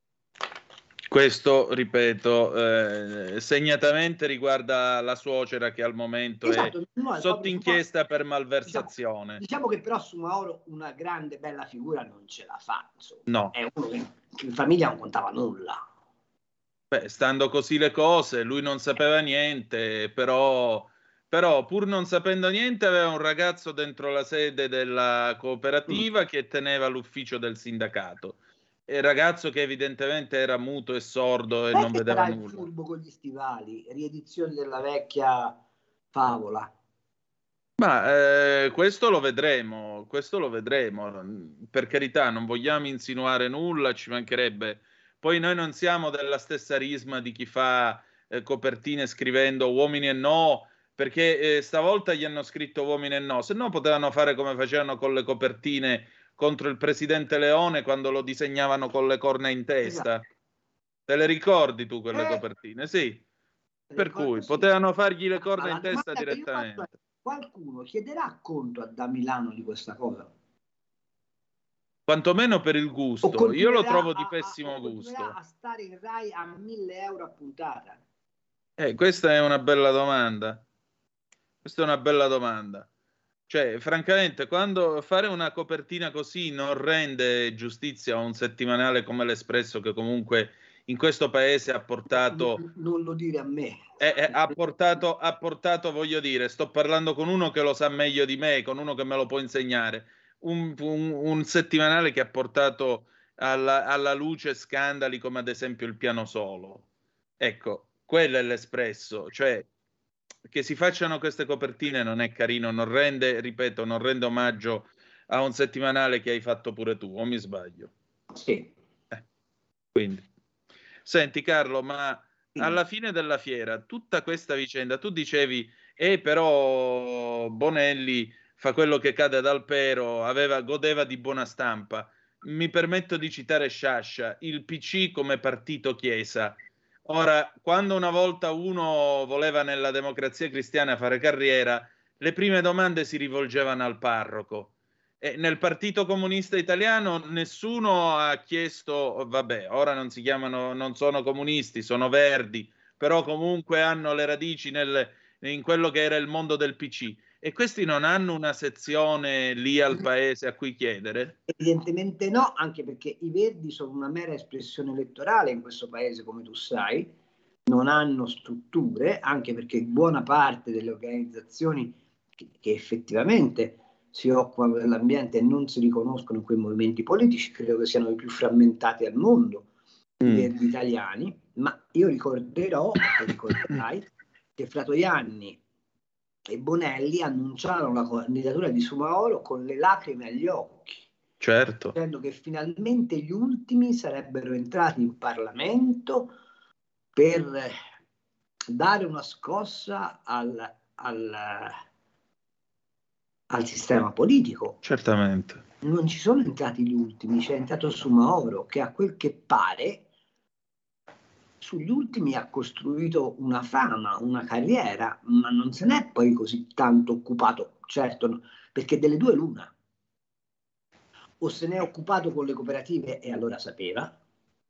Questo, ripeto, eh, segnatamente riguarda la suocera che al momento esatto, è no, sotto inchiesta per malversazione. Diciamo, diciamo che però Soumahoro una grande bella figura non ce la fa. Insomma. No. È uno che, che in famiglia non contava nulla. Beh, stando così le cose, lui non sapeva niente, però, però pur non sapendo niente aveva un ragazzo dentro la sede della cooperativa mm. che teneva l'ufficio del sindacato. Il ragazzo che evidentemente era muto e sordo e Beh, non vedeva nulla. Il furbo con gli stivali, riedizione della vecchia favola. Ma eh, questo lo vedremo, questo lo vedremo. Per carità, non vogliamo insinuare nulla, ci mancherebbe. Poi noi non siamo della stessa risma di chi fa eh, copertine scrivendo uomini e no, perché eh, stavolta gli hanno scritto uomini e no, se no potevano fare come facevano con le copertine contro il presidente Leone quando lo disegnavano con le corna in testa. Esatto. Te le ricordi tu quelle eh, per ricordo, cui sì. Potevano fargli le corna in testa direttamente. Faccio, qualcuno chiederà conto a da Milano di questa cosa? Quantomeno per il gusto. Io lo trovo di pessimo a, gusto. A stare in Rai a mille euro a puntata. Eh, questa è una bella domanda. Questa è una bella domanda. Cioè, francamente, quando fare una copertina così non rende giustizia a un settimanale come l'Espresso, che comunque in questo paese ha portato... Non, non lo dire a me. Eh, eh, ha portato, ha portato, voglio dire, sto parlando con uno che lo sa meglio di me, con uno che me lo può insegnare, un, un, un settimanale che ha portato alla, alla luce scandali come ad esempio il Piano Solo. Ecco, quello è l'Espresso, cioè... che si facciano queste copertine non è carino, non rende, ripeto, non rende omaggio a un settimanale che hai fatto pure tu, o mi sbaglio? Sì. Eh, quindi. Senti Carlo, ma alla fine della fiera, tutta questa vicenda, tu dicevi, eh però Bonelli fa quello che cade dal pero, aveva, godeva di buona stampa. Mi permetto di citare Sciascia, il P C come partito chiesa. Ora, quando una volta uno voleva nella Democrazia Cristiana fare carriera, le prime domande si rivolgevano al parroco. E nel Partito Comunista Italiano nessuno ha chiesto, vabbè, ora non si chiamano, non sono comunisti, sono verdi, però comunque hanno le radici nel, in quello che era il mondo del P C. E questi non hanno una sezione lì al paese a cui chiedere? Evidentemente no, anche perché i Verdi sono una mera espressione elettorale in questo paese, come tu sai, non hanno strutture, anche perché buona parte delle organizzazioni che, che effettivamente si occupano dell'ambiente e non si riconoscono in quei movimenti politici, credo che siano i più frammentati al mondo, mm. i Verdi italiani, ma io ricorderò, ricorderai, che Fratoianni e Bonelli annunciarono la candidatura di Soumahoro con le lacrime agli occhi, certo, dicendo che finalmente gli ultimi sarebbero entrati in Parlamento per dare una scossa al, al, al sistema politico. Certamente. Non ci sono entrati gli ultimi, c'è entrato Soumahoro, che a quel che pare sugli ultimi ha costruito una fama, una carriera, ma non se n'è poi così tanto occupato, certo, perché delle due l'una. O se ne è occupato con le cooperative e allora sapeva,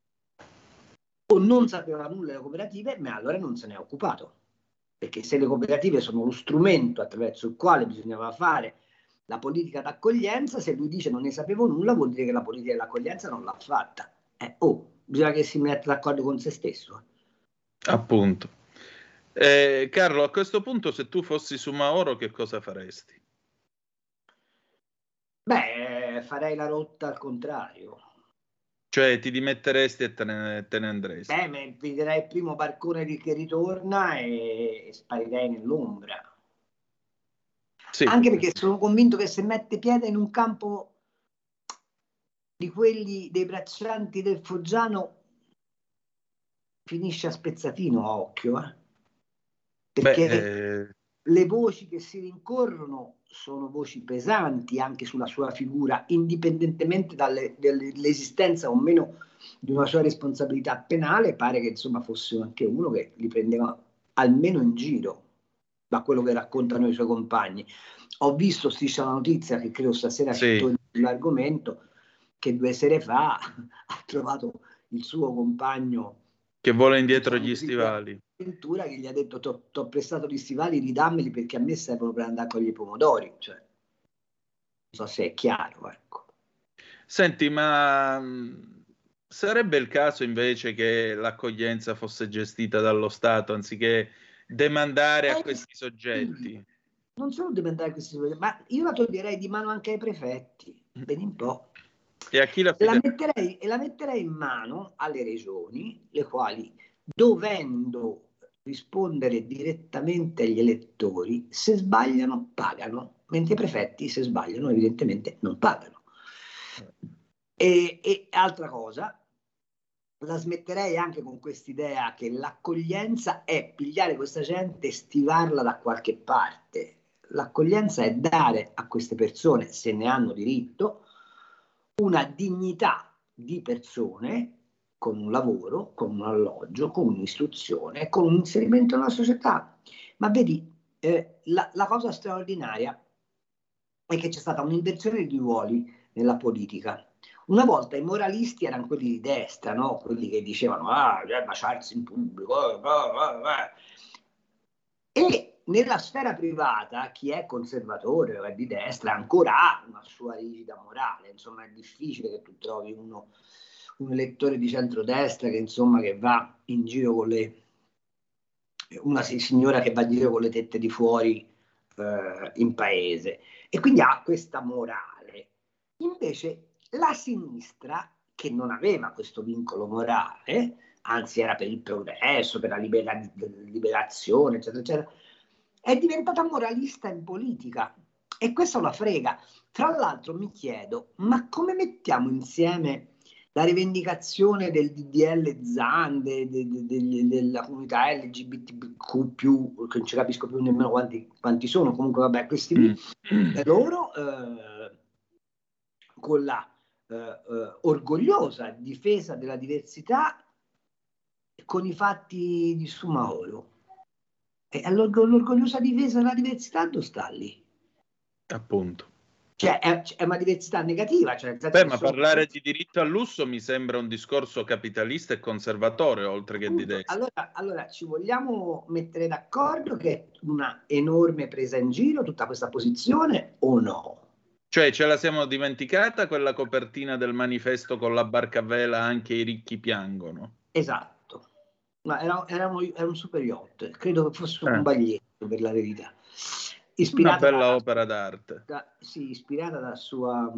o non sapeva nulla delle cooperative, ma allora non se ne è occupato. Perché se le cooperative sono lo strumento attraverso il quale bisognava fare la politica d'accoglienza, se lui dice non ne sapevo nulla, vuol dire che la politica dell'accoglienza non l'ha fatta. Eh, oh, bisogna che si metta d'accordo con se stesso. Appunto. Eh, Carlo, a questo punto, se tu fossi Soumahoro, che cosa faresti? Beh, farei la rotta al contrario. Cioè, ti dimetteresti e te ne, te ne andresti? Beh, mi vedrei il primo barcone che ritorna e, e sparirei nell'ombra. Sì. Anche perché sono convinto che se mette piede in un campo di quelli dei braccianti del Foggiano finisce a spezzatino a occhio, eh? Perché Beh, eh... le voci che si rincorrono sono voci pesanti anche sulla sua figura, indipendentemente dalle, dall'esistenza o meno di una sua responsabilità penale. Pare che insomma fosse anche uno che li prendeva almeno in giro, da quello che raccontano i suoi compagni. Ho visto, striscia la notizia, che credo stasera sì. ci torni sull'argomento, che due sere fa ha trovato il suo compagno che vuole indietro gli stivali, che gli ha detto ti ho prestato gli stivali, ridammeli perché a me servono per andare con i pomodori. Cioè, non so se è chiaro, ecco. Senti, ma sarebbe il caso invece che l'accoglienza fosse gestita dallo Stato anziché demandare a questi soggetti? Non solo demandare a questi soggetti, ma io la toglierei di mano anche ai prefetti, vedi un po'. E a chi la, la metterei, e la metterei in mano alle regioni, le quali, dovendo rispondere direttamente agli elettori, se sbagliano pagano, mentre i prefetti se sbagliano evidentemente non pagano. E, e altra cosa, la smetterei anche con quest'idea che l'accoglienza è pigliare questa gente e stivarla da qualche parte. L'accoglienza è dare a queste persone, se ne hanno diritto, una dignità di persone con un lavoro, con un alloggio, con un'istruzione, con un inserimento nella società. Ma vedi, eh, la, la cosa straordinaria è che c'è stata un'inversione di ruoli nella politica. Una volta i moralisti erano quelli di destra, no? Quelli che dicevano ah, bisogna baciarsi in pubblico, eh, eh, eh. E nella sfera privata chi è conservatore o è di destra ancora ha una sua rigida morale. Insomma, è difficile che tu trovi uno, un elettore di centrodestra che insomma che va in giro con le una signora che va in giro con le tette di fuori eh, in paese, e quindi ha questa morale. Invece la sinistra, che non aveva questo vincolo morale, anzi era per il progresso, per la libera, liberazione, eccetera, eccetera, è diventata moralista in politica, e questo la frega. Tra l'altro mi chiedo, ma come mettiamo insieme la rivendicazione del D D L Zan, de, de, de, de, della comunità L G B T Q più, che non ci capisco più nemmeno quanti, quanti sono, comunque vabbè, questi lì, mm. loro eh, con la eh, eh, orgogliosa difesa della diversità con i fatti di Soumahoro. E l'orgogliosa difesa della diversità dove sta lì? Appunto. Cioè è, è una diversità negativa. Cioè, Beh, ma parlare di diritto al lusso mi sembra un discorso capitalista e conservatore, oltre che di destra. Allora, allora ci vogliamo mettere d'accordo che è una enorme presa in giro tutta questa posizione o no? Cioè ce la siamo dimenticata quella copertina del manifesto con la barca a vela anche i ricchi piangono? Esatto. Ma era, era, un, era un super yacht, credo che fosse un eh. baglietto per la verità. Ispirata una bella da, opera d'arte. Da, sì, ispirata da sua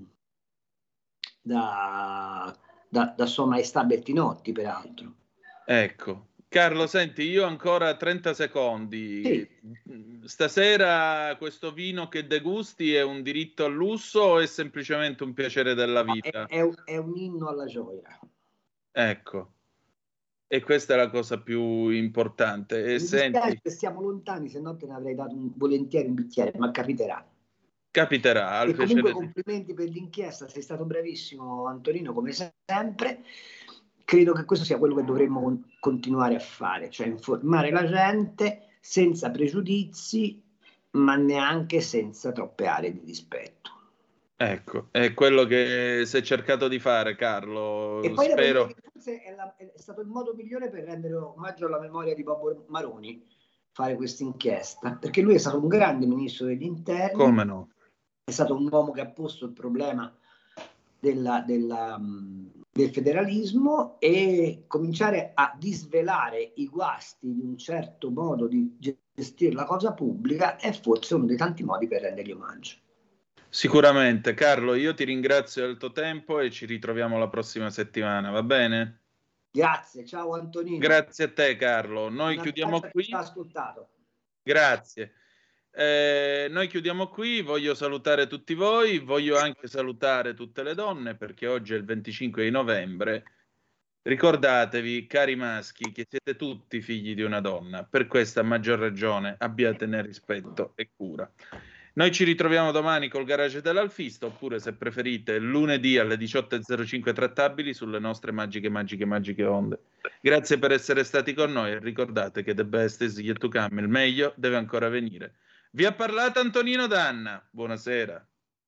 da, da, da sua maestà Bertinotti, peraltro. Ecco. Carlo, senti, io ancora trenta secondi. Sì. Stasera questo vino che degusti è un diritto al lusso o è semplicemente un piacere della vita? È, è, è un inno alla gioia. Ecco. E questa è la cosa più importante. E Mi senti... dispiace che stiamo lontani, se no te ne avrei dato un, volentieri un bicchiere, ma capiterà. Capiterà. Al e comunque piacere... complimenti per l'inchiesta, sei stato bravissimo Antonino, come sempre. Credo che questo sia quello che dovremmo continuare a fare, cioè informare la gente senza pregiudizi, ma neanche senza troppe aree di dispetto. Ecco, è quello che si è cercato di fare, Carlo. E poi Spero... che forse è, la, è stato il modo migliore per rendere omaggio alla memoria di Bobo Maroni, fare questa inchiesta, perché lui è stato un grande ministro degli interni. Come no? È stato un uomo che ha posto il problema della, della, del federalismo, e cominciare a disvelare i guasti di un certo modo di gestire la cosa pubblica è forse uno dei tanti modi per rendergli omaggio. Sicuramente. Carlo, io ti ringrazio del tuo tempo e ci ritroviamo la prossima settimana, va bene? Grazie, ciao Antonino. Grazie a te, Carlo. Noi Una chiudiamo qui. Ci ha ascoltato. Grazie. Eh, noi chiudiamo qui, voglio salutare tutti voi, voglio anche salutare tutte le donne perché oggi è il venticinque di novembre. Ricordatevi, cari maschi, che siete tutti figli di una donna, per questa a maggior ragione abbiatene rispetto e cura. Noi ci ritroviamo domani col Garage dell'Alfista, oppure se preferite lunedì alle diciotto e zero cinque trattabili sulle nostre magiche, magiche, magiche onde. Grazie per essere stati con noi e ricordate che the best is yet to come, il meglio deve ancora venire. Vi ha parlato Antonino Danna, buonasera.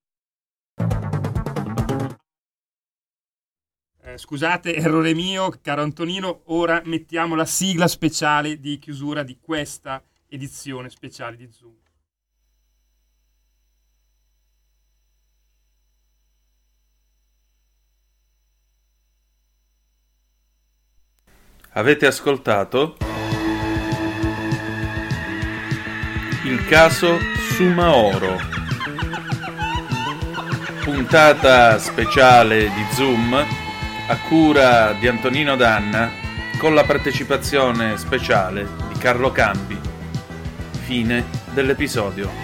Eh, scusate, errore mio, caro Antonino, ora mettiamo la sigla speciale di chiusura di questa edizione speciale di Zoom. Avete ascoltato il caso Soumahoro, puntata speciale di Zoom a cura di Antonino Danna con la partecipazione speciale di Carlo Cambi. Fine dell'episodio.